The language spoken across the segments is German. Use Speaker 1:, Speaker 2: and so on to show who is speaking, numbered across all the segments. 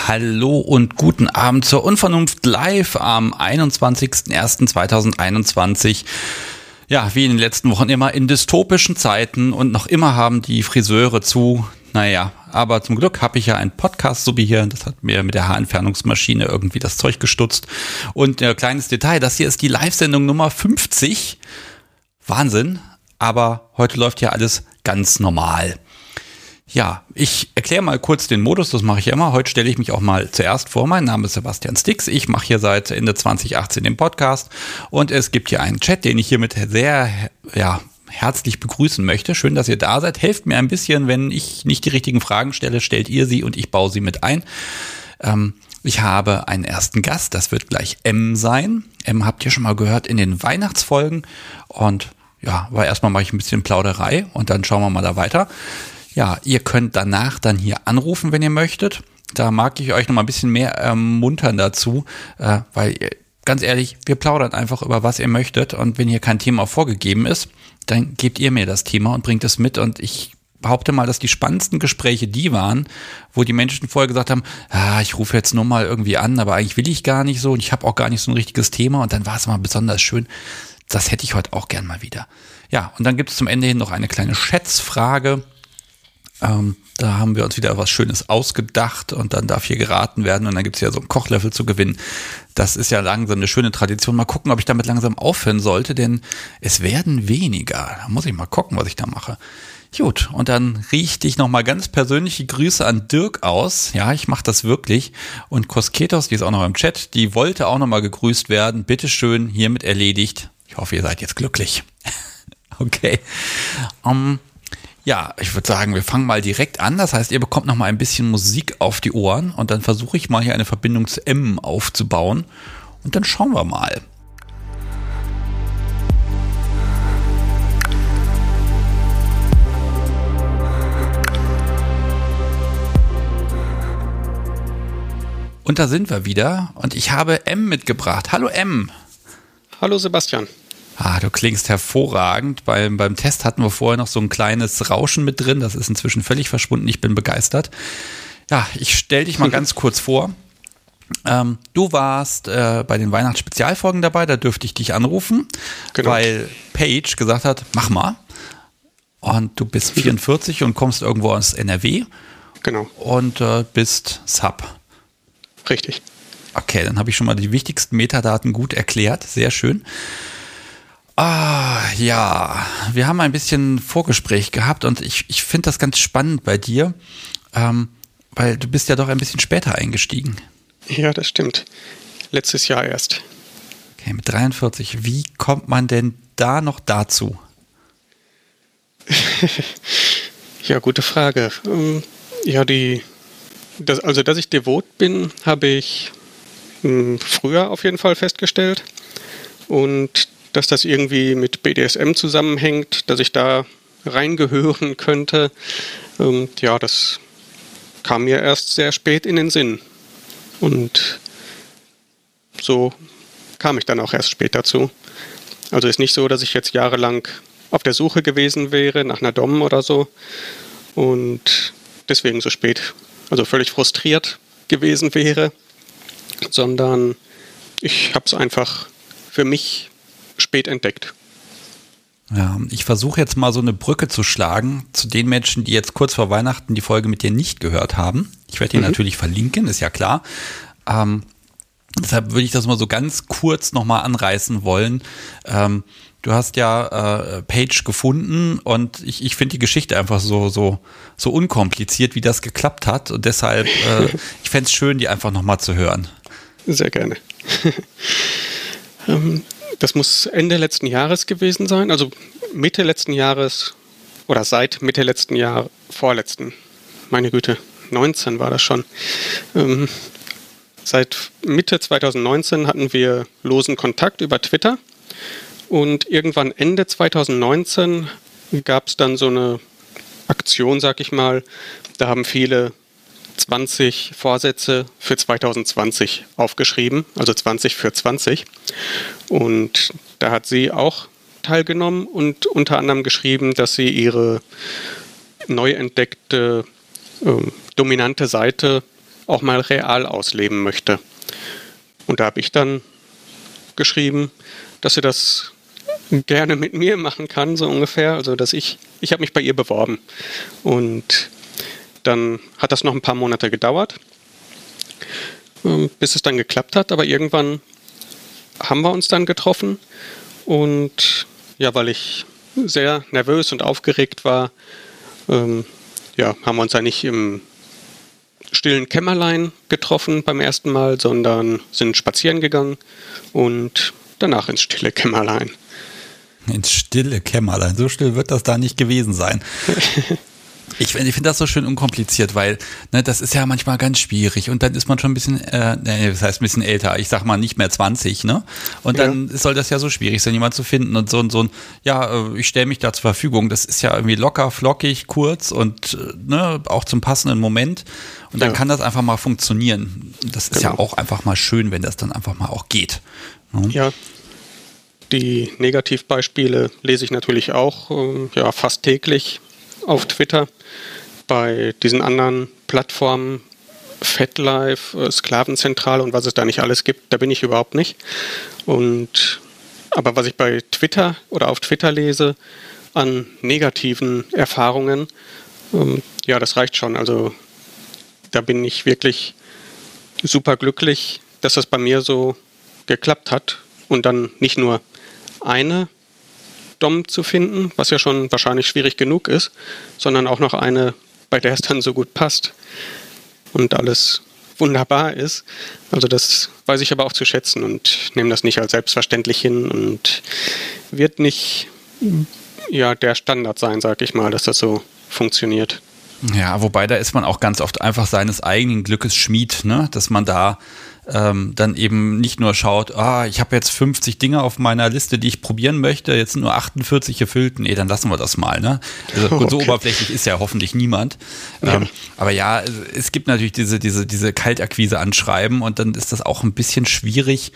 Speaker 1: Hallo und guten Abend zur Unvernunft live am 21.01.2021. Ja, wie in den letzten Wochen immer in dystopischen Zeiten und noch immer haben die Friseure zu. Naja, aber zum Glück habe ich ja einen Podcast, so wie hier. Das hat mir mit der Haarentfernungsmaschine irgendwie das Zeug gestutzt. Und ein kleines Detail, das hier ist die Live-Sendung Nummer 50. Wahnsinn, aber heute läuft ja alles ganz normal. Ja, ich erkläre mal kurz den Modus, das mache ich ja immer. Heute stelle ich mich auch mal zuerst vor. Mein Name ist Sebastian Stix. Ich mache hier seit Ende 2018 den Podcast und es gibt hier einen Chat, den ich hiermit sehr herzlich begrüßen möchte. Schön, dass ihr da seid. Helft mir ein bisschen, wenn ich nicht die richtigen Fragen stelle, stellt ihr sie und ich baue sie mit ein. Ich habe einen ersten Gast, das wird gleich M sein. M habt ihr schon mal gehört in den Weihnachtsfolgen und ja, aber erstmal mache ich ein bisschen Plauderei und dann schauen wir mal da weiter. Ja, ihr könnt danach dann hier anrufen, wenn ihr möchtet. Da mag ich euch noch mal ein bisschen mehr ermuntern dazu, weil ganz ehrlich, wir plaudern einfach über was ihr möchtet und wenn hier kein Thema vorgegeben ist, dann gebt ihr mir das Thema und bringt es mit und ich behaupte mal, dass die spannendsten Gespräche die waren, wo die Menschen vorher gesagt haben, ich rufe jetzt nur mal irgendwie an, aber eigentlich will ich gar nicht so und ich habe auch gar nicht so ein richtiges Thema und dann war es mal besonders schön. Das hätte ich heute auch gern mal wieder. Ja, und dann gibt es zum Ende hin noch eine kleine Schätzfrage. Da haben wir uns wieder was Schönes ausgedacht und dann darf hier geraten werden und dann gibt es ja so einen Kochlöffel zu gewinnen. Das ist ja langsam eine schöne Tradition. Mal gucken, ob ich damit langsam aufhören sollte, denn es werden weniger. Da muss ich mal gucken, was ich da mache. Gut, und dann richte ich nochmal ganz persönliche Grüße an Dirk aus. Ja, ich mache das wirklich. Und Kosketos, die ist auch noch im Chat, die wollte auch nochmal gegrüßt werden. Bitteschön, hiermit erledigt. Ich hoffe, ihr seid jetzt glücklich. Okay. Ja, ich würde sagen, wir fangen mal direkt an. Das heißt, ihr bekommt noch mal ein bisschen Musik auf die Ohren und dann versuche ich mal hier eine Verbindung zu M aufzubauen und dann schauen wir mal. Und da sind wir wieder und ich habe M mitgebracht. Hallo M.
Speaker 2: Hallo Sebastian.
Speaker 1: Du klingst hervorragend. Beim Test hatten wir vorher noch so ein kleines Rauschen mit drin. Das ist inzwischen völlig verschwunden. Ich bin begeistert. Ja, ich stelle dich mal ganz kurz vor. Du warst bei den Weihnachtsspezialfolgen dabei. Da dürfte ich dich anrufen, genau. Weil Paige gesagt hat, mach mal. Und du bist 44 und kommst irgendwo aus NRW.
Speaker 2: Genau.
Speaker 1: Und bist Sub.
Speaker 2: Richtig.
Speaker 1: Okay, dann habe ich schon mal die wichtigsten Metadaten gut erklärt. Sehr schön. Ja, wir haben ein bisschen Vorgespräch gehabt und ich finde das ganz spannend bei dir, weil du bist ja doch ein bisschen später eingestiegen.
Speaker 2: Ja, das stimmt. Letztes Jahr erst.
Speaker 1: Okay, mit 43. Wie kommt man denn da noch dazu?
Speaker 2: Ja, gute Frage. Dass ich devot bin, habe ich früher auf jeden Fall festgestellt und dass das irgendwie mit BDSM zusammenhängt, dass ich da reingehören könnte. Das kam mir erst sehr spät in den Sinn. Und so kam ich dann auch erst spät dazu. Also ist nicht so, dass ich jetzt jahrelang auf der Suche gewesen wäre nach einer Dom oder so und deswegen so spät, also völlig frustriert gewesen wäre, sondern ich habe es einfach für mich spät entdeckt.
Speaker 1: Ja, ich versuche jetzt mal so eine Brücke zu schlagen zu den Menschen, die jetzt kurz vor Weihnachten die Folge mit dir nicht gehört haben. Ich werde die natürlich verlinken, ist ja klar. Deshalb würde ich das mal so ganz kurz nochmal anreißen wollen. Du hast ja Paige gefunden und ich finde die Geschichte einfach so unkompliziert, wie das geklappt hat. Und deshalb, ich fände es schön, die einfach nochmal zu hören.
Speaker 2: Sehr gerne. Das muss Ende letzten Jahres gewesen sein, also Mitte letzten Jahres oder seit Mitte letzten Jahr, vorletzten, meine Güte, 19 war das schon. Seit Mitte 2019 hatten wir losen Kontakt über Twitter und irgendwann Ende 2019 gab es dann so eine Aktion, sag ich mal, da haben viele 20 Vorsätze für 2020 aufgeschrieben, also 20 für 20. Und da hat sie auch teilgenommen und unter anderem geschrieben, dass sie ihre neu entdeckte dominante Seite auch mal real ausleben möchte. Und da habe ich dann geschrieben, dass sie das gerne mit mir machen kann, so ungefähr. Also dass ich habe mich bei ihr beworben. Und dann hat das noch ein paar Monate gedauert, bis es dann geklappt hat. Aber irgendwann haben wir uns dann getroffen. Und ja, weil ich sehr nervös und aufgeregt war, haben wir uns ja nicht im stillen Kämmerlein getroffen beim ersten Mal, sondern sind spazieren gegangen und danach ins stille Kämmerlein.
Speaker 1: Ins stille Kämmerlein. So still wird das da nicht gewesen sein. Ich finde das so schön unkompliziert, weil das ist ja manchmal ganz schwierig und dann ist man schon ein bisschen, das heißt ein bisschen älter, ich sag mal nicht mehr 20, ne? Und dann soll das ja so schwierig sein, jemanden zu finden und so ein, ich stelle mich da zur Verfügung, das ist ja irgendwie locker, flockig, kurz und auch zum passenden Moment und dann kann das einfach mal funktionieren. Das ist ja auch einfach mal schön, wenn das dann einfach mal auch geht. Ne? Ja.
Speaker 2: Die Negativbeispiele lese ich natürlich auch fast täglich auf Twitter. Bei diesen anderen Plattformen, FetLife, Sklavenzentrale und was es da nicht alles gibt, da bin ich überhaupt nicht. Aber was ich bei Twitter oder auf Twitter lese an negativen Erfahrungen, das reicht schon. Also da bin ich wirklich super glücklich, dass das bei mir so geklappt hat und dann nicht nur eine Dom zu finden, was ja schon wahrscheinlich schwierig genug ist, sondern auch noch eine, bei der es dann so gut passt und alles wunderbar ist. Also das weiß ich aber auch zu schätzen und nehme das nicht als selbstverständlich hin und wird nicht der Standard sein, sag ich mal, dass das so funktioniert.
Speaker 1: Ja, wobei da ist man auch ganz oft einfach seines eigenen Glückes Schmied, ne? Dass man da dann eben nicht nur schaut, ich habe jetzt 50 Dinge auf meiner Liste, die ich probieren möchte, jetzt sind nur 48 erfüllt, nee, dann lassen wir das mal, ne? Also gut, so oberflächlich ist ja hoffentlich niemand. Aber ja, es gibt natürlich diese Kaltakquise-Anschreiben und dann ist das auch ein bisschen schwierig.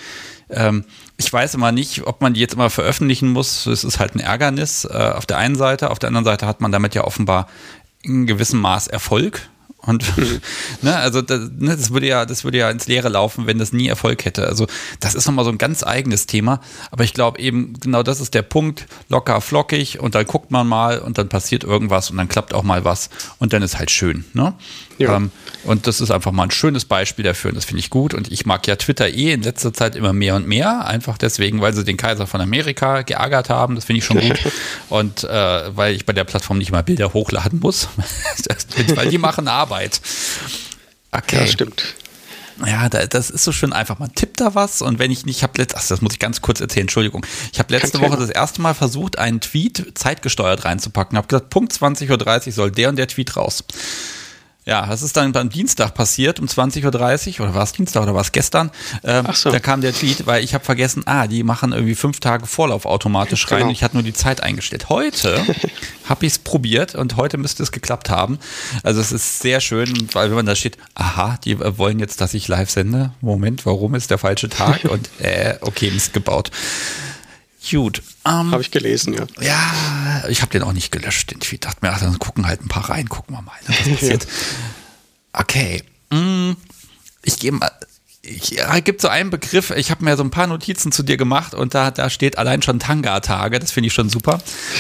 Speaker 1: Ich weiß immer nicht, ob man die jetzt immer veröffentlichen muss, es ist halt ein Ärgernis auf der einen Seite, auf der anderen Seite hat man damit ja offenbar in gewissem Maß Erfolg. Und also das würde ja ins Leere laufen, wenn das nie Erfolg hätte. Also das ist nochmal so ein ganz eigenes Thema. Aber ich glaube eben, genau das ist der Punkt, locker, flockig und dann guckt man mal und dann passiert irgendwas und dann klappt auch mal was und dann ist halt schön. Ne? Ja. Und das ist einfach mal ein schönes Beispiel dafür und das finde ich gut. Und ich mag ja Twitter in letzter Zeit immer mehr und mehr, einfach deswegen, weil sie den Kaiser von Amerika geärgert haben. Das finde ich schon gut. Und weil ich bei der Plattform nicht mal Bilder hochladen muss, weil die machen Arbeit. Okay.
Speaker 2: Ja, stimmt.
Speaker 1: Ja, das ist so schön einfach. Man tippt da was und wenn ich nicht, das muss ich ganz kurz erzählen, Entschuldigung. Ich habe letzte Woche das erste Mal versucht, einen Tweet zeitgesteuert reinzupacken. Habe gesagt, Punkt 20:30 Uhr soll der und der Tweet raus. Ja, das ist dann beim Dienstag passiert, um 20:30 Uhr, oder war es Dienstag oder war es gestern? Da kam der Tweet, weil ich habe vergessen, die machen irgendwie 5 Tage Vorlauf automatisch rein. Genau. Ich hatte nur die Zeit eingestellt. Heute habe ich es probiert und heute müsste es geklappt haben. Also es ist sehr schön, weil wenn man da steht, die wollen jetzt, dass ich live sende. Moment, warum ist der falsche Tag? Und okay, Mist gebaut. Gut.
Speaker 2: Habe ich gelesen, ja.
Speaker 1: Ja, ich habe den auch nicht gelöscht, den Tweet. Dachte mir, dann gucken halt ein paar rein, gucken wir mal, was passiert. Okay. Ich gehe mal. Es gibt so einen Begriff, ich habe mir so ein paar Notizen zu dir gemacht und da steht allein schon Tanga-Tage, das finde ich schon super.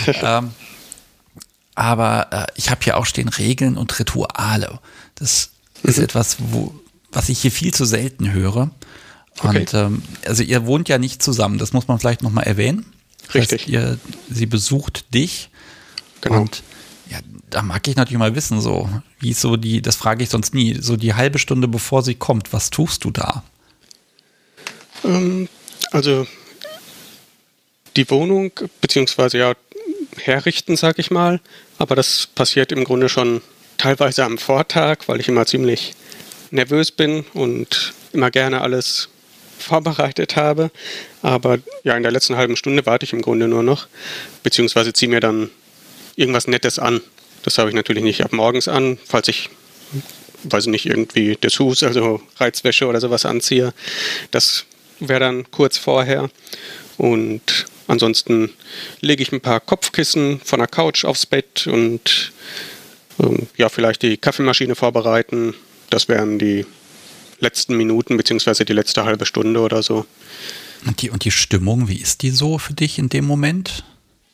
Speaker 1: Aber ich habe hier auch stehen Regeln und Rituale. Das ist etwas, was ich hier viel zu selten höre.
Speaker 2: Okay.
Speaker 1: Und also ihr wohnt ja nicht zusammen, das muss man vielleicht nochmal erwähnen.
Speaker 2: Richtig.
Speaker 1: Das heißt, sie besucht dich.
Speaker 2: Genau.
Speaker 1: Und ja, da mag ich natürlich mal wissen, so, wie ist so das frage ich sonst nie, so die halbe Stunde bevor sie kommt, was tust du da?
Speaker 2: Also die Wohnung, beziehungsweise herrichten, sag ich mal, aber das passiert im Grunde schon teilweise am Vortag, weil ich immer ziemlich nervös bin und immer gerne alles vorbereitet habe. Aber in der letzten halben Stunde warte ich im Grunde nur noch, beziehungsweise ziehe mir dann irgendwas Nettes an. Das habe ich natürlich nicht ab morgens an, falls ich, weiß nicht, irgendwie Dessous, also Reizwäsche oder sowas anziehe. Das wäre dann kurz vorher. Und ansonsten lege ich ein paar Kopfkissen von der Couch aufs Bett und vielleicht die Kaffeemaschine vorbereiten. Das wären die letzten Minuten beziehungsweise die letzte halbe Stunde oder so.
Speaker 1: Und die Stimmung, wie ist die so für dich in dem Moment?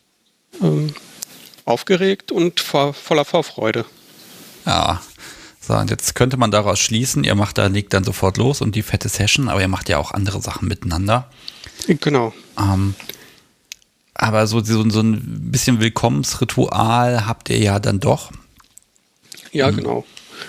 Speaker 2: Aufgeregt und voller Vorfreude.
Speaker 1: Ja, so, und jetzt könnte man daraus schließen, legt dann sofort los und die fette Session, aber ihr macht ja auch andere Sachen miteinander.
Speaker 2: Genau.
Speaker 1: Aber so ein bisschen Willkommensritual habt ihr ja dann doch.
Speaker 2: Ja, genau.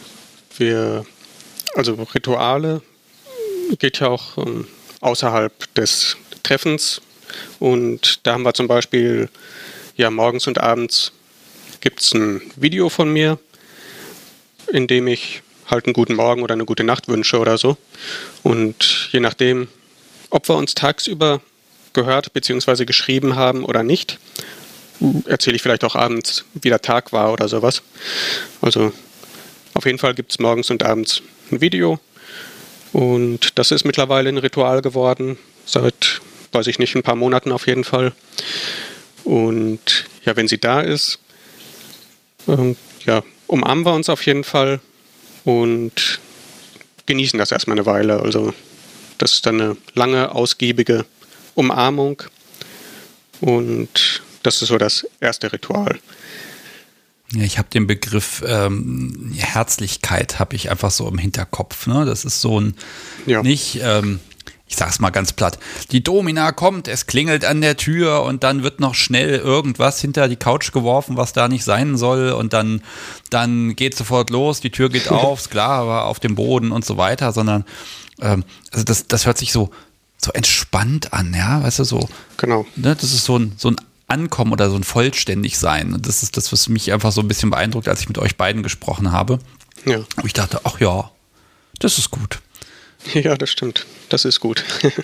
Speaker 2: Also Rituale geht ja auch außerhalb des Treffens. Und da haben wir zum Beispiel, ja, morgens und abends gibt es ein Video von mir, in dem ich halt einen guten Morgen oder eine gute Nacht wünsche oder so. Und je nachdem, ob wir uns tagsüber gehört bzw. geschrieben haben oder nicht, erzähle ich vielleicht auch abends, wie der Tag war oder sowas. Also auf jeden Fall gibt es morgens und abends ein Video. Und das ist mittlerweile ein Ritual geworden, seit, weiß ich nicht, ein paar Monaten auf jeden Fall. Und ja, wenn sie da ist, ja, umarmen wir uns auf jeden Fall und genießen das erstmal eine Weile. Also das ist dann eine lange, ausgiebige Umarmung und das ist so das erste Ritual.
Speaker 1: Ja, ich habe den Begriff Herzlichkeit habe ich einfach so im Hinterkopf. Ne? Das ist so ein, nicht, ich sag's mal ganz platt, die Domina kommt, es klingelt an der Tür und dann wird noch schnell irgendwas hinter die Couch geworfen, was da nicht sein soll und dann geht sofort los, die Tür geht auf, Sklave auf dem Boden und so weiter, sondern also das hört sich so entspannt an, ja, weißt du, so.
Speaker 2: Genau.
Speaker 1: Ne? Das ist so ein Ankommen oder so ein Vollständigsein. Und das ist das, was mich einfach so ein bisschen beeindruckt, als ich mit euch beiden gesprochen habe.
Speaker 2: Ja.
Speaker 1: Und ich dachte, ach ja, das ist gut.
Speaker 2: Ja, das stimmt. Das ist gut.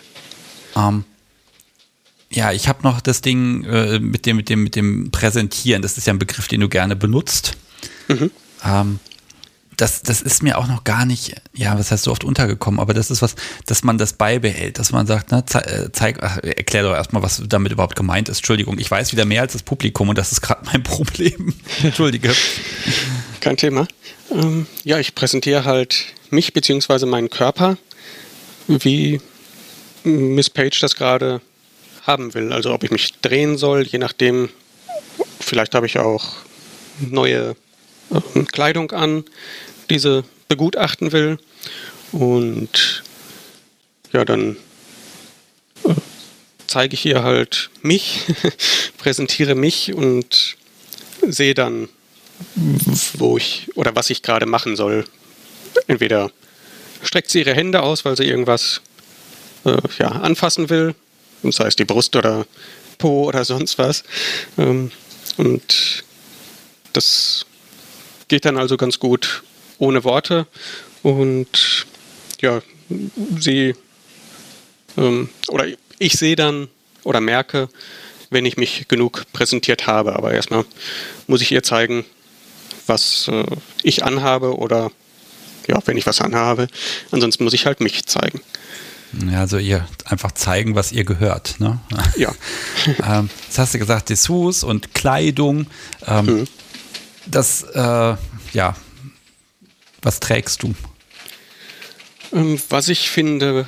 Speaker 1: Ja, ich habe noch das Ding mit dem Präsentieren. Das ist ja ein Begriff, den du gerne benutzt.
Speaker 2: Mhm.
Speaker 1: Das ist mir auch noch gar nicht, ja, was heißt so oft untergekommen, aber das ist was, dass man das beibehält, dass man sagt, ne, erklär doch erstmal, was damit überhaupt gemeint ist. Entschuldigung, ich weiß wieder mehr als das Publikum und das ist gerade mein Problem. Entschuldige.
Speaker 2: Kein Thema. Ja, ich präsentiere halt mich bzw. meinen Körper, wie Miss Page das gerade haben will. Also ob ich mich drehen soll, je nachdem, vielleicht habe ich auch neue Kleidung an, diese begutachten will. Und ja, dann zeige ich ihr halt mich, präsentiere mich und sehe dann, was ich gerade machen soll. Entweder streckt sie ihre Hände aus, weil sie irgendwas anfassen will, sei es die Brust oder Po oder sonst was. Und das geht dann also ganz gut ohne Worte und ja, ich sehe dann oder merke, wenn ich mich genug präsentiert habe, aber erstmal muss ich ihr zeigen, was ich anhabe oder ja, wenn ich was anhabe, ansonsten muss ich halt mich zeigen.
Speaker 1: Ja, also ihr einfach zeigen, was ihr gehört, ne?
Speaker 2: Ja.
Speaker 1: Das hast du gesagt, Dessous und Kleidung, was trägst du?
Speaker 2: Was ich finde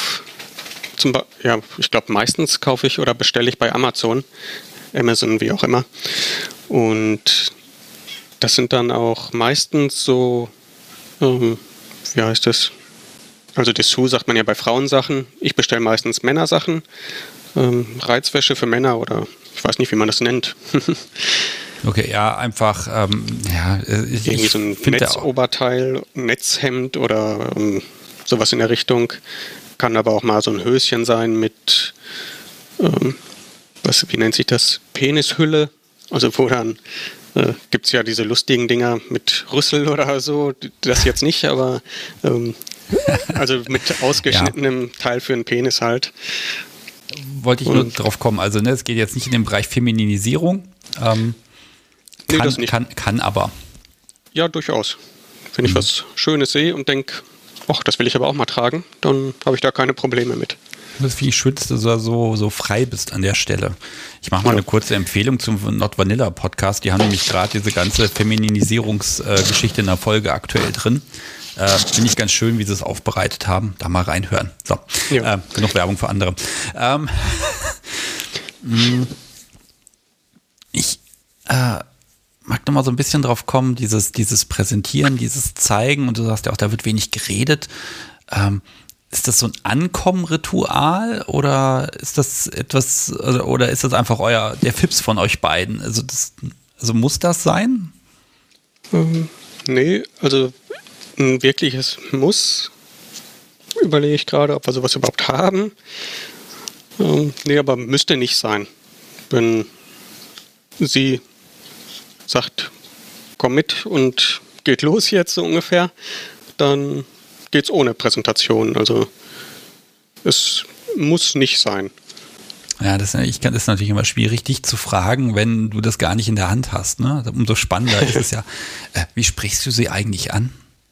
Speaker 2: ich glaube meistens kaufe ich oder bestelle ich bei Amazon, wie auch immer. Und das sind dann auch meistens so, wie heißt das? Also Dessous sagt man ja bei Frauensachen. Ich bestelle meistens Männersachen, Reizwäsche für Männer oder ich weiß nicht, wie man das nennt.
Speaker 1: Okay, ja, einfach,
Speaker 2: irgendwie so ein Netzoberteil, Netzhemd oder sowas in der Richtung. Kann aber auch mal so ein Höschen sein mit, wie nennt sich das? Penishülle. Also wo dann gibt es ja diese lustigen Dinger mit Rüssel oder so. Das jetzt nicht, aber also mit ausgeschnittenem Teil für einen Penis halt.
Speaker 1: Wollte ich nur drauf kommen. Also es geht jetzt nicht in den Bereich Femininisierung.
Speaker 2: Nee, das nicht.
Speaker 1: Kann aber.
Speaker 2: Ja, durchaus. Wenn ich was Schönes sehe und denke, ach, das will ich aber auch mal tragen, dann habe ich da keine Probleme mit.
Speaker 1: Das finde ich schön, dass du so frei bist an der Stelle. Ich mache mal eine kurze Empfehlung zum Not Vanilla Podcast. Die haben nämlich gerade diese ganze Femininisierungsgeschichte in der Folge aktuell drin. Finde ich ganz schön, wie sie es aufbereitet haben. Da mal reinhören. So, genug Werbung für andere. Ich mag noch mal so ein bisschen drauf kommen, dieses Präsentieren, dieses Zeigen, und du sagst ja auch, da wird wenig geredet. Ist das so ein Ankommen-Ritual oder ist das etwas, oder ist das einfach der Fips von euch beiden? Also muss das sein?
Speaker 2: Nee, also ein wirkliches Muss, überlege ich gerade, ob wir sowas überhaupt haben. Nee, aber müsste nicht sein. Wenn sie sagt, komm mit und geht los jetzt so ungefähr, dann geht's ohne Präsentation. Also es muss nicht sein.
Speaker 1: Ja, das ist natürlich immer schwierig, dich zu fragen, wenn du das gar nicht in der Hand hast. Ne? Umso spannender ist es ja. Wie sprichst du sie eigentlich an?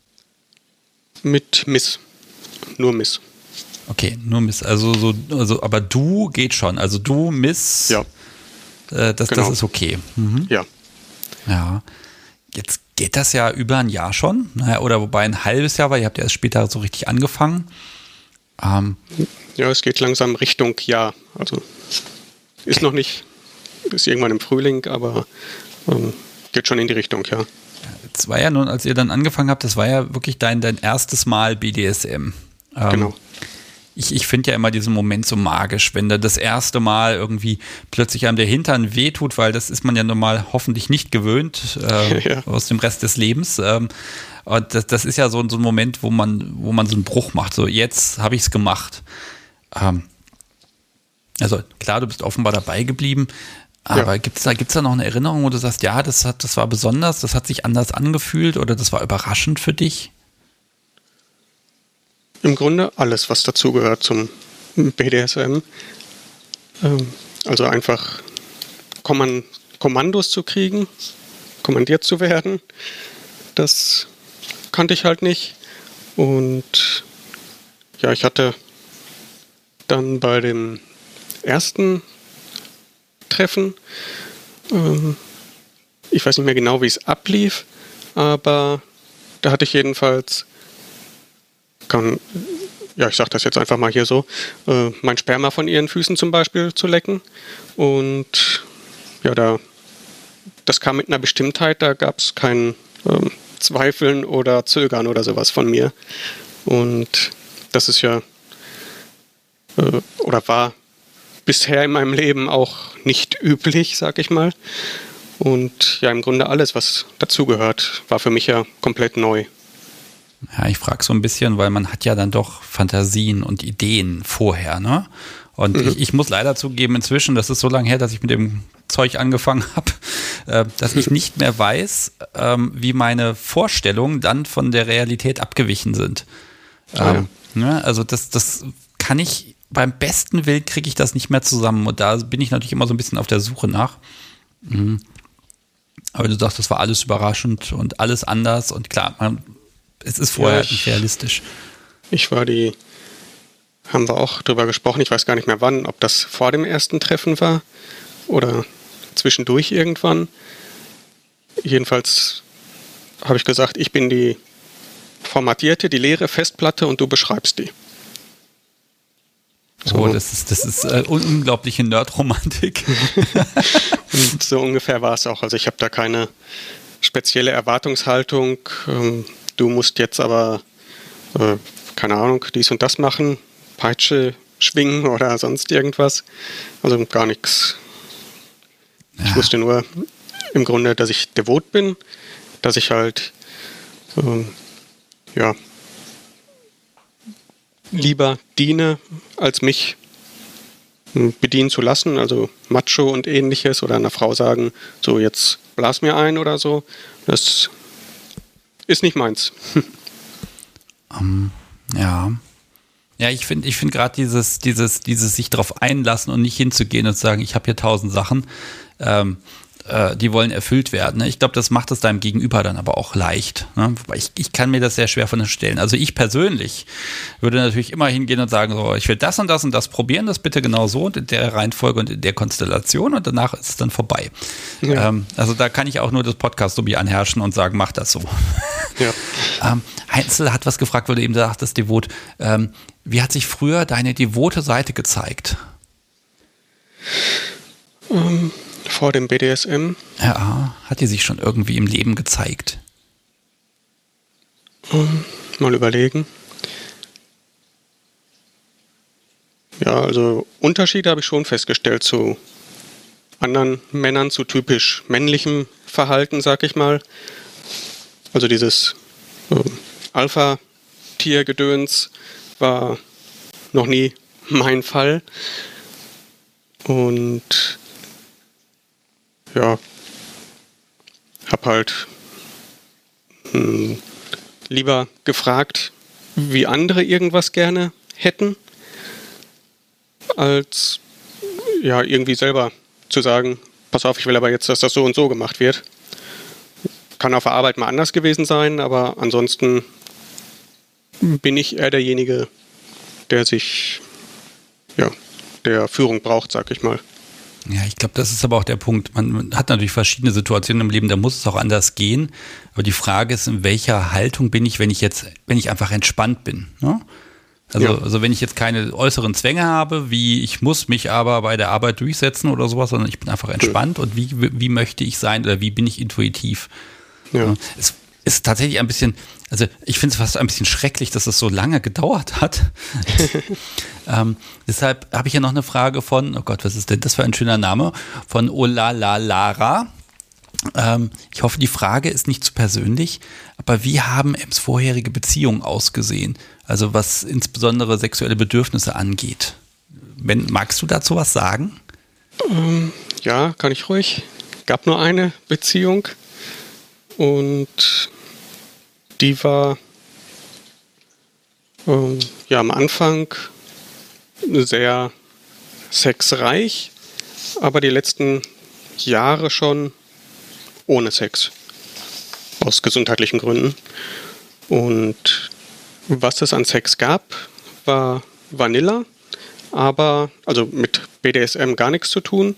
Speaker 2: Mit Miss. Nur Miss.
Speaker 1: Okay, nur Miss. Also aber du geht schon. Also du, Miss.
Speaker 2: Ja.
Speaker 1: Das ist okay. Mhm.
Speaker 2: Ja.
Speaker 1: Ja. Jetzt geht das ja über ein Jahr schon. Oder wobei ein halbes Jahr, weil ihr habt ja erst später so richtig angefangen.
Speaker 2: Ja, es geht langsam Richtung Jahr. Also ist noch nicht, ist irgendwann im Frühling, aber geht schon in die Richtung, ja.
Speaker 1: Es war ja nun, als ihr dann angefangen habt, das war ja wirklich dein erstes Mal BDSM.
Speaker 2: Genau.
Speaker 1: Ich finde ja immer diesen Moment so magisch, wenn da das erste Mal irgendwie plötzlich einem der Hintern wehtut, weil das ist man ja normal hoffentlich nicht gewöhnt aus dem Rest des Lebens. Und das ist ja so ein Moment, wo man so einen Bruch macht. So, jetzt habe ich es gemacht. Also klar, du bist offenbar dabei geblieben, aber gibt's da noch eine Erinnerung, wo du sagst, ja, das war besonders, das hat sich anders angefühlt oder das war überraschend für dich?
Speaker 2: Im Grunde alles, was dazugehört zum BDSM. Also einfach Kommandos zu kriegen, kommandiert zu werden, das kannte ich halt nicht. Und ja, ich hatte dann bei dem ersten Treffen, ich weiß nicht mehr genau, wie es ablief, aber da hatte ich jedenfalls ich sage das jetzt einfach mal hier so, mein Sperma von ihren Füßen zum Beispiel zu lecken. Und ja, das kam mit einer Bestimmtheit, da gab es kein Zweifeln oder Zögern oder sowas von mir. Und das ist ja, oder war bisher in meinem Leben auch nicht üblich, sag ich mal. Und ja, im Grunde alles, was dazugehört, war für mich ja komplett neu.
Speaker 1: Ja, ich frage so ein bisschen, weil man hat ja dann doch Fantasien und Ideen vorher, ne? Und ich muss leider zugeben, inzwischen, das ist so lange her, dass ich mit dem Zeug angefangen habe, dass ich nicht mehr weiß, wie meine Vorstellungen dann von der Realität abgewichen sind. Ne? Also das kann ich, beim besten Willen kriege ich das nicht mehr zusammen. Und da bin ich natürlich immer so ein bisschen auf der Suche nach. Aber du sagst, das war alles überraschend und alles anders. Und klar, es ist vorher nicht realistisch.
Speaker 2: Haben wir auch drüber gesprochen, ich weiß gar nicht mehr wann, ob das vor dem ersten Treffen war oder zwischendurch irgendwann. Jedenfalls habe ich gesagt, ich bin die formatierte, die leere Festplatte und du beschreibst die.
Speaker 1: So. Oh, das ist unglaubliche Nerd-Romantik.
Speaker 2: Und so ungefähr war es auch. Also ich habe da keine spezielle Erwartungshaltung. Du musst jetzt aber, keine Ahnung, dies und das machen, Peitsche schwingen oder sonst irgendwas. Also gar nichts. Ja. Ich wusste nur im Grunde, dass ich devot bin, dass ich halt, lieber diene, als mich bedienen zu lassen, also Macho und ähnliches oder einer Frau sagen, so jetzt blas mir ein oder so. Das ist nicht meins.
Speaker 1: Ja, ich finde gerade dieses sich drauf einlassen und nicht hinzugehen und sagen, ich habe hier 1000 Sachen, die wollen erfüllt werden. Ne? Ich glaube, das macht es deinem Gegenüber dann aber auch leicht. Ne? Wobei ich kann mir das sehr schwer vorstellen. Also ich persönlich würde natürlich immer hingehen und sagen, so, ich will das und das probieren, das bitte genau so und in der Reihenfolge und in der Konstellation und danach ist es dann vorbei. Ja. Also da kann ich auch nur das Podcast-Subi anherrschen und sagen, mach das so. Ja. Heinzel hat was gefragt, weil du eben sagtest, devot. Wie hat sich früher deine devote Seite gezeigt?
Speaker 2: Vor dem BDSM.
Speaker 1: Ja, hat die sich schon irgendwie im Leben gezeigt?
Speaker 2: Mal überlegen. Ja, also Unterschiede habe ich schon festgestellt zu anderen Männern, zu typisch männlichem Verhalten, sag ich mal. Also dieses Alpha-Tier-Gedöns war noch nie mein Fall. Und ja, hab halt lieber gefragt, wie andere irgendwas gerne hätten, als ja irgendwie selber zu sagen, pass auf, ich will aber jetzt, dass das so und so gemacht wird. Kann auf der Arbeit mal anders gewesen sein, aber ansonsten bin ich eher derjenige, der sich, ja, der Führung braucht, sag ich mal.
Speaker 1: Ja, ich glaube, das ist aber auch der Punkt. Man hat natürlich verschiedene Situationen im Leben, da muss es auch anders gehen. Aber die Frage ist, in welcher Haltung bin ich, wenn ich einfach entspannt bin. Ne? Also wenn ich jetzt keine äußeren Zwänge habe, wie ich muss mich aber bei der Arbeit durchsetzen oder sowas, sondern ich bin einfach entspannt und wie möchte ich sein oder wie bin ich intuitiv. Ja. Es ist tatsächlich ein bisschen, also ich finde es fast ein bisschen schrecklich, dass es so lange gedauert hat. Deshalb habe ich ja noch eine Frage von, oh Gott, was ist denn das für ein schöner Name, von Olalalara. Ich hoffe, die Frage ist nicht zu persönlich, aber wie haben Ems vorherige Beziehungen ausgesehen? Also was insbesondere sexuelle Bedürfnisse angeht. Magst du dazu was sagen?
Speaker 2: Ja, kann ich ruhig. Gab nur eine Beziehung und die war am Anfang sehr sexreich, aber die letzten Jahre schon ohne Sex. Aus gesundheitlichen Gründen. Und was es an Sex gab, war Vanilla, aber, also mit BDSM gar nichts zu tun,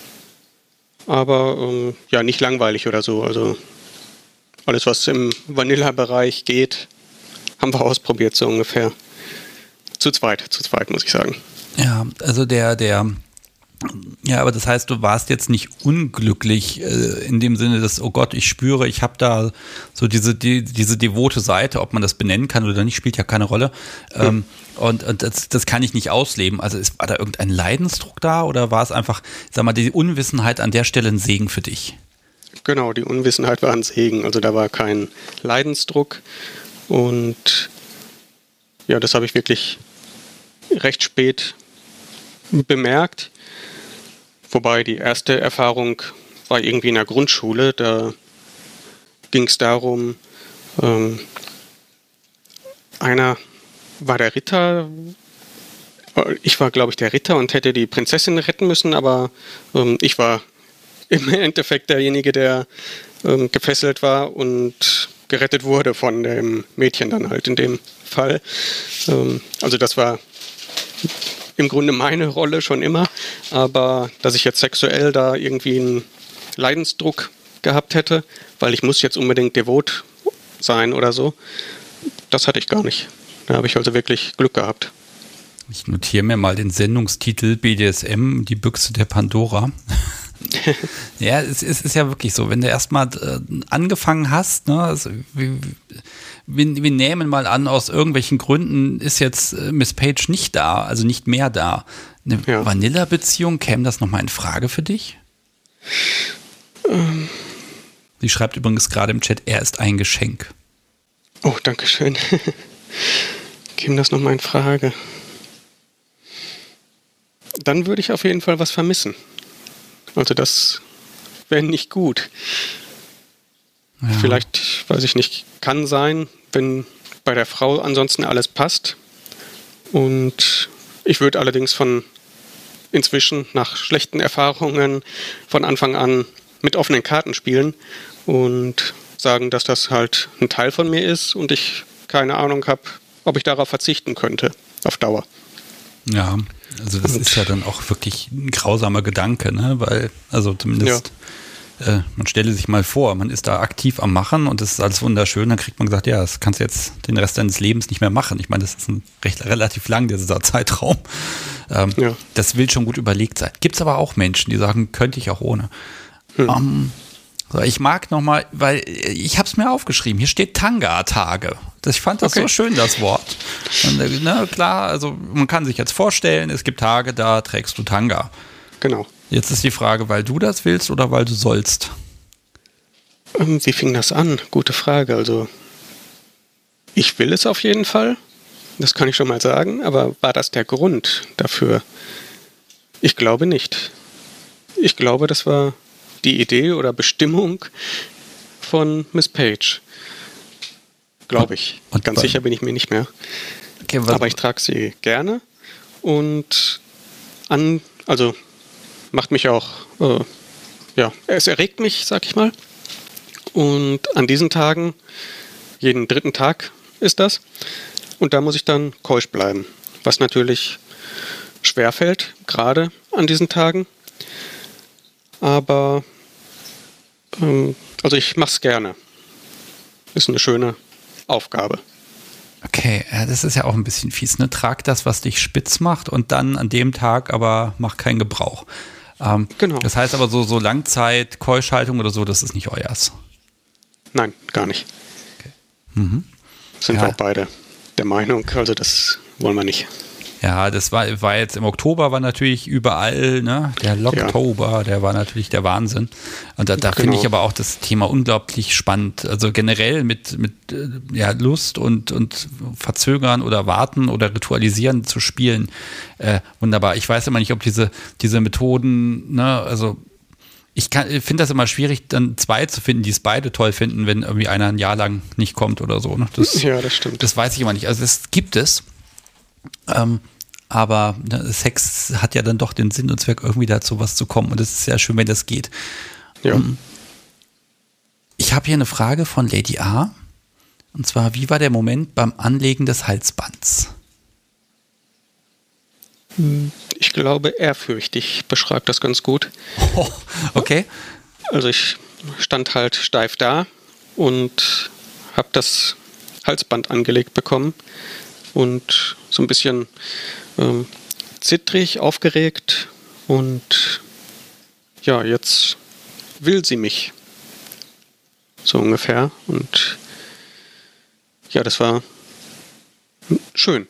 Speaker 2: aber nicht langweilig oder so. Also alles, was im Vanilla-Bereich geht, haben wir ausprobiert, so ungefähr. Zu zweit muss ich sagen.
Speaker 1: Ja, also ja, aber das heißt, du warst jetzt nicht unglücklich in dem Sinne, dass, oh Gott, ich spüre, ich habe da so diese devote Seite, ob man das benennen kann oder nicht, spielt ja keine Rolle. Und das kann ich nicht ausleben. Also war da irgendein Leidensdruck da oder war es einfach, sag mal, die Unwissenheit an der Stelle ein Segen für dich?
Speaker 2: Genau, die Unwissenheit war ein Segen. Also da war kein Leidensdruck und ja, das habe ich wirklich recht spät bemerkt. Wobei die erste Erfahrung war irgendwie in der Grundschule. Da ging es darum, einer war der Ritter. Ich war, glaube ich, der Ritter und hätte die Prinzessin retten müssen, aber ich war im Endeffekt derjenige, der gefesselt war und gerettet wurde von dem Mädchen dann halt in dem Fall. Also das war im Grunde meine Rolle schon immer, aber dass ich jetzt sexuell da irgendwie einen Leidensdruck gehabt hätte, weil ich muss jetzt unbedingt devot sein oder so, das hatte ich gar nicht. Da habe ich also wirklich Glück gehabt.
Speaker 1: Ich notiere mir mal den Sendungstitel BDSM, die Büchse der Pandora. Ja, es ist ja wirklich so, wenn du erstmal angefangen hast, ne, also wir nehmen mal an, aus irgendwelchen Gründen ist jetzt Miss Page nicht da, also nicht mehr da. Eine Vanilla-Beziehung, käme das nochmal in Frage für dich? Sie schreibt übrigens gerade im Chat, er ist ein Geschenk.
Speaker 2: Oh, danke schön. Käme das nochmal in Frage? Dann würde ich auf jeden Fall was vermissen. Also das wäre nicht gut. Ja. Vielleicht, weiß ich nicht, kann sein, wenn bei der Frau ansonsten alles passt. Und ich würde allerdings inzwischen nach schlechten Erfahrungen von Anfang an mit offenen Karten spielen und sagen, dass das halt ein Teil von mir ist und ich keine Ahnung habe, ob ich darauf verzichten könnte, auf Dauer.
Speaker 1: Ja, also das ist ja dann auch wirklich ein grausamer Gedanke, ne? Weil, also zumindest, man stelle sich mal vor, man ist da aktiv am Machen und es ist alles wunderschön, dann kriegt man gesagt, ja, das kannst du jetzt den Rest deines Lebens nicht mehr machen. Ich meine, das ist relativ lang, dieser Zeitraum. Das will schon gut überlegt sein. Gibt es aber auch Menschen, die sagen, könnte ich auch ohne. Ich mag nochmal, weil ich habe es mir aufgeschrieben, hier steht Tanga-Tage. Ich fand das so schön, das Wort. Und, klar, also man kann sich jetzt vorstellen, es gibt Tage, da trägst du Tanga.
Speaker 2: Genau.
Speaker 1: Jetzt ist die Frage, weil du das willst oder weil du sollst?
Speaker 2: Wie fing das an? Gute Frage. Also ich will es auf jeden Fall, das kann ich schon mal sagen, aber war das der Grund dafür? Ich glaube nicht. Ich glaube, das war die Idee oder Bestimmung von Miss Page. Glaube ich. Und ganz sicher bin ich mir nicht mehr. Okay, aber ich trage sie gerne und also macht mich auch, es erregt mich, sag ich mal. Und an diesen Tagen, jeden 3. Tag ist das, und da muss ich dann keusch bleiben, was natürlich schwerfällt, gerade an diesen Tagen. Aber also ich mache es gerne. Ist eine schöne Aufgabe.
Speaker 1: Okay, das ist ja auch ein bisschen fies. Ne? Trag das, was dich spitz macht und dann an dem Tag aber mach keinen Gebrauch. Genau. Das heißt aber so Langzeit-Keuschhaltung oder so, das ist nicht euers.
Speaker 2: Nein, gar nicht.
Speaker 1: Okay.
Speaker 2: Sind wir auch beide der Meinung, also das wollen wir nicht.
Speaker 1: Ja, das war jetzt im Oktober, war natürlich überall, ne? Der Locktober, der war natürlich der Wahnsinn. Und da finde ich aber auch das Thema unglaublich spannend. Also generell mit Lust und verzögern oder warten oder ritualisieren zu spielen. Wunderbar. Ich weiß immer nicht, ob diese Methoden, ne, also ich finde das immer schwierig, dann 2 zu finden, die es beide toll finden, wenn irgendwie einer ein Jahr lang nicht kommt oder so. Ne? Das stimmt. Das weiß ich immer nicht. Also das gibt es. Aber Sex hat ja dann doch den Sinn und Zweck, irgendwie dazu was zu kommen. Und es ist sehr schön, wenn das geht. Ja. Ich habe hier eine Frage von Lady A. Und zwar, wie war der Moment beim Anlegen des Halsbands?
Speaker 2: Ich glaube, ehrfürchtig beschreibt das ganz gut.
Speaker 1: Oh, okay.
Speaker 2: Also ich stand halt steif da und habe das Halsband angelegt bekommen. Und so ein bisschen zittrig, aufgeregt, und ja, jetzt will sie mich. So ungefähr. Und ja, das war schön.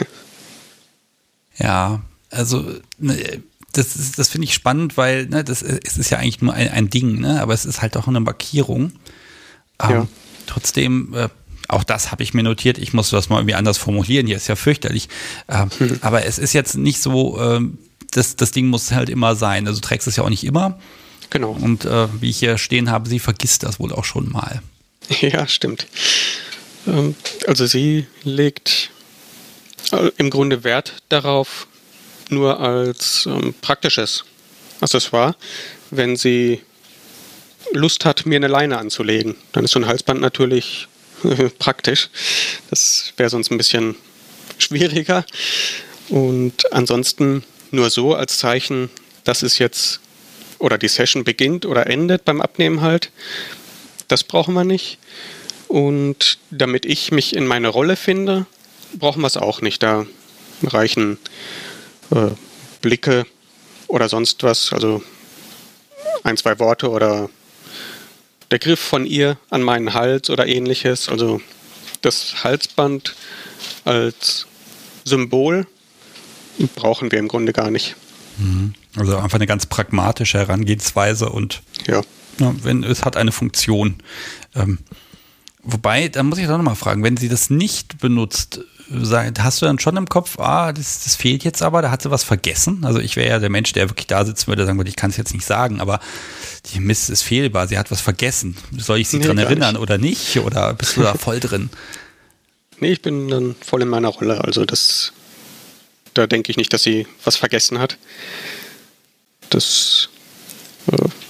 Speaker 1: Ja, also das finde ich spannend, weil es ist ja eigentlich nur ein Ding, ne? Aber es ist halt auch eine Markierung. Trotzdem auch das habe ich mir notiert. Ich muss das mal irgendwie anders formulieren. Hier ist ja fürchterlich. Aber es ist jetzt nicht so, das Ding muss halt immer sein. Also du trägst es ja auch nicht immer.
Speaker 2: Genau.
Speaker 1: Und wie ich hier stehen habe, sie vergisst das wohl auch schon mal.
Speaker 2: Ja, stimmt. Also sie legt im Grunde Wert darauf, nur als praktisches Accessoire, wenn sie Lust hat, mir eine Leine anzulegen. Dann ist so ein Halsband natürlich praktisch. Das wäre sonst ein bisschen schwieriger. Und ansonsten nur so als Zeichen, dass es jetzt oder die Session beginnt oder endet beim Abnehmen halt. Das brauchen wir nicht. Und damit ich mich in meine Rolle finde, brauchen wir es auch nicht. Da reichen Blicke oder sonst was, also 1, 2 Worte oder der Griff von ihr an meinen Hals oder ähnliches. Also das Halsband als Symbol brauchen wir im Grunde gar nicht.
Speaker 1: Also einfach eine ganz pragmatische Herangehensweise und wenn es hat eine Funktion. Wobei, da muss ich doch nochmal fragen, wenn sie das nicht benutzt, hast du dann schon im Kopf, das fehlt jetzt aber, da hat sie was vergessen? Also ich wäre ja der Mensch, der wirklich da sitzen würde, sagen würde, ich kann es jetzt nicht sagen, aber die Mist ist fehlbar, sie hat was vergessen. Soll ich sie dran erinnern oder nicht? Oder bist du da voll drin?
Speaker 2: Nee, ich bin dann voll in meiner Rolle, also da denke ich nicht, dass sie was vergessen hat. Das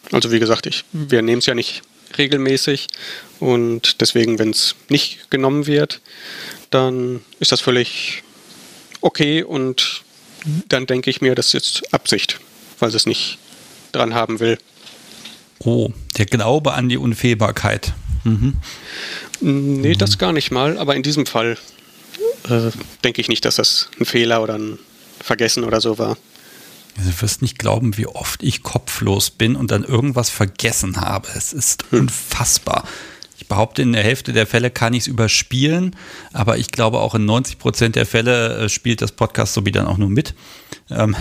Speaker 2: Also wie gesagt, wir nehmen es ja nicht regelmäßig und deswegen, wenn es nicht genommen wird, dann ist das völlig okay und dann denke ich mir, das ist jetzt Absicht, weil sie es nicht dran haben will.
Speaker 1: Oh, der Glaube an die Unfehlbarkeit. Mhm.
Speaker 2: Nee, das gar nicht mal, aber in diesem Fall denke ich nicht, dass das ein Fehler oder ein Vergessen oder so war.
Speaker 1: Also du wirst nicht glauben, wie oft ich kopflos bin und dann irgendwas vergessen habe. Es ist unfassbar. Ich behaupte, in der Hälfte der Fälle kann ich es überspielen, aber ich glaube auch in 90% der Fälle spielt das Podcast so wie dann auch nur mit. Ja. Und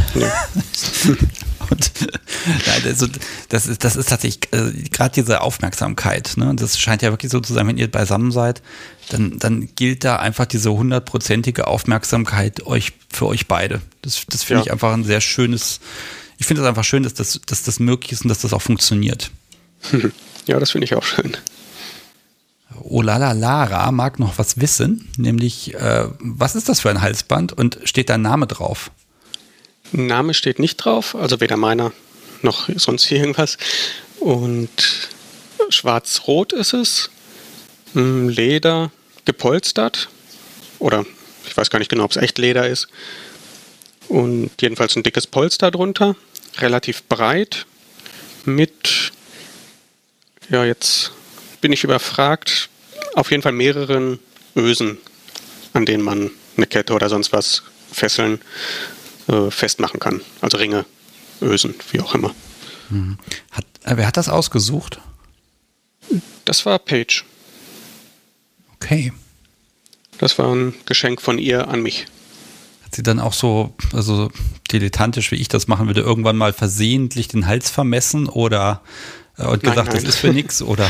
Speaker 1: nein, also das ist tatsächlich gerade diese Aufmerksamkeit. Ne? Das scheint ja wirklich so zu sein, wenn ihr beisammen seid, dann gilt da einfach diese 100%ige Aufmerksamkeit für euch beide. Das finde ich einfach ein sehr schönes. Ich finde es einfach schön, dass das möglich ist und dass das auch funktioniert.
Speaker 2: Ja, das finde ich auch schön.
Speaker 1: Olala Lara mag noch was wissen, nämlich was ist das für ein Halsband und steht da ein Name drauf?
Speaker 2: Name steht nicht drauf, also weder meiner noch sonst irgendwas. Und schwarz-rot ist es, Leder, gepolstert, oder ich weiß gar nicht genau, ob es echt Leder ist. Und jedenfalls ein dickes Polster drunter, relativ breit, mit, ja jetzt bin ich überfragt, auf jeden Fall mehreren Ösen, an denen man eine Kette oder sonst was fesseln festmachen kann. Also Ringe, Ösen, wie auch immer.
Speaker 1: Wer hat das ausgesucht?
Speaker 2: Das war Paige.
Speaker 1: Okay.
Speaker 2: Das war ein Geschenk von ihr an mich.
Speaker 1: Hat sie dann auch so, also dilettantisch, wie ich das machen würde, irgendwann mal versehentlich den Hals vermessen oder und gesagt, nein. Das ist für nix, oder?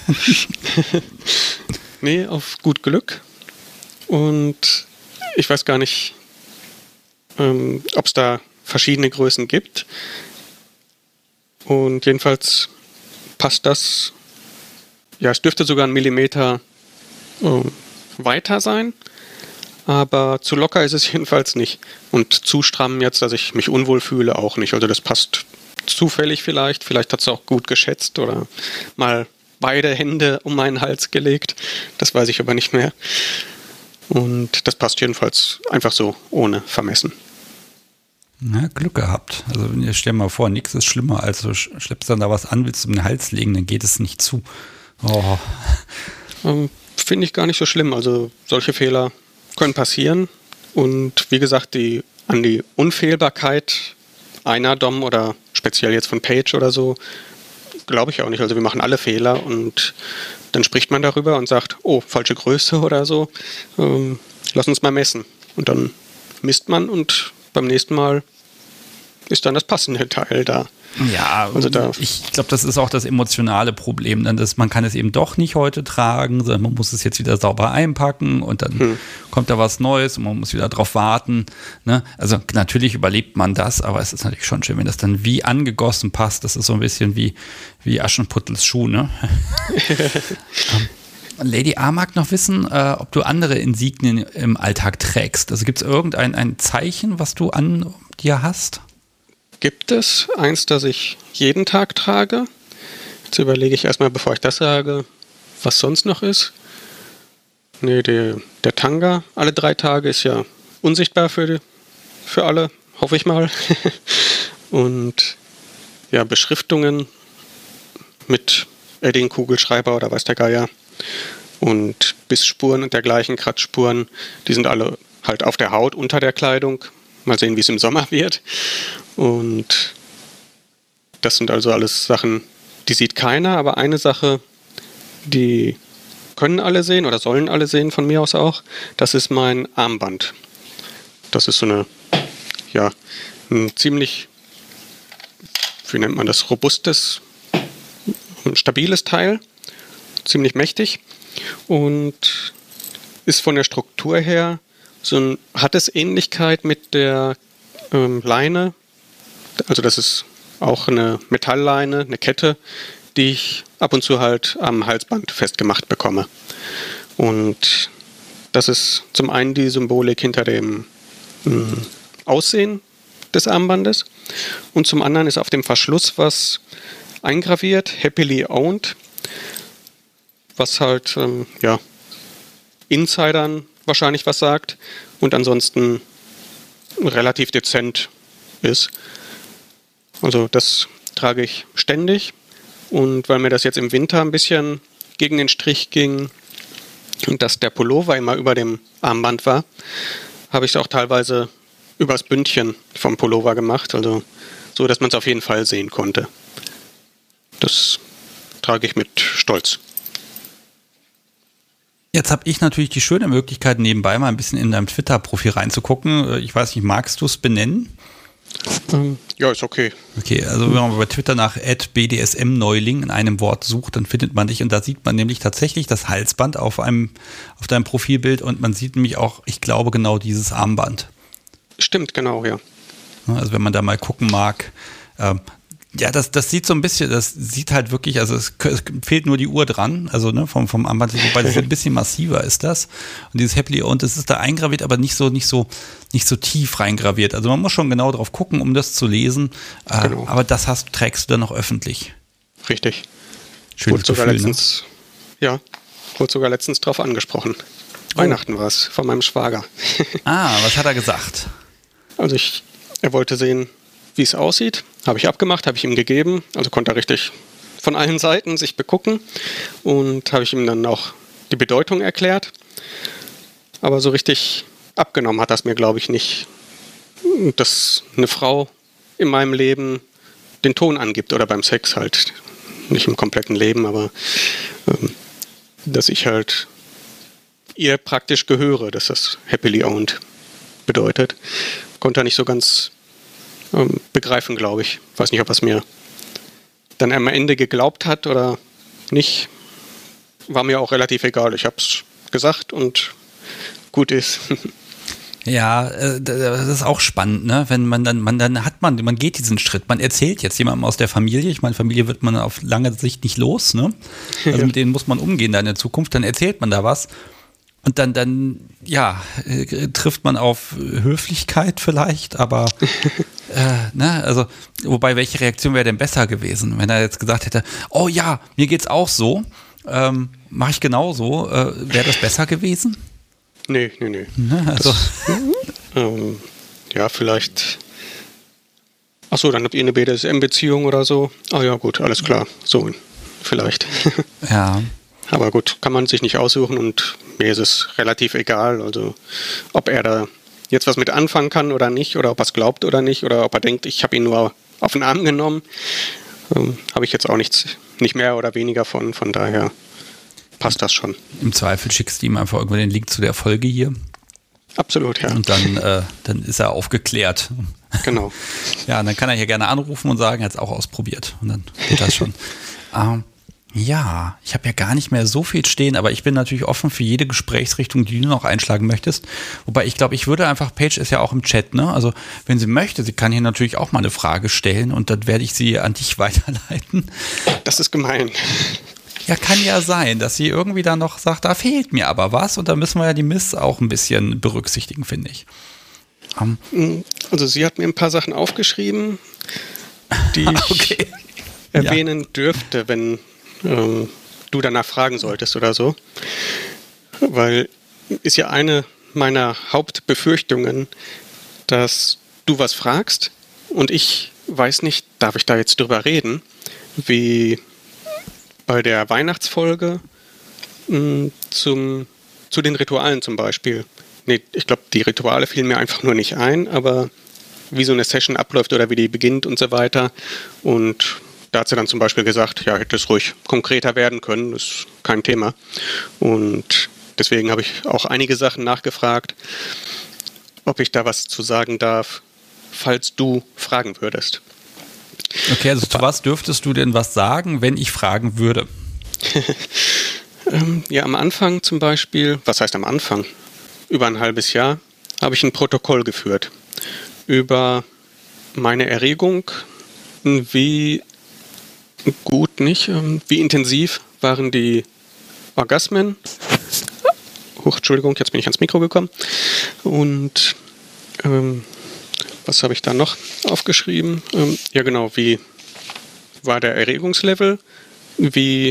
Speaker 2: Nee, auf gut Glück. Und ich weiß gar nicht, ob es da verschiedene Größen gibt. Und jedenfalls passt das, ja, es dürfte sogar 1 Millimeter weiter sein, aber zu locker ist es jedenfalls nicht. Und zu stramm jetzt, dass ich mich unwohl fühle, auch nicht. Also das passt zufällig vielleicht hat es auch gut geschätzt oder mal beide Hände um meinen Hals gelegt. Das weiß ich aber nicht mehr. Und das passt jedenfalls einfach so, ohne vermessen.
Speaker 1: Na, Glück gehabt. Also stell dir mal vor, nichts ist schlimmer, als du schleppst dann da was an, willst du um den Hals legen, dann geht es nicht zu. Oh.
Speaker 2: Finde ich gar nicht so schlimm. Also solche Fehler können passieren. Und wie gesagt, an die Unfehlbarkeit einer Dom oder speziell jetzt von Paige oder so, glaube ich auch nicht. Also wir machen alle Fehler und dann spricht man darüber und sagt, oh, falsche Größe oder so, lass uns mal messen. Und dann misst man und beim nächsten Mal ist dann das passende Teil da.
Speaker 1: Ja, also ich glaube, das ist auch das emotionale Problem, dann man kann es eben doch nicht heute tragen, sondern man muss es jetzt wieder sauber einpacken und dann kommt da was Neues und man muss wieder drauf warten. Ne? Also natürlich überlebt man das, aber es ist natürlich schon schön, wenn das dann wie angegossen passt. Das ist so ein bisschen wie Aschenputtels Schuh. Ne? Lady A mag noch wissen, ob du andere Insignien im Alltag trägst. Also gibt es irgendein Zeichen, was du an dir hast?
Speaker 2: Gibt es eins, das ich jeden Tag trage? Jetzt überlege ich erstmal, bevor ich das sage, was sonst noch ist. Nee, der Tanga alle 3 Tage ist ja unsichtbar für alle, hoffe ich mal. Und ja, Beschriftungen mit Edding-Kugelschreiber oder weiß der Geier. Und Bissspuren und dergleichen, Kratzspuren, die sind alle halt auf der Haut unter der Kleidung. Mal sehen, wie es im Sommer wird. Und das sind also alles Sachen, die sieht keiner, aber eine Sache, die können alle sehen oder sollen alle sehen, von mir aus auch, das ist mein Armband. Das ist so ein ziemlich, wie nennt man das, robustes, stabiles Teil, ziemlich mächtig und ist von der Struktur her hat es Ähnlichkeit mit der Leine. Also das ist auch eine Metallleine, eine Kette, die ich ab und zu halt am Halsband festgemacht bekomme. Und das ist zum einen die Symbolik hinter dem Aussehen des Armbandes und zum anderen ist auf dem Verschluss was eingraviert, happily owned, was halt Insidern wahrscheinlich was sagt und ansonsten relativ dezent ist. Also das trage ich ständig und weil mir das jetzt im Winter ein bisschen gegen den Strich ging und dass der Pullover immer über dem Armband war, habe ich es auch teilweise übers Bündchen vom Pullover gemacht, also so, dass man es auf jeden Fall sehen konnte. Das trage ich mit Stolz.
Speaker 1: Jetzt habe ich natürlich die schöne Möglichkeit, nebenbei mal ein bisschen in deinem Twitter-Profil reinzugucken. Ich weiß nicht, magst du es benennen?
Speaker 2: Ja, ist okay.
Speaker 1: Okay, also wenn man bei Twitter nach @BDSM-Neuling in einem Wort sucht, dann findet man dich und da sieht man nämlich tatsächlich das Halsband auf deinem Profilbild und man sieht nämlich auch, ich glaube, genau dieses Armband.
Speaker 2: Stimmt, genau, ja.
Speaker 1: Also wenn man da mal gucken mag, ja, das sieht so ein bisschen, das sieht halt wirklich, also es fehlt nur die Uhr dran, also ne, vom Armband, wobei das ein bisschen massiver ist das. Und dieses Happily Owned, das ist da eingraviert, aber nicht so tief reingraviert. Also man muss schon genau drauf gucken, um das zu lesen. Genau. Aber das trägst du dann noch öffentlich.
Speaker 2: Richtig.
Speaker 1: Schönes Gefühl,
Speaker 2: wurde sogar letztens drauf angesprochen. Weihnachten war es, von meinem Schwager.
Speaker 1: Was hat er gesagt?
Speaker 2: Also er wollte sehen, wie es aussieht. Habe ich abgemacht, habe ich ihm gegeben. Also konnte er richtig von allen Seiten sich begucken. Und habe ich ihm dann auch die Bedeutung erklärt. Aber so richtig abgenommen hat das mir, glaube ich, nicht. Dass eine Frau in meinem Leben den Ton angibt oder beim Sex halt. Nicht im kompletten Leben, aber dass ich halt ihr praktisch gehöre, dass das happily owned bedeutet. Konnte er nicht so ganz begreifen, glaube ich. Weiß nicht, ob er es mir dann am Ende geglaubt hat oder nicht. War mir auch relativ egal. Ich habe es gesagt und gut ist.
Speaker 1: Ja, das ist auch spannend, ne? Wenn man geht diesen Schritt, man erzählt jetzt jemandem aus der Familie, ich meine, Familie wird man auf lange Sicht nicht los, ne? Also mit denen muss man umgehen dann in der Zukunft, dann erzählt man da was. Und dann trifft man auf Höflichkeit vielleicht, aber also, wobei, welche Reaktion wäre denn besser gewesen, wenn er jetzt gesagt hätte, oh ja, mir geht's auch so, mache ich genauso, wäre das besser gewesen?
Speaker 2: Nee.
Speaker 1: Also.
Speaker 2: Vielleicht. Achso, dann habt ihr eine BDSM-Beziehung oder so. Ah ja, gut, alles klar. So, vielleicht.
Speaker 1: Ja.
Speaker 2: Aber gut, kann man sich nicht aussuchen und mir ist es relativ egal, also ob er da jetzt was mit anfangen kann oder nicht, oder ob er es glaubt oder nicht, oder ob er denkt, ich habe ihn nur auf den Arm genommen, habe ich jetzt auch nicht mehr oder weniger von daher passt das schon.
Speaker 1: Im Zweifel schickst du ihm einfach irgendwann den Link zu der Folge hier.
Speaker 2: Absolut, ja.
Speaker 1: Und dann ist er aufgeklärt.
Speaker 2: Genau.
Speaker 1: Ja, und dann kann er hier gerne anrufen und sagen, er hat es auch ausprobiert. Und dann geht das schon. Ja, ich habe ja gar nicht mehr so viel stehen, aber ich bin natürlich offen für jede Gesprächsrichtung, die du noch einschlagen möchtest. Wobei ich glaube, ich würde einfach, Paige ist ja auch im Chat, ne? Also wenn sie möchte, sie kann hier natürlich auch mal eine Frage stellen und dann werde ich sie an dich weiterleiten.
Speaker 2: Das ist gemein.
Speaker 1: Ja, kann ja sein, dass sie irgendwie dann noch sagt, da fehlt mir aber was und da müssen wir ja die Miss auch ein bisschen berücksichtigen, finde ich.
Speaker 2: Also sie hat mir ein paar Sachen aufgeschrieben, die ich erwähnen dürfte, wenn du danach fragen solltest oder so. Weil ist ja eine meiner Hauptbefürchtungen, dass du was fragst und ich weiß nicht, darf ich da jetzt drüber reden, wie bei der Weihnachtsfolge zu den Ritualen zum Beispiel. Nee, ich glaube, die Rituale fielen mir einfach nur nicht ein, aber wie so eine Session abläuft oder wie die beginnt und so weiter. Und da hat sie dann zum Beispiel gesagt, ja, hätte es ruhig konkreter werden können, das ist kein Thema. Und deswegen habe ich auch einige Sachen nachgefragt, ob ich da was zu sagen darf, falls du fragen würdest.
Speaker 1: Okay, also zu was dürftest du denn was sagen, wenn ich fragen würde?
Speaker 2: Ja, am Anfang zum Beispiel, was heißt am Anfang? Über ein halbes Jahr habe ich ein Protokoll geführt über meine Erregung, wie intensiv waren die Orgasmen. Entschuldigung, jetzt bin ich ans Mikro gekommen. Und was habe ich da noch aufgeschrieben? Ja genau, wie war der Erregungslevel, wie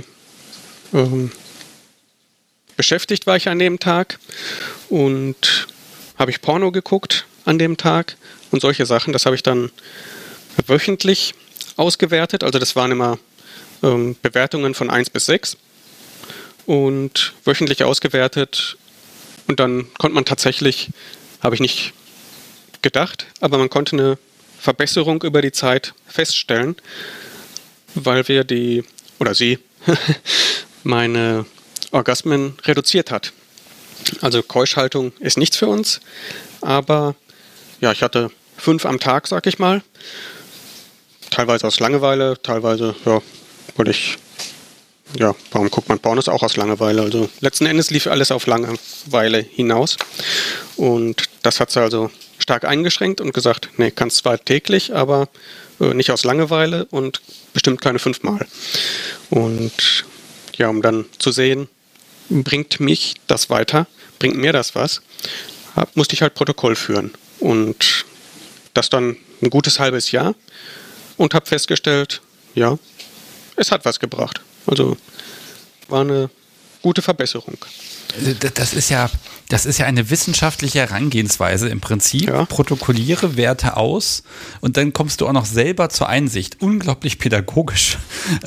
Speaker 2: beschäftigt war ich an dem Tag und habe ich Porno geguckt an dem Tag und solche Sachen. Das habe ich dann wöchentlich ausgewertet. Also das waren immer Bewertungen von 1 bis 6 und wöchentlich ausgewertet. Und dann konnte man tatsächlich, habe ich nicht gedacht, aber man konnte eine Verbesserung über die Zeit feststellen, weil wir sie meine Orgasmen reduziert hat. Also Keuschhaltung ist nichts für uns, aber ja, ich hatte 5 am Tag, sag ich mal. Teilweise aus Langeweile, teilweise, ja, weil ich, ja, warum guckt man Pornos auch aus Langeweile? Also letzten Endes lief alles auf Langeweile hinaus. Und das hat sie also stark eingeschränkt und gesagt, nee, kannst zwar täglich, aber nicht aus Langeweile und bestimmt keine 5 Mal. Und ja, um dann zu sehen, bringt mich das weiter, bringt mir das was, musste ich halt Protokoll führen. Und das dann ein gutes halbes Jahr und habe festgestellt, ja, es hat was gebracht. Also war eine gute Verbesserung.
Speaker 1: Das ist ja eine wissenschaftliche Herangehensweise im Prinzip.
Speaker 2: Ja.
Speaker 1: Protokolliere Werte aus und dann kommst du auch noch selber zur Einsicht. Unglaublich pädagogisch.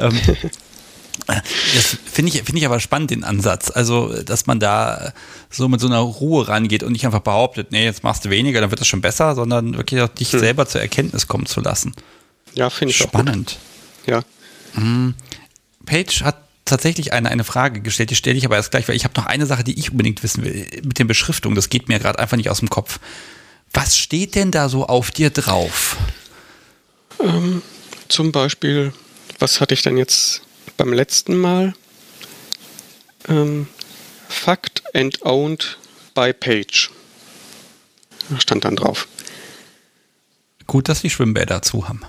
Speaker 1: Das finde ich aber spannend, den Ansatz. Also, dass man da so mit so einer Ruhe rangeht und nicht einfach behauptet, nee, jetzt machst du weniger, dann wird das schon besser, sondern wirklich auch dich selber zur Erkenntnis kommen zu lassen.
Speaker 2: Ja, finde ich
Speaker 1: spannend.
Speaker 2: Auch gut. Ja.
Speaker 1: Paige hat tatsächlich eine Frage gestellt, die stelle ich aber erst gleich, weil ich habe noch eine Sache, die ich unbedingt wissen will, mit den Beschriftungen. Das geht mir gerade einfach nicht aus dem Kopf. Was steht denn da so auf dir drauf?
Speaker 2: Zum Beispiel, was hatte ich denn jetzt beim letzten Mal? Fucked and owned by Paige. Da stand dann drauf.
Speaker 1: Gut, dass die Schwimmbäder zu haben.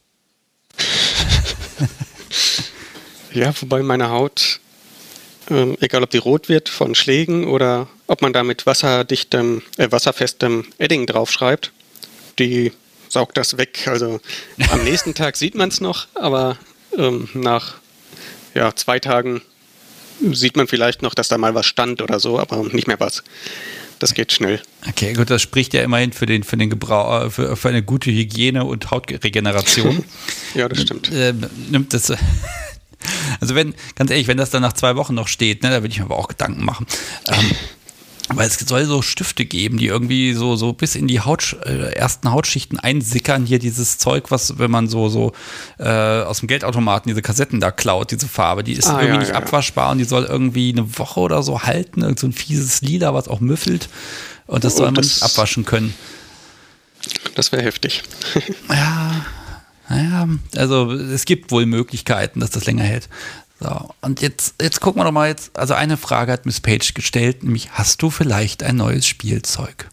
Speaker 2: Ja, wobei meine Haut, egal ob die rot wird von Schlägen oder ob man da mit wasserfestem Edding draufschreibt, die saugt das weg. Also am nächsten Tag sieht man es noch, aber nach 2 Tagen sieht man vielleicht noch, dass da mal was stand oder so, aber nicht mehr was. Das geht schnell.
Speaker 1: Okay, gut, das spricht ja immerhin für den Gebrauch, für eine gute Hygiene und Hautregeneration.
Speaker 2: Ja, das stimmt.
Speaker 1: Nimmt das. Also ganz ehrlich, wenn das dann nach 2 Wochen noch steht, ne, da würde ich mir aber auch Gedanken machen. Weil es soll so Stifte geben, die irgendwie so bis in die ersten Hautschichten einsickern. Hier dieses Zeug, was, wenn man so aus dem Geldautomaten diese Kassetten da klaut, diese Farbe, die ist irgendwie nicht abwaschbar und die soll irgendwie eine Woche oder so halten. Irgend so ein fieses Lila, was auch müffelt. Und das soll man nicht abwaschen können.
Speaker 2: Das wäre heftig.
Speaker 1: Ja, naja, also es gibt wohl Möglichkeiten, dass das länger hält. So, und jetzt gucken wir doch mal also eine Frage hat Miss Paige gestellt, nämlich, hast du vielleicht ein neues Spielzeug?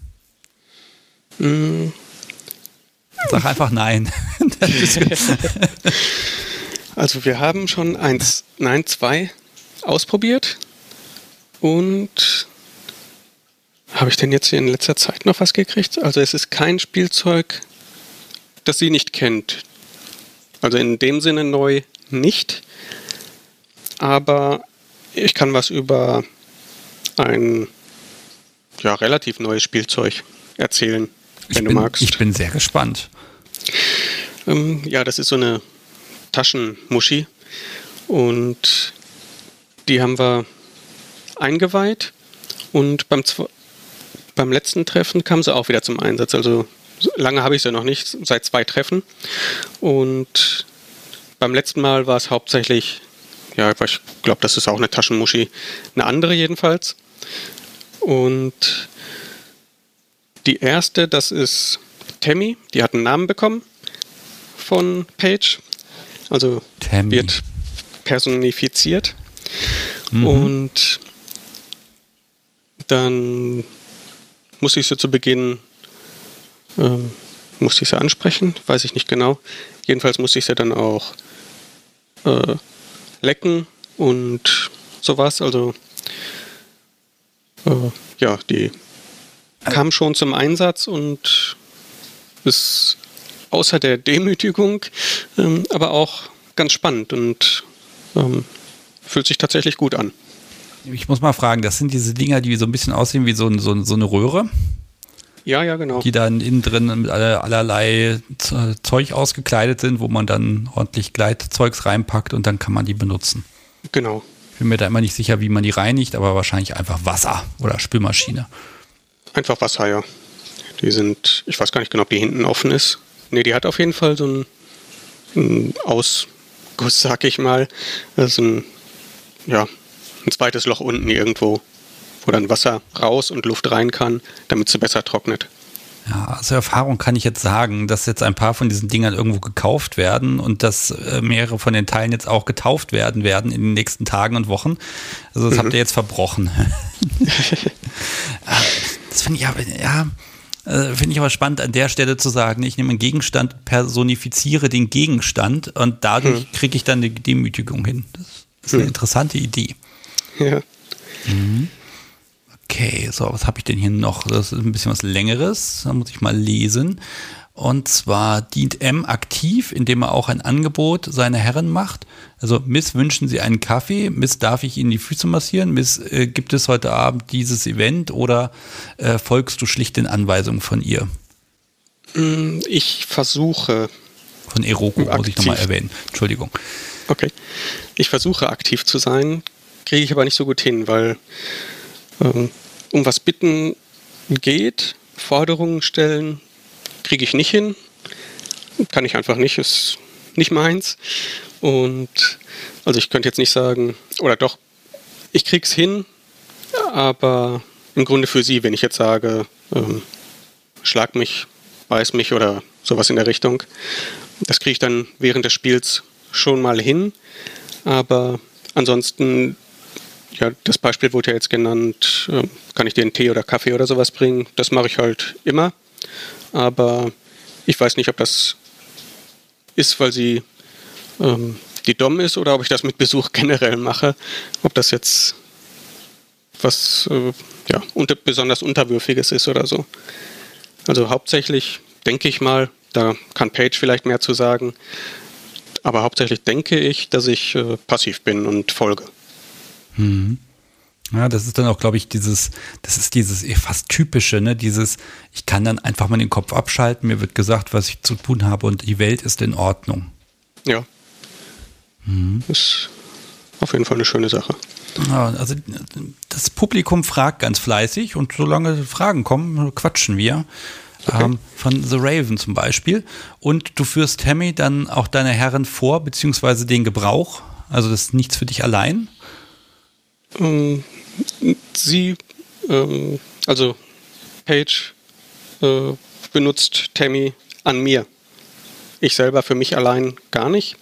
Speaker 1: Sag einfach nein.
Speaker 2: Also wir haben schon 2 ausprobiert und habe ich denn jetzt hier in letzter Zeit noch was gekriegt? Also es ist kein Spielzeug, das sie nicht kennt. Also in dem Sinne neu nicht. Aber ich kann was über ein relativ neues Spielzeug erzählen, wenn du magst.
Speaker 1: Ich bin sehr gespannt.
Speaker 2: Das ist so eine Taschenmuschi und die haben wir eingeweiht und beim letzten Treffen kam sie auch wieder zum Einsatz. Also lange habe ich sie noch nicht, seit 2 Treffen. Und beim letzten Mal war es hauptsächlich, ich glaube, das ist auch eine Taschenmuschi, eine andere jedenfalls. Und die erste, das ist Tammy, die hat einen Namen bekommen von Paige. Also
Speaker 1: Tammy
Speaker 2: wird personifiziert. Und dann muss ich sie zu Beginn ansprechen, weiß ich nicht genau. Jedenfalls musste ich sie dann auch lecken und sowas. Also die kam schon zum Einsatz und ist außer der Demütigung aber auch ganz spannend und fühlt sich tatsächlich gut an.
Speaker 1: Ich muss mal fragen, das sind diese Dinger, die so ein bisschen aussehen wie so eine Röhre?
Speaker 2: Ja, genau.
Speaker 1: Die dann innen drin mit allerlei Zeug ausgekleidet sind, wo man dann ordentlich Gleitzeugs reinpackt und dann kann man die benutzen.
Speaker 2: Genau.
Speaker 1: Ich bin mir da immer nicht sicher, wie man die reinigt, aber wahrscheinlich einfach Wasser oder Spülmaschine.
Speaker 2: Einfach Wasser, ja. Die sind, ich weiß gar nicht genau, ob die hinten offen ist. Nee, die hat auf jeden Fall so einen Ausguss, sag ich mal. Das ist ein zweites Loch unten irgendwo, wo dann Wasser raus und Luft rein kann, damit sie besser trocknet.
Speaker 1: Ja, aus Erfahrung kann ich jetzt sagen, dass jetzt ein paar von diesen Dingern irgendwo gekauft werden und dass mehrere von den Teilen jetzt auch getauft werden in den nächsten Tagen und Wochen. Also das habt ihr jetzt verbrochen. Das finde ich aber spannend an der Stelle zu sagen, ich nehme einen Gegenstand, personifiziere den Gegenstand und dadurch kriege ich dann eine Demütigung hin. Das ist eine interessante Idee.
Speaker 2: Ja.
Speaker 1: Okay, so, was habe ich denn hier noch? Das ist ein bisschen was Längeres, da muss ich mal lesen. Und zwar dient M aktiv, indem er auch ein Angebot seiner Herren macht. Also, Miss, wünschen Sie einen Kaffee? Miss, darf ich Ihnen die Füße massieren? Miss, gibt es heute Abend dieses Event oder folgst du schlicht den Anweisungen von ihr?
Speaker 2: Ich versuche...
Speaker 1: Von Eroko, muss ich nochmal erwähnen. Entschuldigung.
Speaker 2: Okay. Ich versuche aktiv zu sein, kriege ich aber nicht so gut hin, weil um was bitten geht, Forderungen stellen, kriege ich nicht hin. Kann ich einfach nicht, ist nicht meins. Und also ich könnte jetzt nicht sagen, oder doch, ich krieg's hin, aber im Grunde für sie, wenn ich jetzt sage, schlag mich, beiß mich oder sowas in der Richtung, das kriege ich dann während des Spiels schon mal hin. Aber ansonsten, ja, das Beispiel wurde ja jetzt genannt, kann ich dir einen Tee oder Kaffee oder sowas bringen? Das mache ich halt immer. Aber ich weiß nicht, ob das ist, weil sie die Dom ist oder ob ich das mit Besuch generell mache. Ob das jetzt was besonders Unterwürfiges ist oder so. Also hauptsächlich denke ich mal, da kann Paige vielleicht mehr zu sagen, aber hauptsächlich denke ich, dass ich passiv bin und folge.
Speaker 1: Ja, das ist dann auch, glaube ich, dieses fast typische, ne? Ich kann dann einfach mal den Kopf abschalten, mir wird gesagt, was ich zu tun habe und die Welt ist in Ordnung.
Speaker 2: Ja. Ist auf jeden Fall eine schöne Sache.
Speaker 1: Ja, also das Publikum fragt ganz fleißig und solange Fragen kommen, quatschen wir. Okay. Von The Raven zum Beispiel. Und du führst Tammy dann auch deine Herren vor, beziehungsweise den Gebrauch. Also das ist nichts für dich allein.
Speaker 2: Also Paige benutzt Tammy an mir. Ich selber für mich allein gar nicht.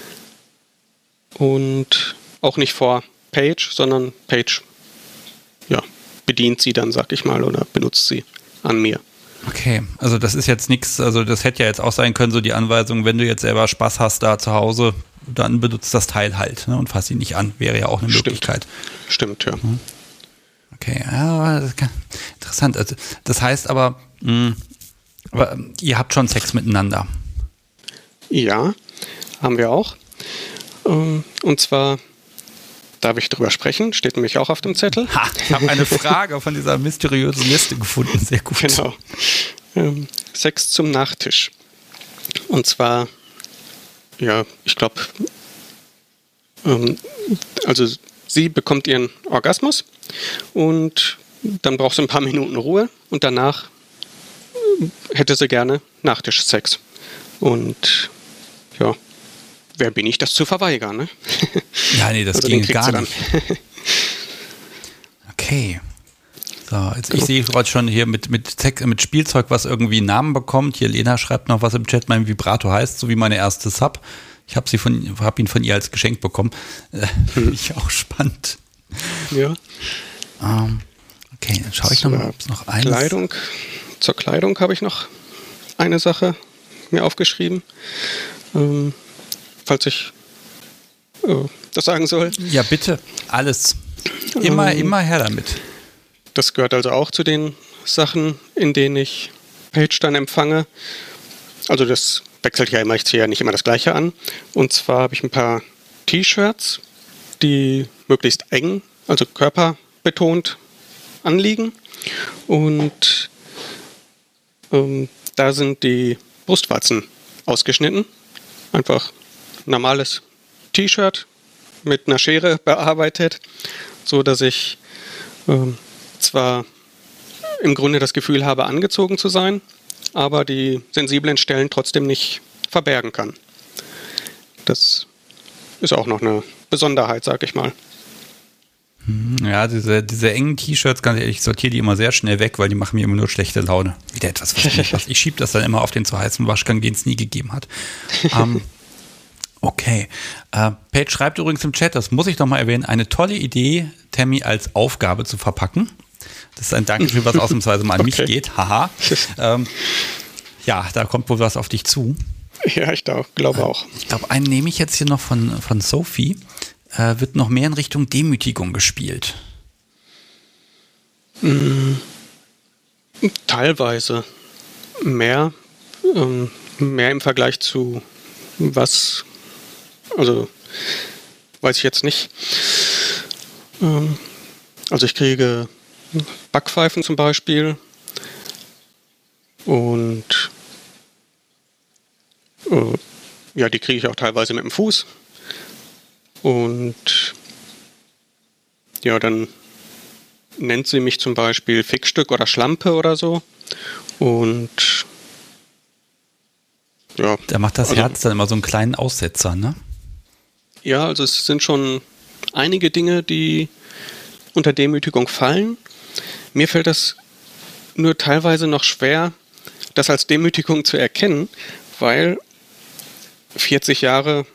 Speaker 2: Und auch nicht vor Paige, sondern Paige bedient sie dann, sag ich mal, oder benutzt sie an mir.
Speaker 1: Okay, also das ist jetzt nichts, also das hätte ja jetzt auch sein können, so die Anweisung, wenn du jetzt selber Spaß hast da zu Hause, dann benutzt das Teil halt, ne, und fass ihn nicht an, wäre ja auch eine Möglichkeit.
Speaker 2: Stimmt, ja.
Speaker 1: Okay, ja, interessant. Also, das heißt aber ihr habt schon Sex miteinander.
Speaker 2: Ja, haben wir auch. Und zwar, darf ich drüber sprechen? Steht nämlich auch auf dem Zettel.
Speaker 1: Ha, ich habe eine Frage von dieser mysteriösen Liste gefunden. Sehr gut.
Speaker 2: Genau. Sex zum Nachtisch. Und zwar, ja, ich glaube, also sie bekommt ihren Orgasmus und dann braucht sie ein paar Minuten Ruhe und danach hätte sie gerne Nachtischsex. Und ja, wer bin ich, das zu verweigern, ne?
Speaker 1: Ja, nee, das
Speaker 2: also
Speaker 1: ging gar nicht. Okay. So, jetzt, ich sehe gerade schon hier mit Spielzeug, was irgendwie einen Namen bekommt. Hier, Lena schreibt noch was im Chat, mein Vibrator heißt, so wie meine erste Sub. Ich habe ihn von ihr als Geschenk bekommen. Finde ich auch spannend.
Speaker 2: Ja.
Speaker 1: Okay, dann schaue ich nochmal, ob es noch eines...
Speaker 2: Kleidung. Zur Kleidung habe ich noch eine Sache mir aufgeschrieben. Falls ich das sagen soll.
Speaker 1: Ja, bitte. Alles. Immer her damit.
Speaker 2: Das gehört also auch zu den Sachen, in denen ich Paige dann empfange. also das wechselt ja immer, ich ziehe ja nicht immer das Gleiche an. Und zwar habe ich ein paar T-Shirts, die möglichst eng, also körperbetont anliegen. Und da sind die Brustwarzen ausgeschnitten. Einfach normales T-Shirt mit einer Schere bearbeitet, so dass ich zwar im Grunde das Gefühl habe, angezogen zu sein, aber die sensiblen Stellen trotzdem nicht verbergen kann. Das ist auch noch eine Besonderheit, sag ich mal.
Speaker 1: Ja, diese engen T-Shirts, ganz ehrlich, ich sortiere die immer sehr schnell weg, weil die machen mir immer nur schlechte Laune. Wieder etwas, was nicht passt. Ich schiebe das dann immer auf den zu heißen Waschgang, den es nie gegeben hat. Okay. Paige schreibt übrigens im Chat, das muss ich doch mal erwähnen, eine tolle Idee, Tammy als Aufgabe zu verpacken. Das ist ein Dankeschön, was ausnahmsweise mal an mich geht. Haha. Ja, da kommt wohl was auf dich zu.
Speaker 2: Ja, ich glaube auch.
Speaker 1: Ich glaube, einen nehme ich jetzt hier noch von Sophie. Wird noch mehr in Richtung Demütigung gespielt?
Speaker 2: Teilweise. Mehr im Vergleich zu was, also weiß ich jetzt nicht. Also ich kriege Backpfeifen zum Beispiel und ja, die kriege ich auch teilweise mit dem Fuß. Und ja, dann nennt sie mich zum Beispiel Fickstück oder Schlampe oder so. Und ja.
Speaker 1: Da macht das Herz dann immer so einen kleinen Aussetzer, ne?
Speaker 2: Ja, also es sind schon einige Dinge, die unter Demütigung fallen. Mir fällt das nur teilweise noch schwer, das als Demütigung zu erkennen, weil 40 Jahre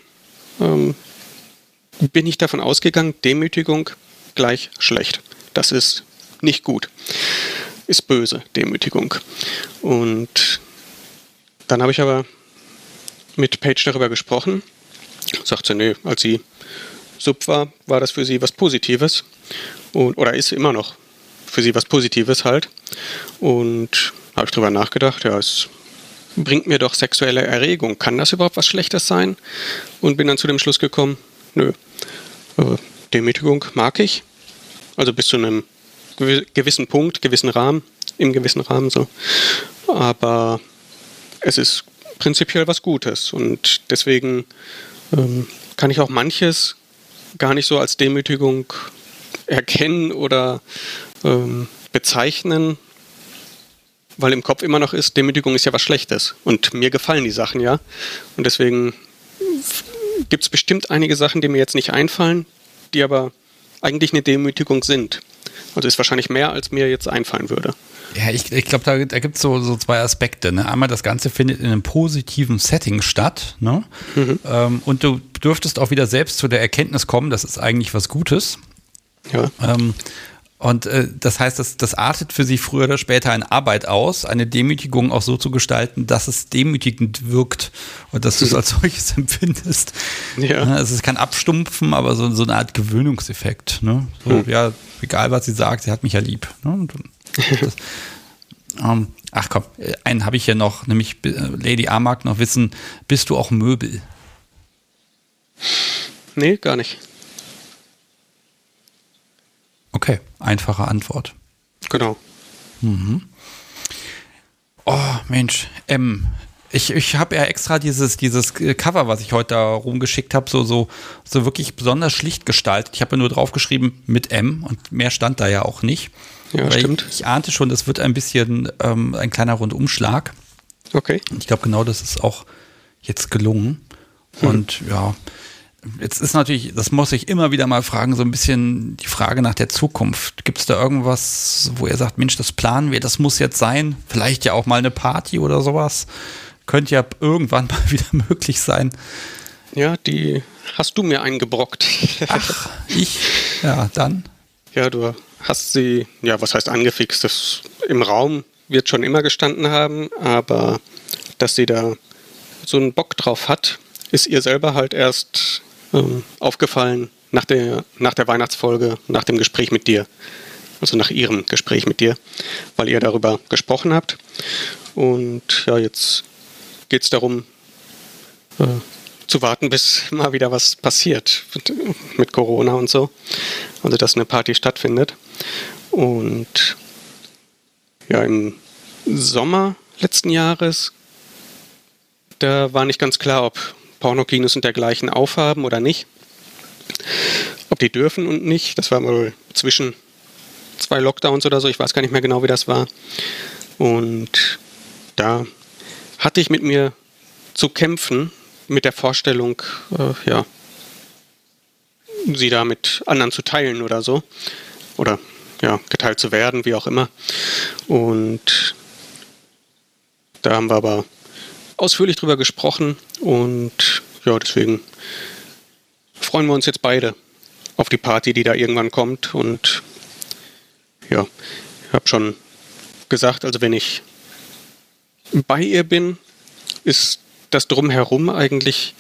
Speaker 2: bin ich davon ausgegangen, Demütigung gleich schlecht. Das ist nicht gut. Ist böse, Demütigung. Und dann habe ich aber mit Paige darüber gesprochen. Sagt sie, nee, als sie Sub war das für sie was Positives. Oder ist immer noch für sie was Positives halt. Und habe ich darüber nachgedacht, ja, es bringt mir doch sexuelle Erregung. Kann das überhaupt was Schlechtes sein? Und bin dann zu dem Schluss gekommen, nö. Demütigung mag ich. Also bis zu einem gewissen Punkt, im gewissen Rahmen so. Aber es ist prinzipiell was Gutes. Und deswegen kann ich auch manches gar nicht so als Demütigung erkennen oder bezeichnen, weil im Kopf immer noch ist, Demütigung ist ja was Schlechtes. Und mir gefallen die Sachen ja. Und deswegen gibt es bestimmt einige Sachen, die mir jetzt nicht einfallen, die aber eigentlich eine Demütigung sind. Also ist wahrscheinlich mehr, als mir jetzt einfallen würde.
Speaker 1: Ja, ich glaube, da gibt es so zwei Aspekte. Ne? Einmal, das Ganze findet in einem positiven Setting statt. Ne? Und du dürftest auch wieder selbst zu der Erkenntnis kommen, das ist eigentlich was Gutes.
Speaker 2: Ja.
Speaker 1: Und das heißt, das artet für sie früher oder später in Arbeit aus, eine Demütigung auch so zu gestalten, dass es demütigend wirkt und dass du es als solches empfindest. Ja. Also es kann abstumpfen, aber so eine Art Gewöhnungseffekt. Ne? So, ja, egal was sie sagt, sie hat mich ja lieb. Ne? Und ach komm, einen habe ich hier noch, nämlich Lady A mag noch wissen, bist du auch Möbel?
Speaker 2: Nee, gar nicht.
Speaker 1: Okay, einfache Antwort.
Speaker 2: Genau.
Speaker 1: Mhm. Oh, Mensch, ich habe ja extra dieses Cover, was ich heute da rumgeschickt habe, so wirklich besonders schlicht gestaltet. Ich habe ja nur draufgeschrieben mit M und mehr stand da ja auch nicht.
Speaker 2: Ja, stimmt.
Speaker 1: Ich ahnte schon, das wird ein bisschen ein kleiner Rundumschlag.
Speaker 2: Okay.
Speaker 1: Und ich glaube, genau das ist auch jetzt gelungen. Und ja, jetzt ist natürlich, das muss ich immer wieder mal fragen, so ein bisschen die Frage nach der Zukunft. Gibt es da irgendwas, wo ihr sagt, Mensch, das planen wir, das muss jetzt sein? Vielleicht ja auch mal eine Party oder sowas. Könnte ja irgendwann mal wieder möglich sein.
Speaker 2: Ja, die hast du mir eingebrockt.
Speaker 1: Ach, ich? Ja, dann.
Speaker 2: Ja, du hast sie, ja, was heißt angefixt? Das im Raum wird schon immer gestanden haben, aber dass sie da so einen Bock drauf hat, ist ihr selber halt erst aufgefallen nach der Weihnachtsfolge, nach dem Gespräch mit dir. Also nach ihrem Gespräch mit dir, weil ihr darüber gesprochen habt. Und ja, jetzt geht es darum, zu warten, bis mal wieder was passiert mit Corona und so. Also, dass eine Party stattfindet. Und ja, im Sommer letzten Jahres, da war nicht ganz klar, ob Pornokinos und dergleichen aufhaben oder nicht. Ob die dürfen und nicht. Das war mal zwischen 2 Lockdowns oder so. Ich weiß gar nicht mehr genau, wie das war. Und da hatte ich mit mir zu kämpfen, mit der Vorstellung, sie da mit anderen zu teilen oder so. Oder ja, geteilt zu werden, wie auch immer. Und da haben wir aber ausführlich drüber gesprochen. Und ja, deswegen freuen wir uns jetzt beide auf die Party, die da irgendwann kommt. Und ja, ich habe schon gesagt, also wenn ich bei ihr bin, ist das Drumherum eigentlich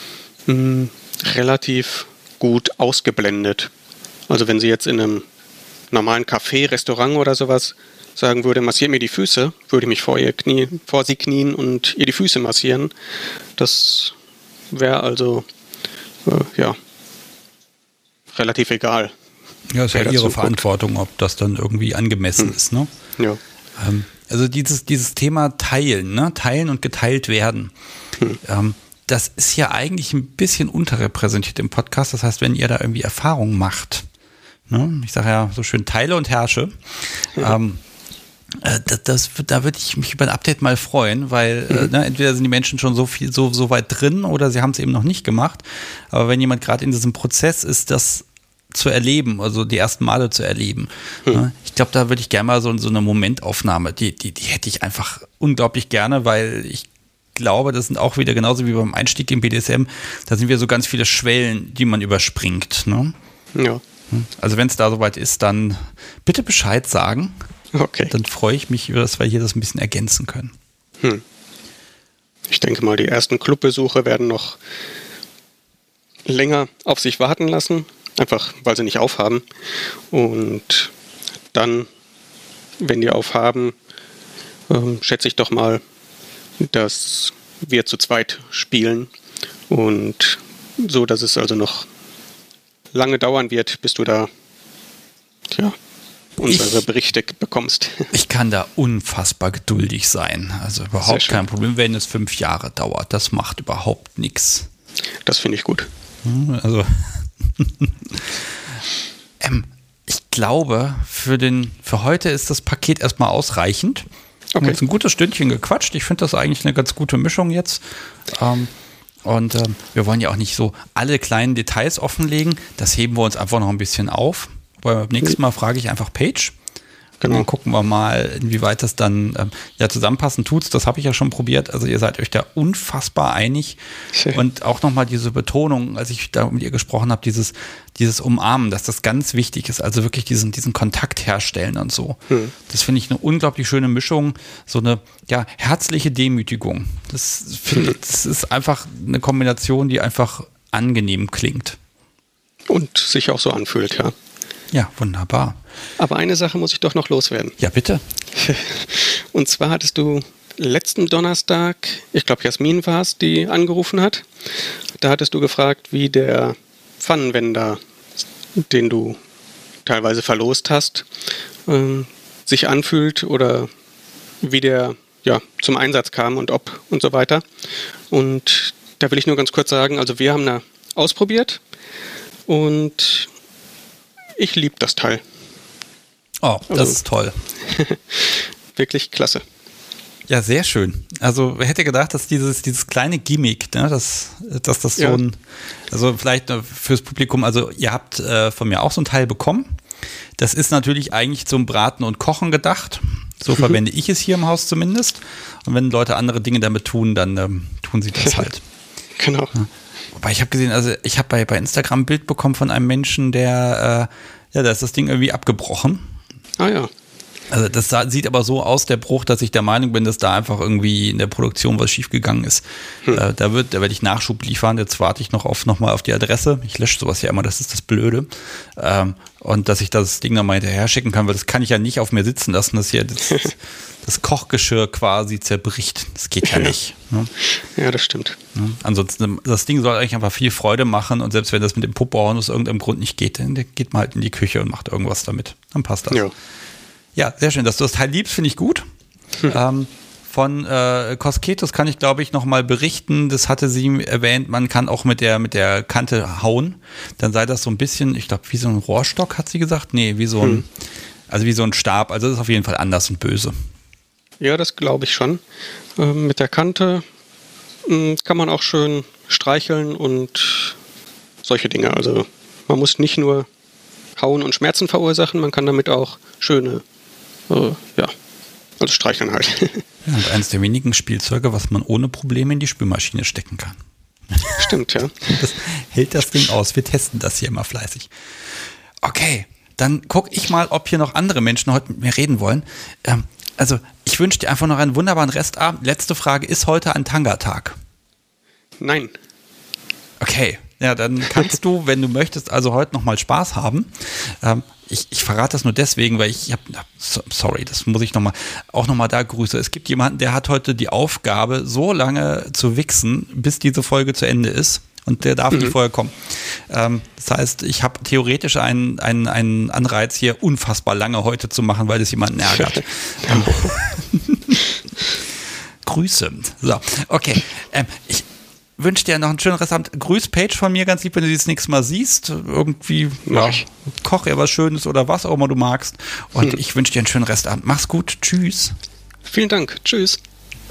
Speaker 2: relativ gut ausgeblendet. Also wenn sie jetzt in einem normalen Café, Restaurant oder sowas sagen würde, massiert mir die Füße, würde ich mich vor sie knien und ihr die Füße massieren. Das wäre also relativ egal.
Speaker 1: Ja, ist ja ihre Verantwortung, ob das dann irgendwie angemessen ist, ne?
Speaker 2: Ja.
Speaker 1: Also dieses Thema Teilen, ne? Teilen und geteilt werden. Das ist ja eigentlich ein bisschen unterrepräsentiert im Podcast. Das heißt, wenn ihr da irgendwie Erfahrungen macht, ne? Ich sage ja so schön, teile und herrsche. Ja. Da würde ich mich über ein Update mal freuen, weil entweder sind die Menschen schon so weit drin oder sie haben es eben noch nicht gemacht. Aber wenn jemand gerade in diesem Prozess ist, das zu erleben, also die ersten Male zu erleben. Ich glaube, da würde ich gerne mal so eine Momentaufnahme, die hätte ich einfach unglaublich gerne, weil ich glaube, das sind auch wieder genauso wie beim Einstieg im BDSM, da sind wir so ganz viele Schwellen, die man überspringt. Ne?
Speaker 2: Ja.
Speaker 1: Also wenn es da soweit ist, dann bitte Bescheid sagen.
Speaker 2: Okay.
Speaker 1: Dann freue ich mich, dass wir hier das ein bisschen ergänzen können.
Speaker 2: Ich denke mal, die ersten Clubbesuche werden noch länger auf sich warten lassen. Einfach, weil sie nicht aufhaben. Und dann, wenn die aufhaben, schätze ich doch mal, dass wir zu zweit spielen. Und so, dass es also noch lange dauern wird, bis du da unsere Berichte bekommst.
Speaker 1: Ich kann da unfassbar geduldig sein. Also überhaupt kein Problem, wenn es 5 Jahre dauert. Das macht überhaupt nichts.
Speaker 2: Das finde ich gut.
Speaker 1: Also ich glaube, für heute ist das Paket erstmal ausreichend. Wir haben jetzt ein gutes Stündchen gequatscht. Ich finde das eigentlich eine ganz gute Mischung jetzt. Und wir wollen ja auch nicht so alle kleinen Details offenlegen. Das heben wir uns einfach noch ein bisschen auf. Beim nächsten Mal frage ich einfach Paige. Genau. Dann gucken wir mal, inwieweit das dann zusammenpassen tut. Das habe ich ja schon probiert. Also ihr seid euch da unfassbar einig. Schön. Und auch nochmal diese Betonung, als ich da mit ihr gesprochen habe, dieses Umarmen, dass das ganz wichtig ist. Also wirklich diesen Kontakt herstellen und so. Das finde ich eine unglaublich schöne Mischung. So eine herzliche Demütigung. Das ist einfach eine Kombination, die einfach angenehm klingt.
Speaker 2: Und sich auch so anfühlt, ja.
Speaker 1: Ja, wunderbar.
Speaker 2: Aber eine Sache muss ich doch noch loswerden.
Speaker 1: Ja, bitte.
Speaker 2: Und zwar hattest du letzten Donnerstag, ich glaube Jasmin war es, die angerufen hat. Da hattest du gefragt, wie der Pfannenwender, den du teilweise verlost hast, sich anfühlt oder wie der zum Einsatz kam und ob und so weiter. Und da will ich nur ganz kurz sagen, also wir haben da ausprobiert und ich liebe das Teil.
Speaker 1: Oh, das ist toll.
Speaker 2: Wirklich klasse.
Speaker 1: Ja, sehr schön. Also wer hätte gedacht, dass dieses kleine Gimmick, ne, dass das so ein, also vielleicht fürs Publikum, also ihr habt von mir auch so ein Teil bekommen. Das ist natürlich eigentlich zum Braten und Kochen gedacht. So verwende ich es hier im Haus zumindest. Und wenn Leute andere Dinge damit tun, dann tun sie das halt.
Speaker 2: Genau.
Speaker 1: Ja. Wobei ich habe gesehen, also ich habe bei Instagram ein Bild bekommen von einem Menschen, da ist das Ding irgendwie abgebrochen.
Speaker 2: Ah ja.
Speaker 1: Also das sieht aber so aus, der Bruch, dass ich der Meinung bin, dass da einfach irgendwie in der Produktion was schiefgegangen ist. Da werde ich Nachschub liefern. Jetzt warte ich nochmal auf die Adresse. Ich lösche sowas ja immer, das ist das Blöde. Und dass ich das Ding nochmal hinterher schicken kann, weil das kann ich ja nicht auf mir sitzen lassen. Das das Kochgeschirr quasi zerbricht. Das geht ja nicht. Ne?
Speaker 2: Ja, das stimmt.
Speaker 1: Ne? Ansonsten, das Ding soll eigentlich einfach viel Freude machen und selbst wenn das mit dem Popcorn aus irgendeinem Grund nicht geht, dann geht man halt in die Küche und macht irgendwas damit. Dann passt das. Ja, sehr schön. Dass du das Teil liebst, finde ich gut. Von Cosketos kann ich, glaube ich, nochmal berichten, das hatte sie erwähnt, man kann auch mit der Kante hauen, dann sei das so ein bisschen, ich glaube, wie so ein Rohrstock, hat sie gesagt, nee, wie so ein Stab, also das ist auf jeden Fall anders und böse.
Speaker 2: Ja, das glaube ich schon. Mit der Kante kann man auch schön streicheln und solche Dinge, also man muss nicht nur hauen und Schmerzen verursachen, man kann damit auch schöne, also streicheln halt.
Speaker 1: Ja, und eines der wenigen Spielzeuge, was man ohne Probleme in die Spülmaschine stecken kann.
Speaker 2: Stimmt, ja.
Speaker 1: Das hält das Ding aus. Wir testen das hier immer fleißig. Okay, dann gucke ich mal, ob hier noch andere Menschen heute mit mir reden wollen. Also, ich wünsche dir einfach noch einen wunderbaren Restabend. Letzte Frage, ist heute ein Tanga-Tag? Nein. Okay, ja, dann kannst du, wenn du möchtest, also heute nochmal Spaß haben. Ich verrate das nur deswegen, weil sorry, das muss ich nochmal da grüße. Es gibt jemanden, der hat heute die Aufgabe, so lange zu wichsen, bis diese Folge zu Ende ist. Und der darf nicht vorher kommen. Das heißt, ich habe theoretisch einen Anreiz, hier unfassbar lange heute zu machen, weil das jemanden ärgert. Grüße. So, okay. Ich wünsche dir noch einen schönen Restabend. Grüß Paige von mir ganz lieb, wenn du sie das nächste Mal siehst. Irgendwie, koch ihr was Schönes oder was auch immer du magst. Und ich wünsche dir einen schönen Restabend. Mach's gut. Tschüss.
Speaker 2: Vielen Dank. Tschüss.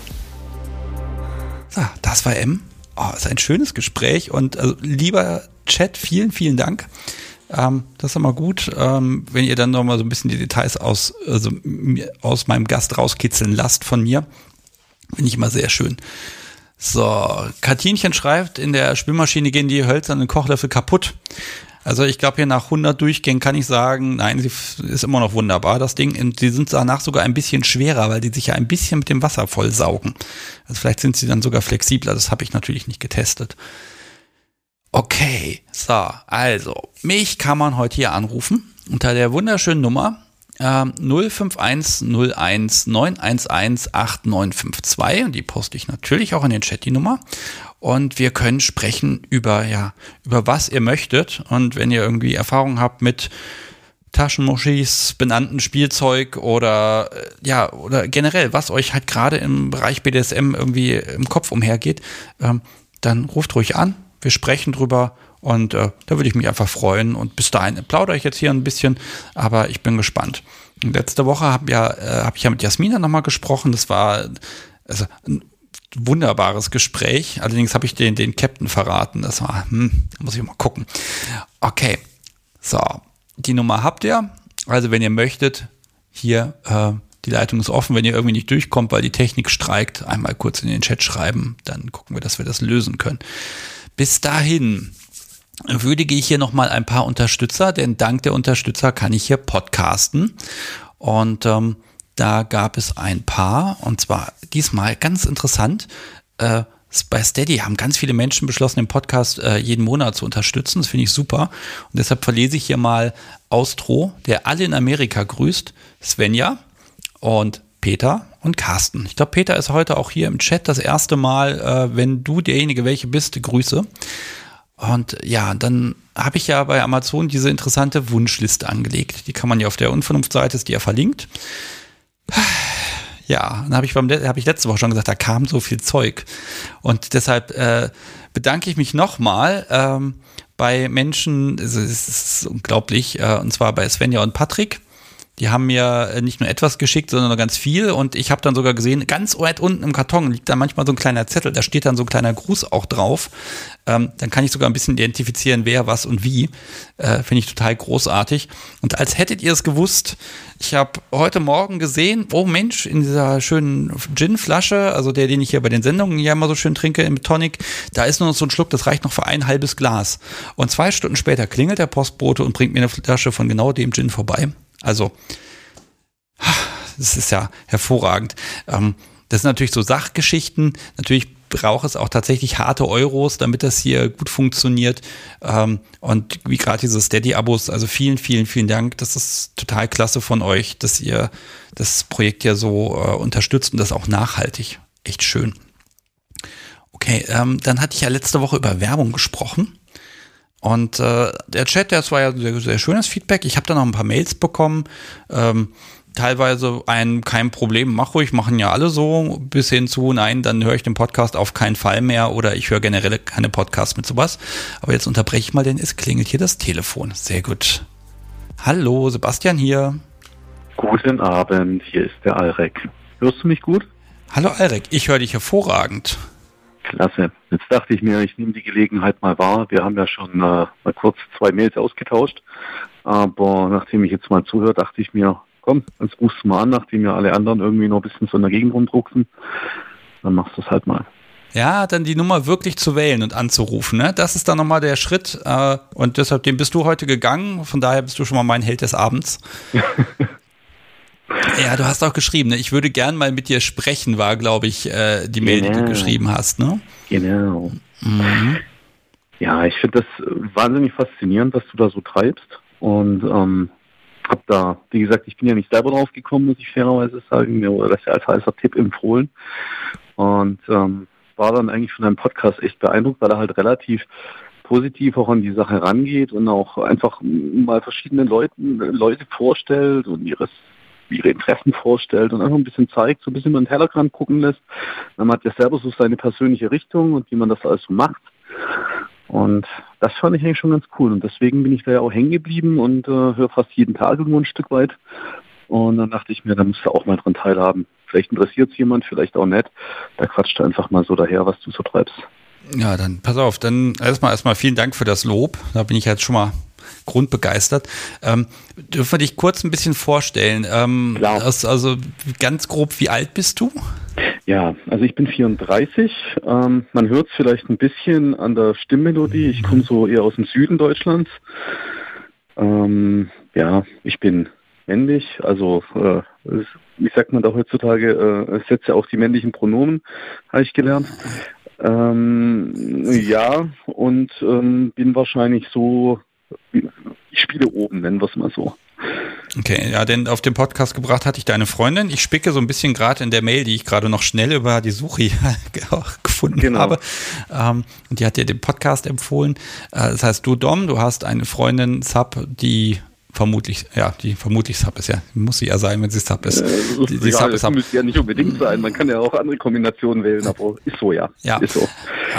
Speaker 1: So, das war M. Oh, ist ein schönes Gespräch und also, lieber Chat, vielen, vielen Dank. Das ist immer gut, wenn ihr dann nochmal so ein bisschen die Details aus meinem Gast rauskitzeln lasst von mir. Finde ich immer sehr schön. So, Katinchen schreibt, in der Spülmaschine gehen die hölzernen Kochlöffel kaputt. Also ich glaube, hier nach 100 Durchgängen kann ich sagen, nein, sie ist immer noch wunderbar, das Ding. Und die sind danach sogar ein bisschen schwerer, weil die sich ja ein bisschen mit dem Wasser vollsaugen. Also vielleicht sind sie dann sogar flexibler, das habe ich natürlich nicht getestet. Okay, so, also, mich kann man heute hier anrufen unter der wunderschönen Nummer 0510191189952 und die poste ich natürlich auch in den Chat, die Nummer. Und wir können sprechen über was ihr möchtet. Und wenn ihr irgendwie Erfahrung habt mit Taschenmoschis, benannten Spielzeug oder generell, was euch halt gerade im Bereich BDSM irgendwie im Kopf umhergeht, dann ruft ruhig an. Wir sprechen drüber und da würde ich mich einfach freuen. Und bis dahin plaudere ich jetzt hier ein bisschen, aber ich bin gespannt. Letzte Woche habe ich mit Jasmina nochmal gesprochen. Das war ein wunderbares Gespräch. Allerdings habe ich den Captain verraten. Das war, da muss ich mal gucken. Okay, so, die Nummer habt ihr. Also wenn ihr möchtet, hier, die Leitung ist offen. Wenn ihr irgendwie nicht durchkommt, weil die Technik streikt, einmal kurz in den Chat schreiben. Dann gucken wir, dass wir das lösen können. Bis dahin würdige ich hier nochmal ein paar Unterstützer, denn dank der Unterstützer kann ich hier podcasten. Und da gab es ein paar, und zwar diesmal ganz interessant, bei Steady haben ganz viele Menschen beschlossen, den Podcast jeden Monat zu unterstützen. Das finde ich super. Und deshalb verlese ich hier mal Austro, der alle in Amerika grüßt, Svenja und Peter und Carsten. Ich glaube, Peter ist heute auch hier im Chat das erste Mal, wenn du derjenige welche bist, Grüße. Und ja, dann habe ich ja bei Amazon diese interessante Wunschliste angelegt. Die kann man ja auf der Unvernunft-Seite, ist die ja verlinkt. Ja, dann habe ich letzte Woche schon gesagt, da kam so viel Zeug. Und deshalb bedanke ich mich nochmal bei Menschen, es ist unglaublich, und zwar bei Svenja und Patrick. Die haben mir nicht nur etwas geschickt, sondern noch ganz viel. Und ich habe dann sogar gesehen, ganz weit unten im Karton liegt da manchmal so ein kleiner Zettel. Da steht dann so ein kleiner Gruß auch drauf. Dann kann ich sogar ein bisschen identifizieren, wer, was und wie. Finde ich total großartig. Und als hättet ihr es gewusst, ich habe heute Morgen gesehen, oh Mensch, in dieser schönen Gin-Flasche, also den ich hier bei den Sendungen ja immer so schön trinke im Tonic, da ist nur noch so ein Schluck, das reicht noch für ein halbes Glas. Und 2 Stunden später klingelt der Postbote und bringt mir eine Flasche von genau dem Gin vorbei. Also, das ist ja hervorragend. Das sind natürlich so Sachgeschichten. Natürlich brauche es auch tatsächlich harte Euros, damit das hier gut funktioniert. Und wie gerade diese Steady-Abos, also vielen, vielen, vielen Dank. Das ist total klasse von euch, dass ihr das Projekt ja so unterstützt und das auch nachhaltig. Echt schön. Okay, dann hatte ich ja letzte Woche über Werbung gesprochen. Und der Chat, das war ja sehr, sehr schönes Feedback. Ich habe da noch ein paar Mails bekommen. Teilweise kein Problem, mach ruhig, machen ja alle so, bis hin zu, nein, dann höre ich den Podcast auf keinen Fall mehr oder ich höre generell keine Podcasts mit sowas. Aber jetzt unterbreche ich mal, denn es klingelt hier das Telefon. Sehr gut. Hallo, Sebastian hier.
Speaker 3: Guten Abend, hier ist der Alrek. Hörst du mich gut?
Speaker 1: Hallo Alrek, ich höre dich hervorragend.
Speaker 3: Klasse. Jetzt dachte ich mir, ich nehme die Gelegenheit mal wahr. Wir haben ja schon mal kurz 2 Mails ausgetauscht. Aber nachdem ich jetzt mal zuhöre, dachte ich mir, komm, jetzt rufst du mal an, nachdem ja alle anderen irgendwie noch ein bisschen so in der Gegend rumdrucksen. Dann machst du es halt mal.
Speaker 1: Ja, dann die Nummer wirklich zu wählen und anzurufen, ne? Das ist dann nochmal der Schritt. Und deshalb, den bist du heute gegangen. Von daher bist du schon mal mein Held des Abends. Ja, du hast auch geschrieben, ne? Ich würde gern mal mit dir sprechen, war, glaube ich, die Mail, die du geschrieben hast, ne?
Speaker 3: Genau. Mhm. Ja, ich finde das wahnsinnig faszinierend, was du da so treibst. Und hab da, wie gesagt, ich bin ja nicht selber drauf gekommen, muss ich fairerweise sagen. Mir wurde das ja als heißer Tipp empfohlen. Und war dann eigentlich von deinem Podcast echt beeindruckt, weil er halt relativ positiv auch an die Sache rangeht und auch einfach mal verschiedene Leute vorstellt und ihre Interessen vorstellt und einfach ein bisschen zeigt, so ein bisschen über den Tellerrand gucken lässt. Man hat ja selber so seine persönliche Richtung und wie man das alles so macht. Und das fand ich eigentlich schon ganz cool. Und deswegen bin ich da ja auch hängen geblieben und höre fast jeden Tag irgendwo ein Stück weit. Und dann dachte ich mir, da musst du auch mal dran teilhaben. Vielleicht interessiert es jemand, vielleicht auch nicht. Da quatscht einfach mal so daher, was du so treibst.
Speaker 1: Ja, dann pass auf. Dann erstmal vielen Dank für das Lob. Da bin ich jetzt schon mal grundbegeistert. Dürfen wir dich kurz ein bisschen vorstellen?
Speaker 3: Klar.
Speaker 1: Also ganz grob, wie alt bist du?
Speaker 3: Ja, also ich bin 34. Man hört es vielleicht ein bisschen an der Stimmmelodie. Ich komme so eher aus dem Süden Deutschlands. Ja, ich bin männlich. Also wie sagt man da heutzutage? Setze auf die männlichen Pronomen, habe ich gelernt. Ja, und bin wahrscheinlich so, ich spiele oben, nennen wir es mal so.
Speaker 1: Okay, ja, denn auf dem Podcast gebracht hatte ich deine Freundin. Ich spicke so ein bisschen gerade in der Mail, die ich gerade noch schnell über die Suche gefunden habe. Und die hat dir den Podcast empfohlen. Das heißt, du Dom, du hast eine Freundin Sub, die vermutlich Sub ist, ja. Muss sie ja sein, wenn sie Sub ist.
Speaker 3: Die Sub ist Sub. Müsste ja nicht unbedingt sein. Man kann ja auch andere Kombinationen wählen, aber ist so, ja. Ist so.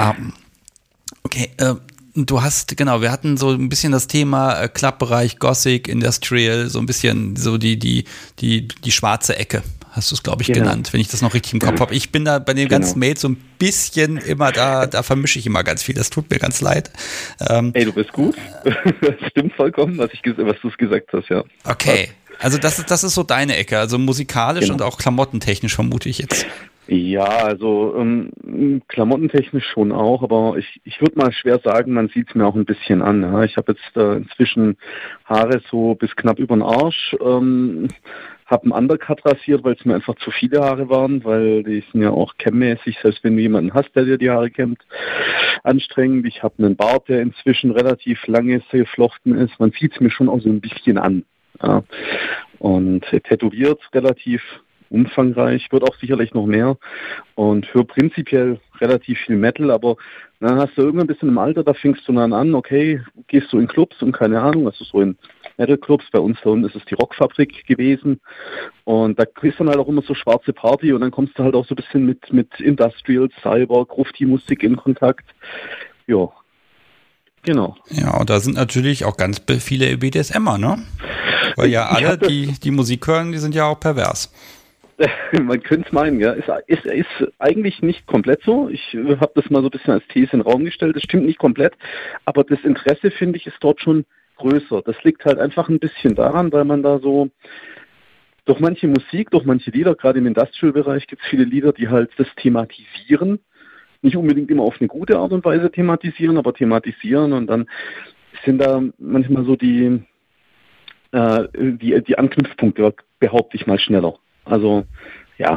Speaker 1: Okay, du hast, genau, wir hatten so ein bisschen das Thema Clubbereich, Gothic, Industrial, so ein bisschen so die schwarze Ecke, hast du es, glaube ich, genannt, wenn ich das noch richtig im Kopf habe. Ich bin da bei den ganzen Mails so ein bisschen immer da vermische ich immer ganz viel, das tut mir ganz leid.
Speaker 3: Ey, du bist gut. Das stimmt vollkommen, was du gesagt hast, ja.
Speaker 1: Okay, also das ist so deine Ecke, also musikalisch und auch klamottentechnisch vermute ich jetzt.
Speaker 3: Ja, also klamottentechnisch schon auch, aber ich würde mal schwer sagen, man sieht es mir auch ein bisschen an. Ja. Ich habe jetzt inzwischen Haare so bis knapp über den Arsch, habe einen Undercut rasiert, weil es mir einfach zu viele Haare waren, weil die sind ja auch kämmmäßig, selbst wenn du jemanden hast, der dir die Haare kämmt, anstrengend. Ich habe einen Bart, der inzwischen relativ lange geflochten ist. Man sieht es mir schon auch so ein bisschen an. Ja. Und tätowiert relativ umfangreich, wird auch sicherlich noch mehr und für prinzipiell relativ viel Metal, aber dann hast du irgendwann ein bisschen im Alter, da fängst du dann an, okay, gehst du in Clubs und keine Ahnung, also so in Metal-Clubs, bei uns da unten ist es die Rockfabrik gewesen und da ist dann halt auch immer so schwarze Party und dann kommst du halt auch so ein bisschen mit Industrial, Cyber, Grufti-Musik in Kontakt, ja, genau.
Speaker 1: Ja, und da sind natürlich auch ganz viele BDSMer, ne? Weil ja alle, die Musik hören, die sind ja auch pervers.
Speaker 3: Man könnte es meinen, ja. Ist eigentlich nicht komplett so. Ich habe das mal so ein bisschen als These in den Raum gestellt. Das stimmt nicht komplett. Aber das Interesse, finde ich, ist dort schon größer. Das liegt halt einfach ein bisschen daran, weil man da so durch manche Musik, durch manche Lieder, gerade im Industrial-Bereich gibt es viele Lieder, die halt das thematisieren. Nicht unbedingt immer auf eine gute Art und Weise thematisieren, aber thematisieren. Und dann sind da manchmal so die Anknüpfpunkte, behaupte ich mal, schneller. Also, ja,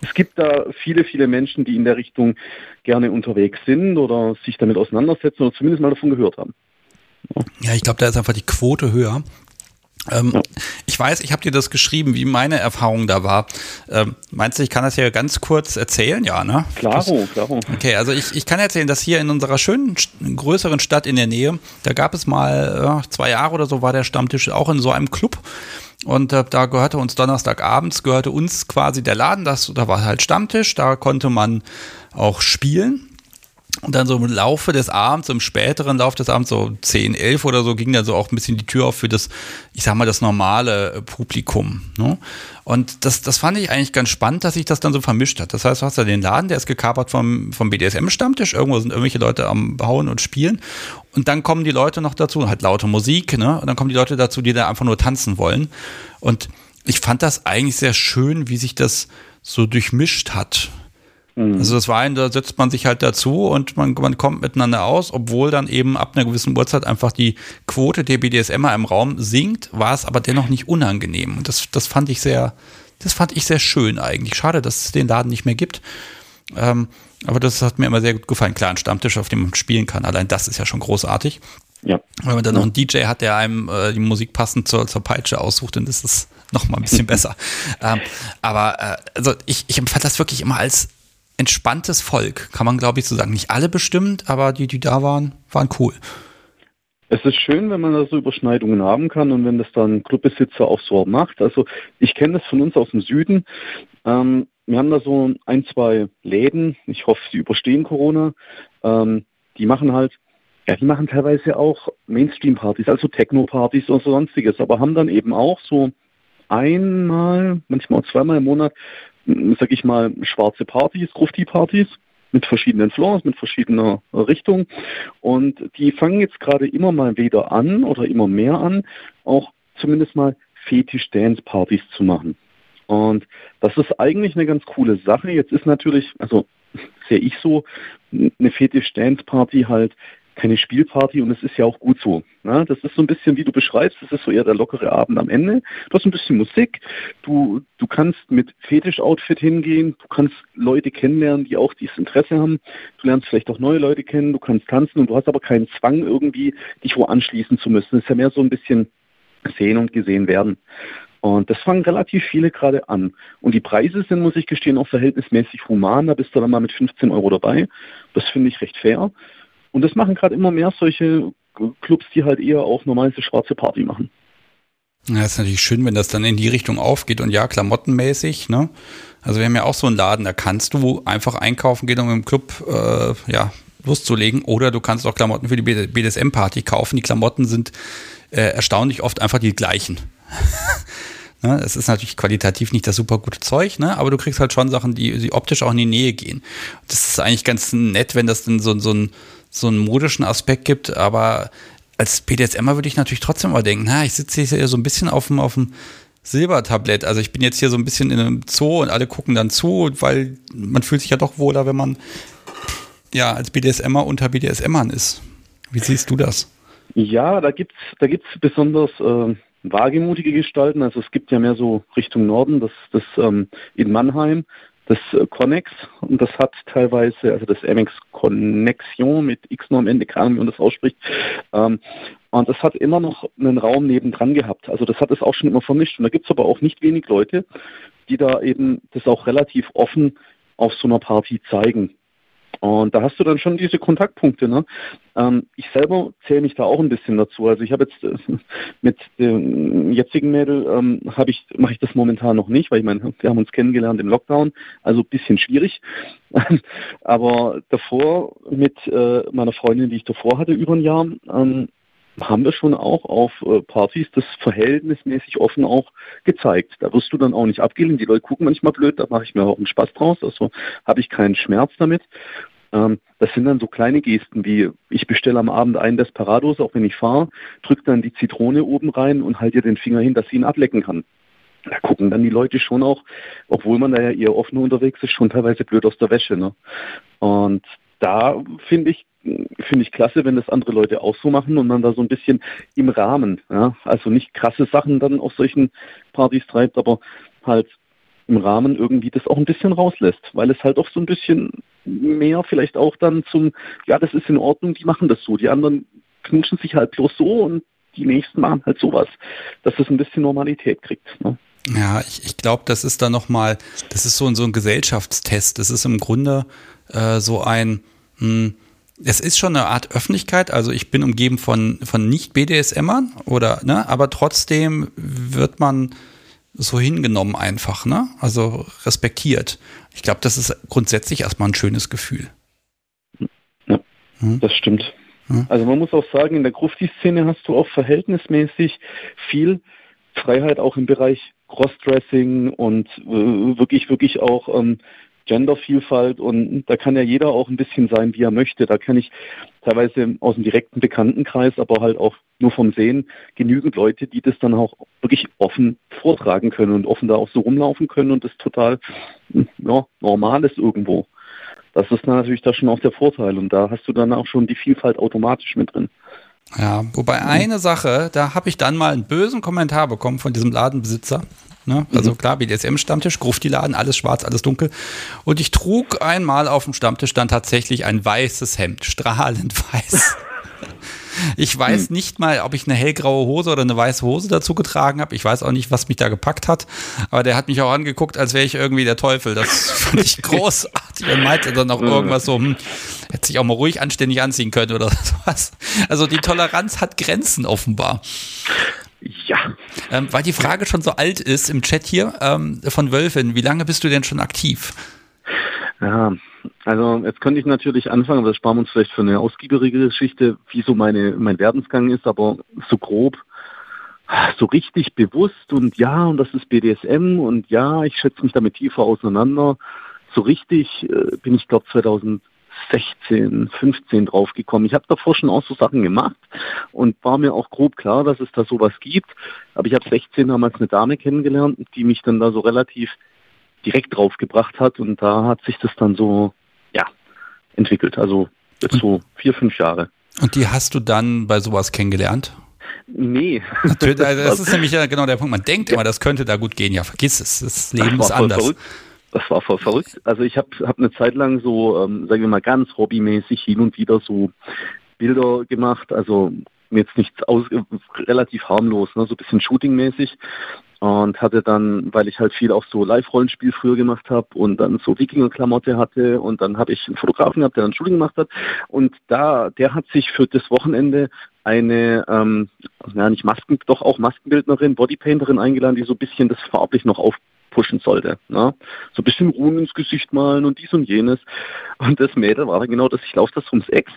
Speaker 3: es gibt da viele, viele Menschen, die in der Richtung gerne unterwegs sind oder sich damit auseinandersetzen oder zumindest mal davon gehört haben.
Speaker 1: Ja, ich glaube, da ist einfach die Quote höher.
Speaker 3: Ja.
Speaker 1: Ich weiß, ich habe dir das geschrieben, wie meine Erfahrung da war. Meinst du, ich kann das hier ganz kurz erzählen? Ja, ne?
Speaker 3: Klaro.
Speaker 1: Okay, also ich kann erzählen, dass hier in unserer schönen, größeren Stadt in der Nähe, da gab es mal 2 Jahre oder so, war der Stammtisch auch in so einem Club. Und da gehörte uns Donnerstagabends, gehörte uns quasi der Laden, da war halt Stammtisch, da konnte man auch spielen. Und dann so im Laufe des Abends, im späteren Lauf des Abends, so 10, 11 oder so, ging dann so auch ein bisschen die Tür auf für das, ich sag mal, das normale Publikum. Ne? Und das fand ich eigentlich ganz spannend, dass sich das dann so vermischt hat. Das heißt, du hast ja den Laden, der ist gekapert vom BDSM-Stammtisch. Irgendwo sind irgendwelche Leute am Bauen und Spielen. Und dann kommen die Leute noch dazu, halt laute Musik, ne? Und dann kommen die Leute dazu, die da einfach nur tanzen wollen. Und ich fand das eigentlich sehr schön, wie sich das so durchmischt hat. Also das war da setzt man sich halt dazu und man kommt miteinander aus, obwohl dann eben ab einer gewissen Uhrzeit einfach die Quote der BDSMer im Raum sinkt, war es aber dennoch nicht unangenehm. Und das fand ich sehr schön eigentlich. Schade, dass es den Laden nicht mehr gibt. Aber das hat mir immer sehr gut gefallen. Klar, ein Stammtisch, auf dem man spielen kann. Allein das ist ja schon großartig. Ja. Wenn man dann noch einen DJ hat, der einem die Musik passend zur Peitsche aussucht, dann ist es noch mal ein bisschen besser. Also ich empfand das wirklich immer als entspanntes Volk, kann man glaube ich so sagen. Nicht alle bestimmt, aber die da waren cool.
Speaker 3: Es ist schön, wenn man da so Überschneidungen haben kann und wenn das dann Clubbesitzer auch so macht. Also ich kenne das von uns aus dem Süden. Wir haben da so 1, 2 Läden. Ich hoffe, sie überstehen Corona. Die machen teilweise auch Mainstream-Partys, also Techno-Partys oder sonstiges, aber haben dann eben auch so einmal, manchmal auch 2-mal im Monat, sag ich mal, schwarze Partys, Grufti-Partys mit verschiedenen Floors, mit verschiedener Richtung. Und die fangen jetzt gerade immer mal wieder an oder immer mehr an, auch zumindest mal Fetisch-Dance-Partys zu machen. Und das ist eigentlich eine ganz coole Sache. Jetzt ist natürlich, also sehe ich so, eine Fetisch-Dance-Party halt keine Spielparty und es ist ja auch gut so. Ne? Das ist so ein bisschen, wie du beschreibst, das ist so eher der lockere Abend am Ende. Du hast ein bisschen Musik, du kannst mit Fetisch-Outfit hingehen, du kannst Leute kennenlernen, die auch dieses Interesse haben. Du lernst vielleicht auch neue Leute kennen, du kannst tanzen und du hast aber keinen Zwang irgendwie, dich wo anschließen zu müssen. Es ist ja mehr so ein bisschen sehen und gesehen werden. Und das fangen relativ viele gerade an. Und die Preise sind, muss ich gestehen, auch verhältnismäßig human. Da bist du dann mal mit 15 € dabei. Das finde ich recht fair. Und das machen gerade immer mehr solche Clubs, die halt eher auch normal eine schwarze Party machen.
Speaker 1: Ja, ist natürlich schön, wenn das dann in die Richtung aufgeht und ja, klamottenmäßig, ne? Also wir haben ja auch so einen Laden, da kannst du einfach einkaufen gehen, um im Club loszulegen, oder du kannst auch Klamotten für die BDSM-Party kaufen. Die Klamotten sind erstaunlich oft einfach die gleichen. Ne? Es ist natürlich qualitativ nicht das super gute Zeug, ne? Aber du kriegst halt schon Sachen, die optisch auch in die Nähe gehen. Das ist eigentlich ganz nett, wenn das dann so einen modischen Aspekt gibt, aber als BDSMer würde ich natürlich trotzdem mal denken, ich sitze hier so ein bisschen auf dem Silbertablett, also ich bin jetzt hier so ein bisschen in einem Zoo und alle gucken dann zu, weil man fühlt sich ja doch wohler, wenn man ja als BDSMer unter BDSMern ist. Wie siehst du das?
Speaker 3: Ja, da gibt's besonders wagemutige Gestalten, also es gibt ja mehr so Richtung Norden, das in Mannheim, das Connex, und das hat teilweise, also das MX Connexion mit X nur am Ende, keine Ahnung, wie man das ausspricht, und das hat immer noch einen Raum nebendran gehabt, also das hat es auch schon immer vermischt, und da gibt es aber auch nicht wenig Leute, die da eben das auch relativ offen auf so einer Party zeigen. Und da hast du dann schon diese Kontaktpunkte. Ne? Ich selber zähle mich da auch ein bisschen dazu. Also ich habe jetzt mit dem jetzigen Mädel mache ich das momentan noch nicht, weil ich meine, wir haben uns kennengelernt im Lockdown, also ein bisschen schwierig. Aber davor mit meiner Freundin, die ich davor hatte, über ein Jahr, haben wir schon auch auf Partys das verhältnismäßig offen auch gezeigt. Da wirst du dann auch nicht abgelehnt. Die Leute gucken manchmal blöd, da mache ich mir auch einen Spaß draus. Also habe ich keinen Schmerz damit. Das sind dann so kleine Gesten wie, ich bestelle am Abend einen Desperados, auch wenn ich fahre, drücke dann die Zitrone oben rein und halte ihr den Finger hin, dass sie ihn ablecken kann. Da gucken dann die Leute schon auch, obwohl man da ja eher offen unterwegs ist, schon teilweise blöd aus der Wäsche. Ne? Und da finde ich klasse, wenn das andere Leute auch so machen und man da so ein bisschen im Rahmen, ja, also nicht krasse Sachen dann auf solchen Partys treibt, aber halt im Rahmen irgendwie das auch ein bisschen rauslässt, weil es halt auch so ein bisschen mehr vielleicht auch dann ja, das ist in Ordnung, die machen das so, die anderen knutschen sich halt bloß so und die nächsten machen halt sowas, dass es ein bisschen Normalität kriegt. Ne?
Speaker 1: Ja, ich glaube, das ist dann nochmal, das ist so ein Gesellschaftstest. Das ist im Grunde so es ist schon eine Art Öffentlichkeit, also ich bin umgeben von Nicht-BDSMern oder, ne, aber trotzdem wird man so hingenommen einfach, ne? Also respektiert. Ich glaube, das ist grundsätzlich erstmal ein schönes Gefühl.
Speaker 3: Ja, das stimmt. Also man muss auch sagen, in der Grufti-Szene hast du auch verhältnismäßig viel Freiheit auch im Bereich Crossdressing und wirklich auch Gendervielfalt, und da kann ja jeder auch ein bisschen sein, wie er möchte. Da kann ich teilweise aus dem direkten Bekanntenkreis, aber halt auch nur vom Sehen, genügend Leute, die das dann auch wirklich offen vortragen können und offen da auch so rumlaufen können und das total normal ist irgendwo. Das ist dann natürlich da schon auch der Vorteil, und da hast du dann auch schon die Vielfalt automatisch mit drin.
Speaker 1: Ja, wobei eine Sache, da habe ich dann mal einen bösen Kommentar bekommen von diesem Ladenbesitzer. Ne? Also klar, BDSM-Stammtisch, Grufti-Laden, alles schwarz, alles dunkel. Und ich trug einmal auf dem Stammtisch dann tatsächlich ein weißes Hemd, strahlend weiß. Ich weiß nicht mal, ob ich eine hellgraue Hose oder eine weiße Hose dazu getragen habe. Ich weiß auch nicht, was mich da gepackt hat. Aber der hat mich auch angeguckt, als wäre ich irgendwie der Teufel. Das fand ich großartig und meinte dann auch irgendwas so, hätte sich auch mal ruhig anständig anziehen können oder sowas. Also die Toleranz hat Grenzen offenbar.
Speaker 3: Ja.
Speaker 1: Weil die Frage schon so alt ist im Chat hier von Wölfin, wie lange bist du denn schon aktiv?
Speaker 3: Ja, also jetzt könnte ich natürlich anfangen, aber das sparen wir uns vielleicht für eine ausgiebigere Geschichte, wie so mein Werdensgang ist, aber so grob, so richtig bewusst und das ist BDSM und ja, ich schätze mich damit tiefer auseinander. So richtig bin ich, glaube 2016, 15 draufgekommen. Ich habe davor schon auch so Sachen gemacht und war mir auch grob klar, dass es da sowas gibt. Aber ich habe 16 damals eine Dame kennengelernt, die mich dann da so relativ direkt draufgebracht hat, und da hat sich das dann so, entwickelt. Also jetzt so 4-5 Jahre.
Speaker 1: Und die hast du dann bei sowas kennengelernt?
Speaker 3: Nee.
Speaker 1: Natürlich, das ist nämlich ja genau der Punkt. Man denkt immer, das könnte da gut gehen. Ja, vergiss es. Das Leben ist anders.
Speaker 3: Verrückt. Das war voll verrückt. Also ich hab eine Zeit lang so, sagen wir mal, ganz hobbymäßig hin und wieder so Bilder gemacht. Also jetzt nichts relativ harmlos, ne? So ein bisschen shootingmäßig. Und hatte dann, weil ich halt viel auch so Live-Rollenspiel früher gemacht habe und dann so Wikinger-Klamotte hatte, und dann habe ich einen Fotografen gehabt, der dann Shooting gemacht hat, und der hat sich für das Wochenende eine, nicht auch Maskenbildnerin, Bodypainterin eingeladen, die so ein bisschen das farblich noch aufpushen sollte. Ne? So ein bisschen Ruhen ins Gesicht malen und dies und jenes. Und das Mädel war dann genau das, ich laufe das ums Eck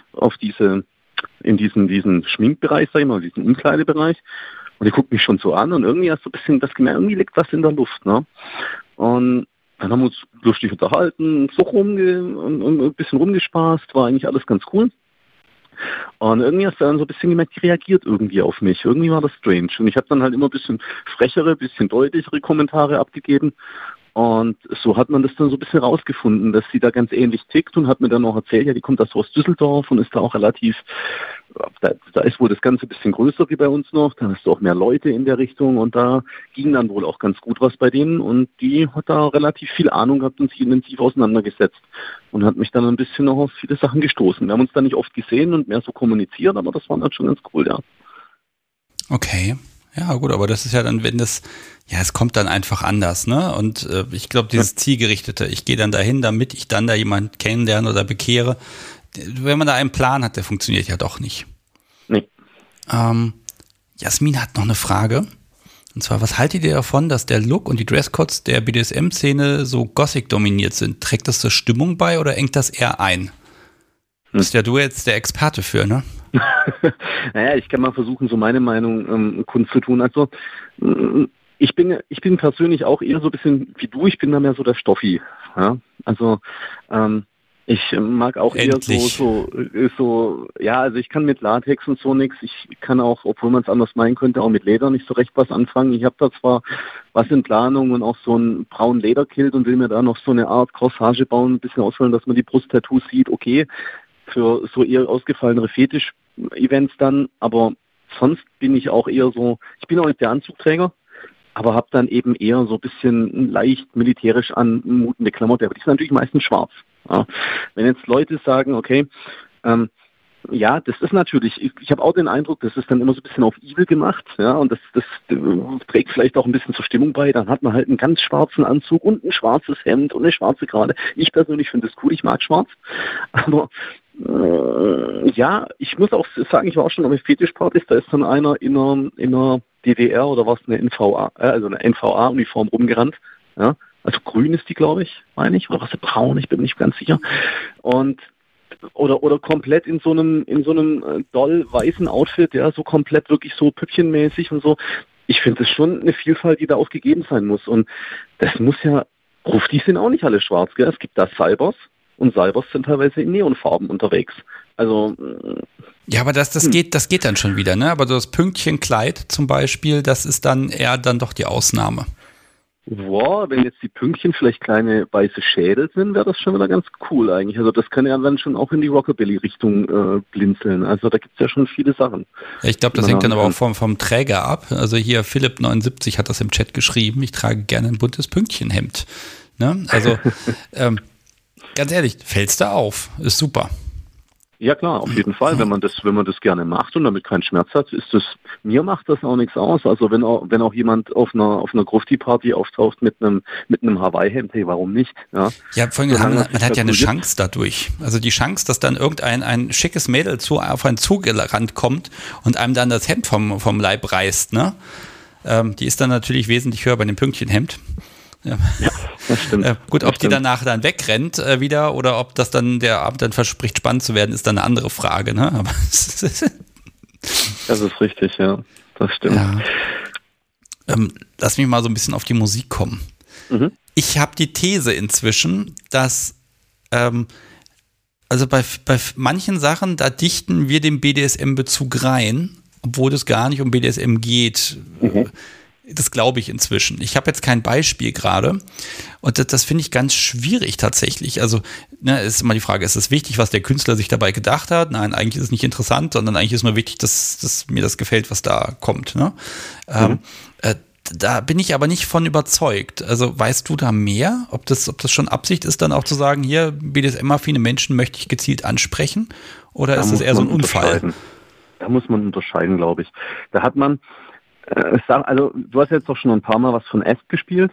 Speaker 3: in diesen Schminkbereich, sag ich mal, diesen Umkleidebereich. Und die guckt mich schon so an, und irgendwie hast du ein bisschen das gemerkt, irgendwie liegt was in der Luft. Ne? Und dann haben wir uns lustig unterhalten, so ein bisschen rumgespaßt, war eigentlich alles ganz cool. Und irgendwie hast du dann so ein bisschen gemerkt, die reagiert irgendwie auf mich. Irgendwie war das strange. Und ich habe dann halt immer ein bisschen frechere, ein bisschen deutlichere Kommentare abgegeben. Und so hat man das dann so ein bisschen rausgefunden, dass sie da ganz ähnlich tickt, und hat mir dann auch erzählt, ja, die kommt aus Düsseldorf und ist da auch relativ, da ist wohl das Ganze ein bisschen größer wie bei uns noch, da hast du auch mehr Leute in der Richtung, und da ging dann wohl auch ganz gut was bei denen, und die hat da relativ viel Ahnung gehabt und sich intensiv auseinandergesetzt und hat mich dann ein bisschen noch auf viele Sachen gestoßen. Wir haben uns dann nicht oft gesehen und mehr so kommuniziert, aber das war dann schon ganz cool, ja.
Speaker 1: Okay. Ja, gut, aber das ist ja dann, es kommt dann einfach anders, ne? Und ich glaube, dieses Zielgerichtete, ich gehe dann dahin, damit ich dann da jemanden kennenlerne oder bekehre, wenn man da einen Plan hat, der funktioniert ja doch nicht.
Speaker 3: Nee.
Speaker 1: Jasmin hat noch eine Frage. Und zwar, was haltet ihr davon, dass der Look und die Dresscodes der BDSM-Szene so Gothic dominiert sind? Trägt das zur Stimmung bei oder engt das eher ein? Bist ja du jetzt der Experte für, ne?
Speaker 3: Naja, ich kann mal versuchen, so meine Meinung kundzutun. Also ich bin persönlich auch eher so ein bisschen wie du, ich bin da mehr so der Stoffi. Ja? Also ich mag auch
Speaker 1: Endlich.
Speaker 3: eher also ich kann mit Latex und so nichts. Ich kann auch, obwohl man es anders meinen könnte, auch mit Leder nicht so recht was anfangen. Ich habe da zwar was in Planung und auch so einen braunen Lederkilt und will mir da noch so eine Art Corsage bauen, ein bisschen ausfüllen, dass man die Brusttattoos sieht, okay, für so eher ausgefallenere Fetisch-Events dann, aber sonst bin ich auch eher so, ich bin auch nicht der Anzugträger. aber habe dann eben eher so ein bisschen leicht militärisch anmutende Klamotten, aber die sind natürlich meistens schwarz. Ja. Wenn jetzt Leute sagen, okay, ja, das ist natürlich, ich habe auch den Eindruck, das ist dann immer so ein bisschen auf evil gemacht, ja, und das trägt vielleicht auch ein bisschen zur Stimmung bei, dann hat man halt einen ganz schwarzen Anzug und ein schwarzes Hemd und eine schwarze Krawatte. Ich persönlich finde das cool, ich mag schwarz, aber ja, ich muss auch sagen, ich war auch schon auf Fetischpartys, da ist dann einer in einer DDR oder was, eine NVA, also eine NVA-Uniform rumgerannt, ja, also grün ist die, glaube ich, meine ich, oder was, braun, ich bin nicht ganz sicher, und oder komplett in so einem doll weißen Outfit, ja, so komplett wirklich so püppchenmäßig und so. Ich finde es schon eine Vielfalt, die da auch gegeben sein muss. Und das muss ja, die sind auch nicht alle schwarz, gell? Es gibt da Cybers und Cybers sind teilweise in Neonfarben unterwegs. Also
Speaker 1: ja, aber das geht dann schon wieder, ne? Aber so das Pünktchenkleid zum Beispiel, das ist dann eher dann doch die Ausnahme.
Speaker 3: Wow, wenn jetzt die Pünktchen vielleicht kleine weiße Schädel sind, wäre das schon wieder ganz cool eigentlich. Also das kann ja dann schon auch in die Rockabilly-Richtung blinzeln. Also da gibt es ja schon viele Sachen.
Speaker 1: Ja, ich glaube, das hängt dann aber auch vom Träger ab. Also hier Philipp79 hat das im Chat geschrieben. Ich trage gerne ein buntes Pünktchenhemd. Ne? Also ganz ehrlich, fällt's da auf. Ist super.
Speaker 3: Ja klar, auf jeden Fall, wenn man das gerne macht und damit keinen Schmerz hat, mir macht das auch nichts aus. Also wenn auch jemand auf einer Grufti-Party auftaucht mit einem Hawaii-Hemd, hey, warum nicht? Ja,
Speaker 1: vor allem, man hat ja eine Chance dadurch. Also die Chance, dass dann ein schickes Mädel auf einen Zug gerannt kommt und einem dann das Hemd vom Leib reißt, ne? Die ist dann natürlich wesentlich höher bei dem Pünktchenhemd. Ja, das stimmt. Gut, ob die danach dann wegrennt wieder oder ob das dann der Abend dann verspricht, spannend zu werden, ist dann eine andere Frage, ne? Aber
Speaker 3: das ist richtig, ja. Das stimmt.
Speaker 1: Ja. Lass mich mal so ein bisschen auf die Musik kommen. Mhm. Ich habe die These inzwischen, dass also bei manchen Sachen, da dichten wir den BDSM-Bezug rein, obwohl es gar nicht um BDSM geht. Mhm. Das glaube ich inzwischen. Ich habe jetzt kein Beispiel gerade und das finde ich ganz schwierig tatsächlich. Also ist immer die Frage, ist es wichtig, was der Künstler sich dabei gedacht hat? Nein, eigentlich ist es nicht interessant, sondern eigentlich ist nur wichtig, dass mir das gefällt, was da kommt. Ne? Da bin ich aber nicht von überzeugt. Also weißt du da mehr, ob das schon Absicht ist, dann auch zu sagen, hier BDSM-affine Menschen möchte ich gezielt ansprechen oder ist es eher so ein Unfall?
Speaker 3: Da muss man unterscheiden, glaube ich. Da hat man also du hast jetzt doch schon ein paar Mal was von Esp gespielt.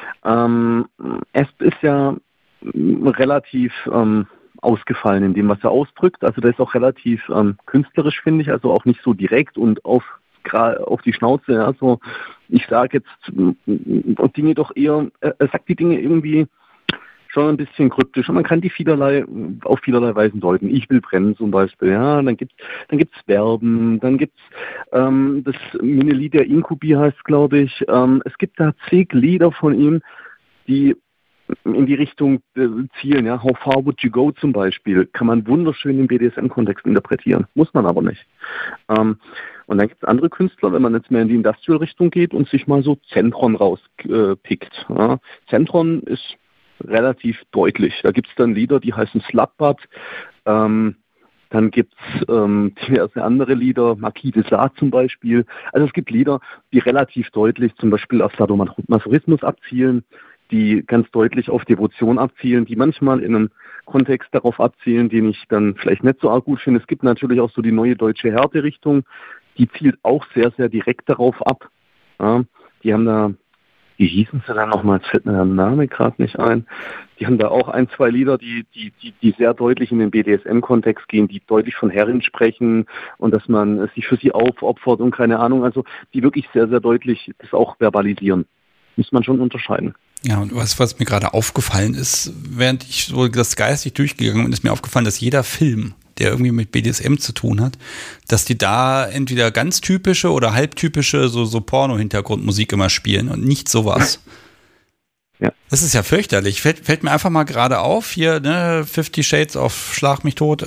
Speaker 3: Esp ist ja relativ ausgefallen in dem, was er ausdrückt. Also der ist auch relativ künstlerisch, finde ich, also auch nicht so direkt und auf die Schnauze. Also ich sage jetzt Dinge doch eher, er sagt die Dinge irgendwie schon ein bisschen kryptisch und man kann die auf vielerlei Weisen deuten. Ich will brennen zum Beispiel, ja, dann gibt's Verben, dann gibt's das Minelied der Inkubi heißt, glaube ich. Es gibt da zig Lieder von ihm, die in die Richtung zielen, ja. How far would you go zum Beispiel, kann man wunderschön im BDSM-Kontext interpretieren, muss man aber nicht. Und dann gibt es andere Künstler, wenn man jetzt mehr in die Industrial-Richtung geht und sich mal so Zentron rauspickt. Ja. Zentron ist relativ deutlich. Da gibt es dann Lieder, die heißen Slutbutt. Dann gibt es diverse andere Lieder, Marquis de Sade zum Beispiel. Also es gibt Lieder, die relativ deutlich zum Beispiel auf Sadomasochismus abzielen, die ganz deutlich auf Devotion abzielen, die manchmal in einem Kontext darauf abzielen, den ich dann vielleicht nicht so arg gut finde. Es gibt natürlich auch so die neue deutsche Härte-Richtung, die zielt auch sehr, sehr direkt darauf ab. Ja, die haben da, wie hießen sie dann nochmal, jetzt fällt mir der Name gerade nicht ein. Die haben da auch ein, zwei Lieder, die sehr deutlich in den BDSM-Kontext gehen, die deutlich von Herren sprechen und dass man sich für sie aufopfert und keine Ahnung, also die wirklich sehr, sehr deutlich das auch verbalisieren. Muss man schon unterscheiden.
Speaker 1: Ja, und was mir gerade aufgefallen ist, während ich so das geistig durchgegangen bin, ist mir aufgefallen, dass jeder Film, der irgendwie mit BDSM zu tun hat, dass die da entweder ganz typische oder halbtypische so Porno-Hintergrundmusik immer spielen und nicht sowas. Ja. Das ist ja fürchterlich. Fällt mir einfach mal gerade auf, hier, ne, 50 Shades of Schlag mich tot,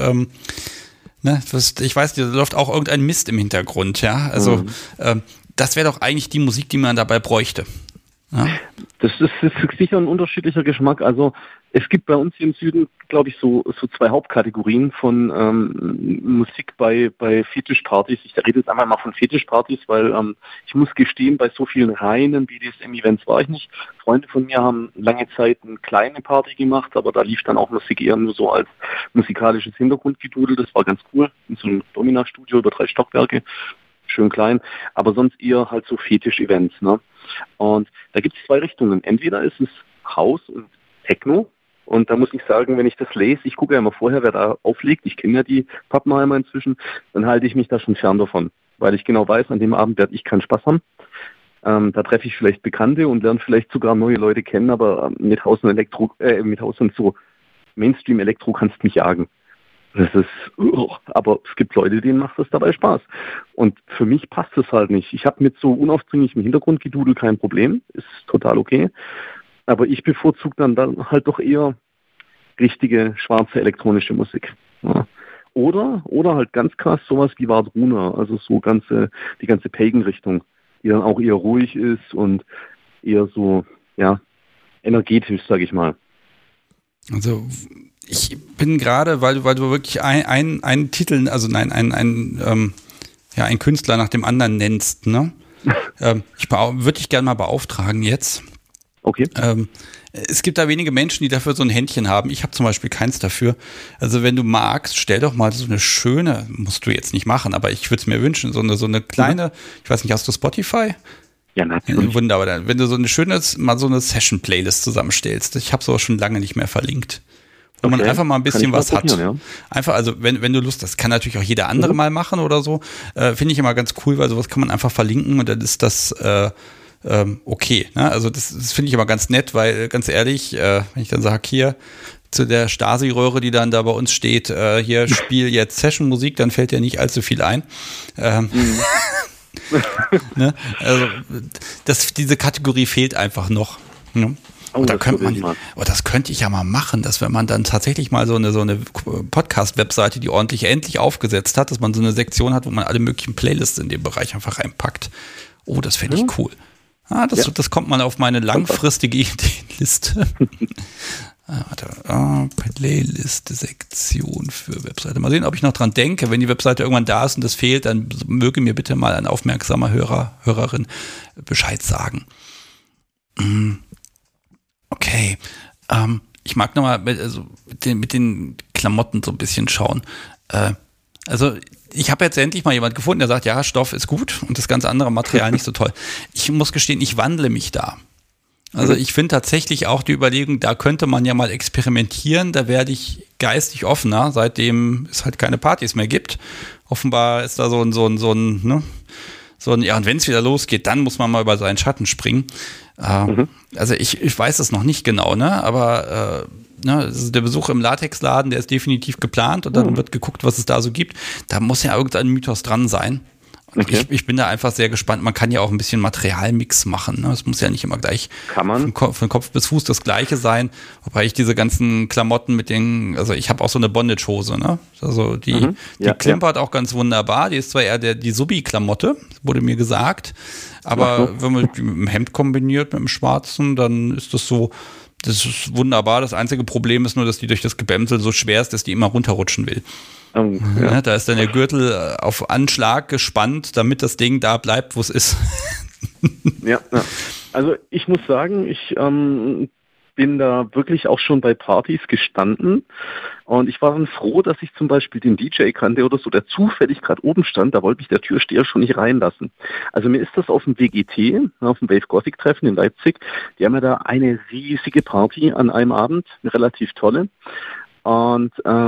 Speaker 1: ich weiß, da läuft auch irgendein Mist im Hintergrund, ja, also das wäre doch eigentlich die Musik, die man dabei bräuchte. Ja?
Speaker 3: ist sicher ein unterschiedlicher Geschmack. Also es gibt bei uns hier im Süden, glaube ich, so zwei Hauptkategorien von Musik bei Fetischpartys. Ich rede jetzt einmal mal von Fetischpartys, weil ich muss gestehen, bei so vielen reinen BDSM-Events war ich nicht. Freunde von mir haben lange Zeit eine kleine Party gemacht, aber da lief dann auch Musik eher nur so als musikalisches Hintergrundgedudel. Das war ganz cool. In so einem Domina-Studio über 3 Stockwerke. Schön klein, aber sonst eher halt so Fetisch-Events, ne? Und da gibt es 2 Richtungen. Entweder ist es House und Techno, und da muss ich sagen, wenn ich das lese, ich gucke ja immer vorher, wer da auflegt, ich kenne ja die Pappenheimer inzwischen, dann halte ich mich da schon fern davon, weil ich genau weiß, an dem Abend werde ich keinen Spaß haben. Da treffe ich vielleicht Bekannte und lerne vielleicht sogar neue Leute kennen, aber mit Haus und so Mainstream-Elektro kannst du mich jagen. Das ist, aber es gibt Leute, denen macht das dabei Spaß. Und für mich passt das halt nicht. Ich habe mit so unaufdringlichem Hintergrundgedudel kein Problem, ist total okay. Aber ich bevorzuge dann halt doch eher richtige, schwarze elektronische Musik. Ja. Oder halt ganz krass sowas wie Wardruna, also so die ganze Pagan-Richtung, die dann auch eher ruhig ist und eher so, ja, energetisch, sage ich mal.
Speaker 1: Also ich bin gerade, weil du wirklich einen Titel, also einen Künstler nach dem anderen nennst, ne? Ich würde dich gerne mal beauftragen jetzt.
Speaker 3: Okay.
Speaker 1: Es gibt da wenige Menschen, die dafür so ein Händchen haben. Ich habe zum Beispiel keins dafür. Also wenn du magst, stell doch mal so eine schöne, musst du jetzt nicht machen, aber ich würde es mir wünschen, so eine kleine, ich weiß nicht, hast du Spotify?
Speaker 3: Ja, natürlich.
Speaker 1: Wunderbar. Wenn du so eine Session-Playlist zusammenstellst, ich habe sowas schon lange nicht mehr verlinkt. Wo man einfach mal ein bisschen was hat. Ja. Einfach, also wenn du Lust hast, kann natürlich auch jeder andere mal machen oder so. Finde ich immer ganz cool, weil sowas kann man einfach verlinken und dann ist das okay. Ne? Also das finde ich immer ganz nett, weil ganz ehrlich, wenn ich dann sage, hier zu der Stasi-Röhre, die dann da bei uns steht, hier spiel jetzt Session-Musik, dann fällt dir nicht allzu viel ein. Ne? Also diese Kategorie fehlt einfach noch. Ne? Und da das könnte ich ja mal machen, dass wenn man dann tatsächlich mal so eine Podcast-Webseite, die endlich aufgesetzt hat, dass man so eine Sektion hat, wo man alle möglichen Playlists in dem Bereich einfach reinpackt. Oh, das fände ich cool. Das kommt mal auf meine langfristige Ideenliste. Playlist-Sektion für Webseite. Mal sehen, ob ich noch dran denke. Wenn die Webseite irgendwann da ist und das fehlt, dann möge mir bitte mal ein aufmerksamer Hörerin Bescheid sagen. Okay, ich mag nochmal mit den Klamotten so ein bisschen schauen. Also ich habe jetzt endlich mal jemand gefunden, der sagt, ja, Stoff ist gut und das ganze andere Material nicht so toll. Ich muss gestehen, ich wandle mich da. Also ich finde tatsächlich auch die Überlegung, da könnte man ja mal experimentieren, da werde ich geistig offener, seitdem es halt keine Partys mehr gibt. Offenbar ist da so ein, ja, und wenn es wieder losgeht, dann muss man mal über seinen Schatten springen. Also ich weiß es noch nicht genau, ne? Aber also der Besuch im Latexladen, der ist definitiv geplant und dann wird geguckt, was es da so gibt. Da muss ja irgendein Mythos dran sein. Okay. Ich bin da einfach sehr gespannt. Man kann ja auch ein bisschen Materialmix machen. Ne? Es muss ja nicht immer gleich von Kopf bis Fuß das Gleiche sein. Wobei ich diese ganzen Klamotten also ich habe auch so eine Bondage-Hose. Ne? Also die klimpert auch ganz wunderbar. Die ist zwar eher die Subi-Klamotte, wurde mir gesagt. Aber wenn man die mit dem Hemd kombiniert, mit dem schwarzen, dann ist das so, das ist wunderbar. Das einzige Problem ist nur, dass die durch das Gebämsel so schwer ist, dass die immer runterrutschen will. Ja, da ist dann der Gürtel auf Anschlag gespannt, damit das Ding da bleibt, wo es ist.
Speaker 3: Ja. Also ich muss sagen, ich bin da wirklich auch schon bei Partys gestanden und ich war dann froh, dass ich zum Beispiel den DJ kannte oder so, der zufällig gerade oben stand, da wollte mich der Türsteher schon nicht reinlassen. Also mir ist das auf dem WGT, auf dem Wave Gothic Treffen in Leipzig, die haben ja da eine riesige Party an einem Abend, eine relativ tolle, und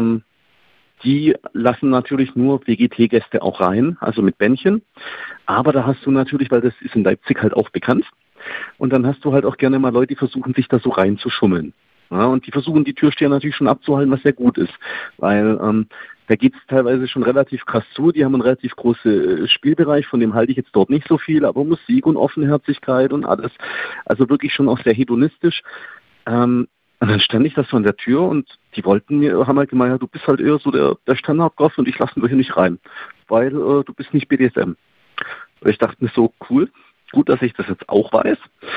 Speaker 3: die lassen natürlich nur WGT-Gäste auch rein, also mit Bändchen. Aber da hast du natürlich, weil das ist in Leipzig halt auch bekannt, und dann hast du halt auch gerne mal Leute, die versuchen, sich da so reinzuschummeln. Ja, und die versuchen, die Türsteher natürlich schon abzuhalten, was sehr gut ist. Weil da geht es teilweise schon relativ krass zu. Die haben einen relativ großen Spielbereich, von dem halte ich jetzt dort nicht so viel, aber Musik und Offenherzigkeit und alles. Also wirklich schon auch sehr hedonistisch. Und dann stand ich da so an der Tür und die haben halt gemeint, ja, du bist halt eher so der Standardgoth und ich lasse dich hier nicht rein, weil du bist nicht BDSM. Und ich dachte mir so, cool, gut, dass ich das jetzt auch weiß.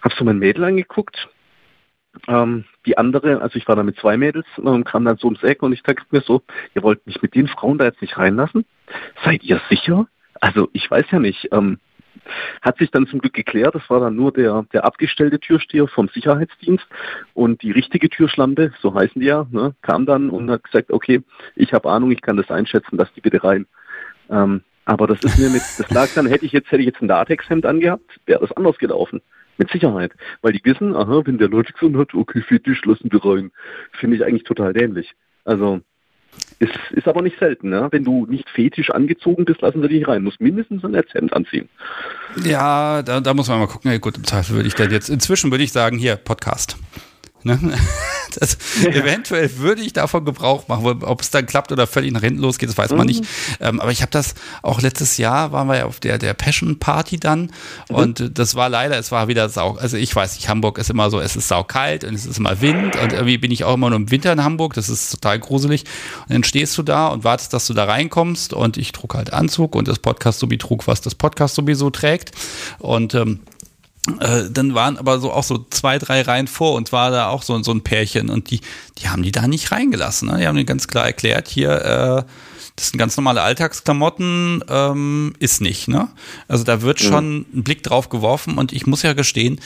Speaker 3: habe so mein Mädel angeguckt. Die andere, also ich war da mit 2 Mädels, kam dann so ums Eck und ich dachte mir so, ihr wollt mich mit den Frauen da jetzt nicht reinlassen? Seid ihr sicher? Also ich weiß ja nicht. Hat sich dann zum Glück geklärt, das war dann nur der abgestellte Türsteher vom Sicherheitsdienst und die richtige Türschlampe, so heißen die ja, ne, kam dann und hat gesagt, okay, ich habe Ahnung, ich kann das einschätzen, lass die bitte rein. Aber das ist mir das lag dann, hätte ich jetzt ein Latexhemd angehabt, wäre das anders gelaufen. Mit Sicherheit. Weil die wissen, aha, wenn der Latex hat, okay, Fetisch, lassen wir rein. Finde ich eigentlich total dämlich. Also, ist aber nicht selten, ne? Wenn du nicht fetisch angezogen bist, lassen sie dich rein. Muss mindestens ein Hemd anziehen.
Speaker 1: Ja, da muss man mal gucken. Ja, gut, im Zweifel würde ich dann jetzt, inzwischen würde ich sagen, hier, Podcast. Ne? Eventuell würde ich davon Gebrauch machen, ob es dann klappt oder völlig nach hinten losgeht, das weiß man nicht. Aber ich habe das auch letztes Jahr, waren wir ja auf der Passion Party dann und das war leider, es war wieder also ich weiß nicht, Hamburg ist immer so, es ist saukalt und es ist immer Wind und irgendwie bin ich auch immer nur im Winter in Hamburg, das ist total gruselig und dann stehst du da und wartest, dass du da reinkommst und ich trug halt Anzug und das Podcast-Subi trug, was das Podcast sowieso trägt und dann waren aber auch so 2, 3 Reihen vor uns war da auch so ein Pärchen und die haben die da nicht reingelassen. Ne? Die haben mir ganz klar erklärt, hier, das sind ganz normale Alltagsklamotten, ist nicht. Ne? Also da wird schon ein Blick drauf geworfen und ich muss ja gestehen,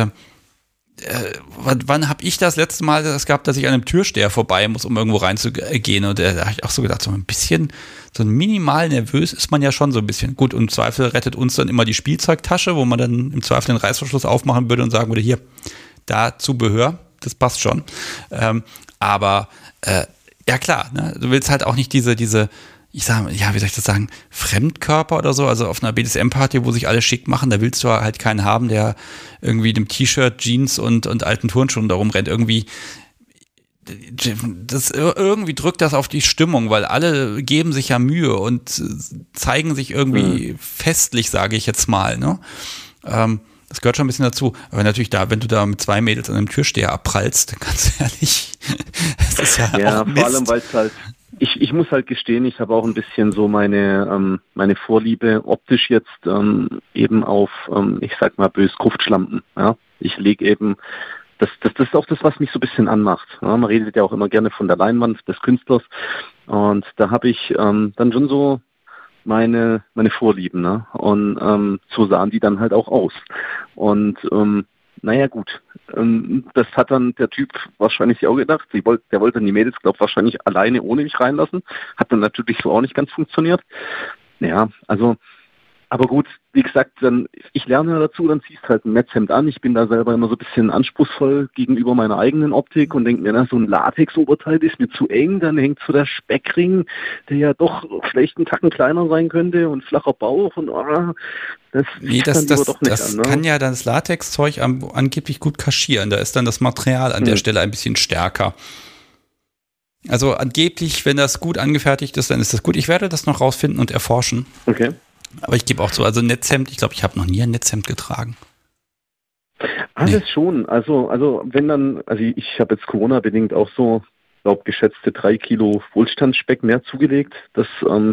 Speaker 1: wann habe ich das letzte Mal das gehabt, dass ich an einem Türsteher vorbei muss, um irgendwo reinzugehen und da habe ich auch so gedacht, so ein bisschen, so minimal nervös ist man ja schon so ein bisschen. Gut, und im Zweifel rettet uns dann immer die Spielzeugtasche, wo man dann im Zweifel den Reißverschluss aufmachen würde und sagen würde, hier, da Zubehör, das passt schon. Aber ja klar, ne, du willst halt auch nicht diese ich sage, ja, wie soll ich das sagen, Fremdkörper oder so, also auf einer BDSM-Party, wo sich alle schick machen, da willst du halt keinen haben, der irgendwie dem T-Shirt, Jeans und alten Turnschuhen da rumrennt. Irgendwie drückt das auf die Stimmung, weil alle geben sich ja Mühe und zeigen sich irgendwie festlich, sage ich jetzt mal, ne? Das gehört schon ein bisschen dazu. Aber natürlich wenn du da mit 2 Mädels an einem Türsteher abprallst, ganz ehrlich, das ist ja auch Mist.
Speaker 3: Vor allem, weil es halt ich muss halt gestehen, ich habe auch ein bisschen so meine Vorliebe optisch jetzt eben auf, ich sag mal, bös Gruftschlampen. Ja? Ich lege eben, das ist auch das, was mich so ein bisschen anmacht. Ja? Man redet ja auch immer gerne von der Leinwand des Künstlers und da habe ich dann schon so meine Vorlieben. Ne? Und so sahen die dann halt auch aus. Und naja gut, das hat dann der Typ wahrscheinlich auch gedacht. Der wollte dann die Mädels, glaube wahrscheinlich alleine ohne mich reinlassen. Hat dann natürlich so auch nicht ganz funktioniert. Ja, also, aber gut, wie gesagt, ich lerne dazu, dann ziehst halt ein Netzhemd an. Ich bin da selber immer so ein bisschen anspruchsvoll gegenüber meiner eigenen Optik und denke mir, so ein Latex-Oberteil ist mir zu eng, dann hängt so der Speckring, der ja doch vielleicht einen Tacken kleiner sein könnte und flacher Bauch und das
Speaker 1: kann ja das Latexzeug angeblich gut kaschieren. Da ist dann das Material an der Stelle ein bisschen stärker. Also angeblich, wenn das gut angefertigt ist, dann ist das gut. Ich werde das noch rausfinden und erforschen.
Speaker 3: Okay.
Speaker 1: Aber ich gebe auch so, also Netzhemd, ich glaube, ich habe noch nie ein Netzhemd getragen.
Speaker 3: Alles schon. Also wenn dann, also ich habe jetzt Corona-bedingt auch so, glaube geschätzte 3 Kilo Wohlstandsspeck mehr zugelegt. Das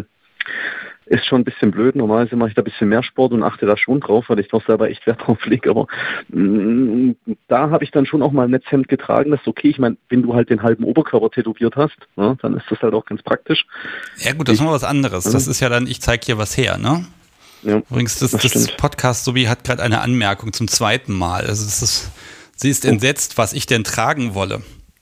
Speaker 3: ist schon ein bisschen blöd. Normalerweise mache ich da ein bisschen mehr Sport und achte da schon drauf, weil ich doch selber echt Wert drauf lege. Aber da habe ich dann schon auch mal ein Netzhemd getragen. Das ist okay. Ich meine, wenn du halt den halben Oberkörper tätowiert hast, ne, dann ist das halt auch ganz praktisch.
Speaker 1: Ja gut, das ist noch was anderes. Das ist ja dann, ich zeige hier was her, ne? Ja, übrigens, das Podcast-Subi hat gerade eine Anmerkung zum 2. Mal. Also sie ist entsetzt, was ich denn tragen wolle.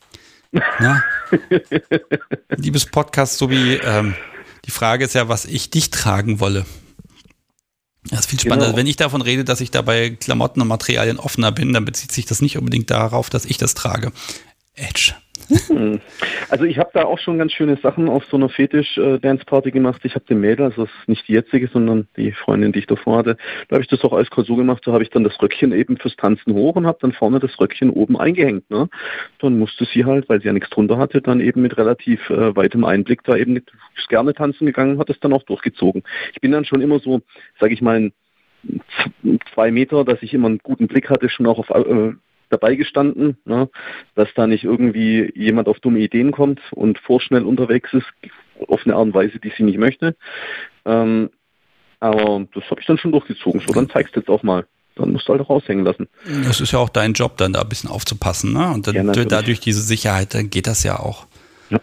Speaker 1: Liebes Podcast-Subi, die Frage ist ja, was ich dich tragen wolle. Das ist viel spannender. Genau. Wenn ich davon rede, dass ich da bei Klamotten und Materialien offener bin, dann bezieht sich das nicht unbedingt darauf, dass ich das trage. Edge.
Speaker 3: Also ich habe da auch schon ganz schöne Sachen auf so einer Fetisch-Dance-Party gemacht. Ich habe den Mädel, also das ist nicht die jetzige, sondern die Freundin, die ich davor hatte, da habe ich das auch eiskalt so gemacht, da habe ich dann das Röckchen eben fürs Tanzen hoch und habe dann vorne das Röckchen oben eingehängt. Ne? Dann musste sie halt, weil sie ja nichts drunter hatte, dann eben mit relativ weitem Einblick da eben gerne tanzen gegangen, hat es dann auch durchgezogen. Ich bin dann schon immer so, sage ich mal, 2 Meter, dass ich immer einen guten Blick hatte, schon auch auf dabei gestanden, ne, dass da nicht irgendwie jemand auf dumme Ideen kommt und vorschnell unterwegs ist, auf eine Art und Weise, die sie nicht möchte. Aber das habe ich dann schon durchgezogen. So, dann zeigst du jetzt auch mal. dann musst du halt raushängen lassen.
Speaker 1: Das ist ja auch dein Job, dann da ein bisschen aufzupassen, ne? Und dann dadurch diese Sicherheit, dann geht das ja auch. Ja.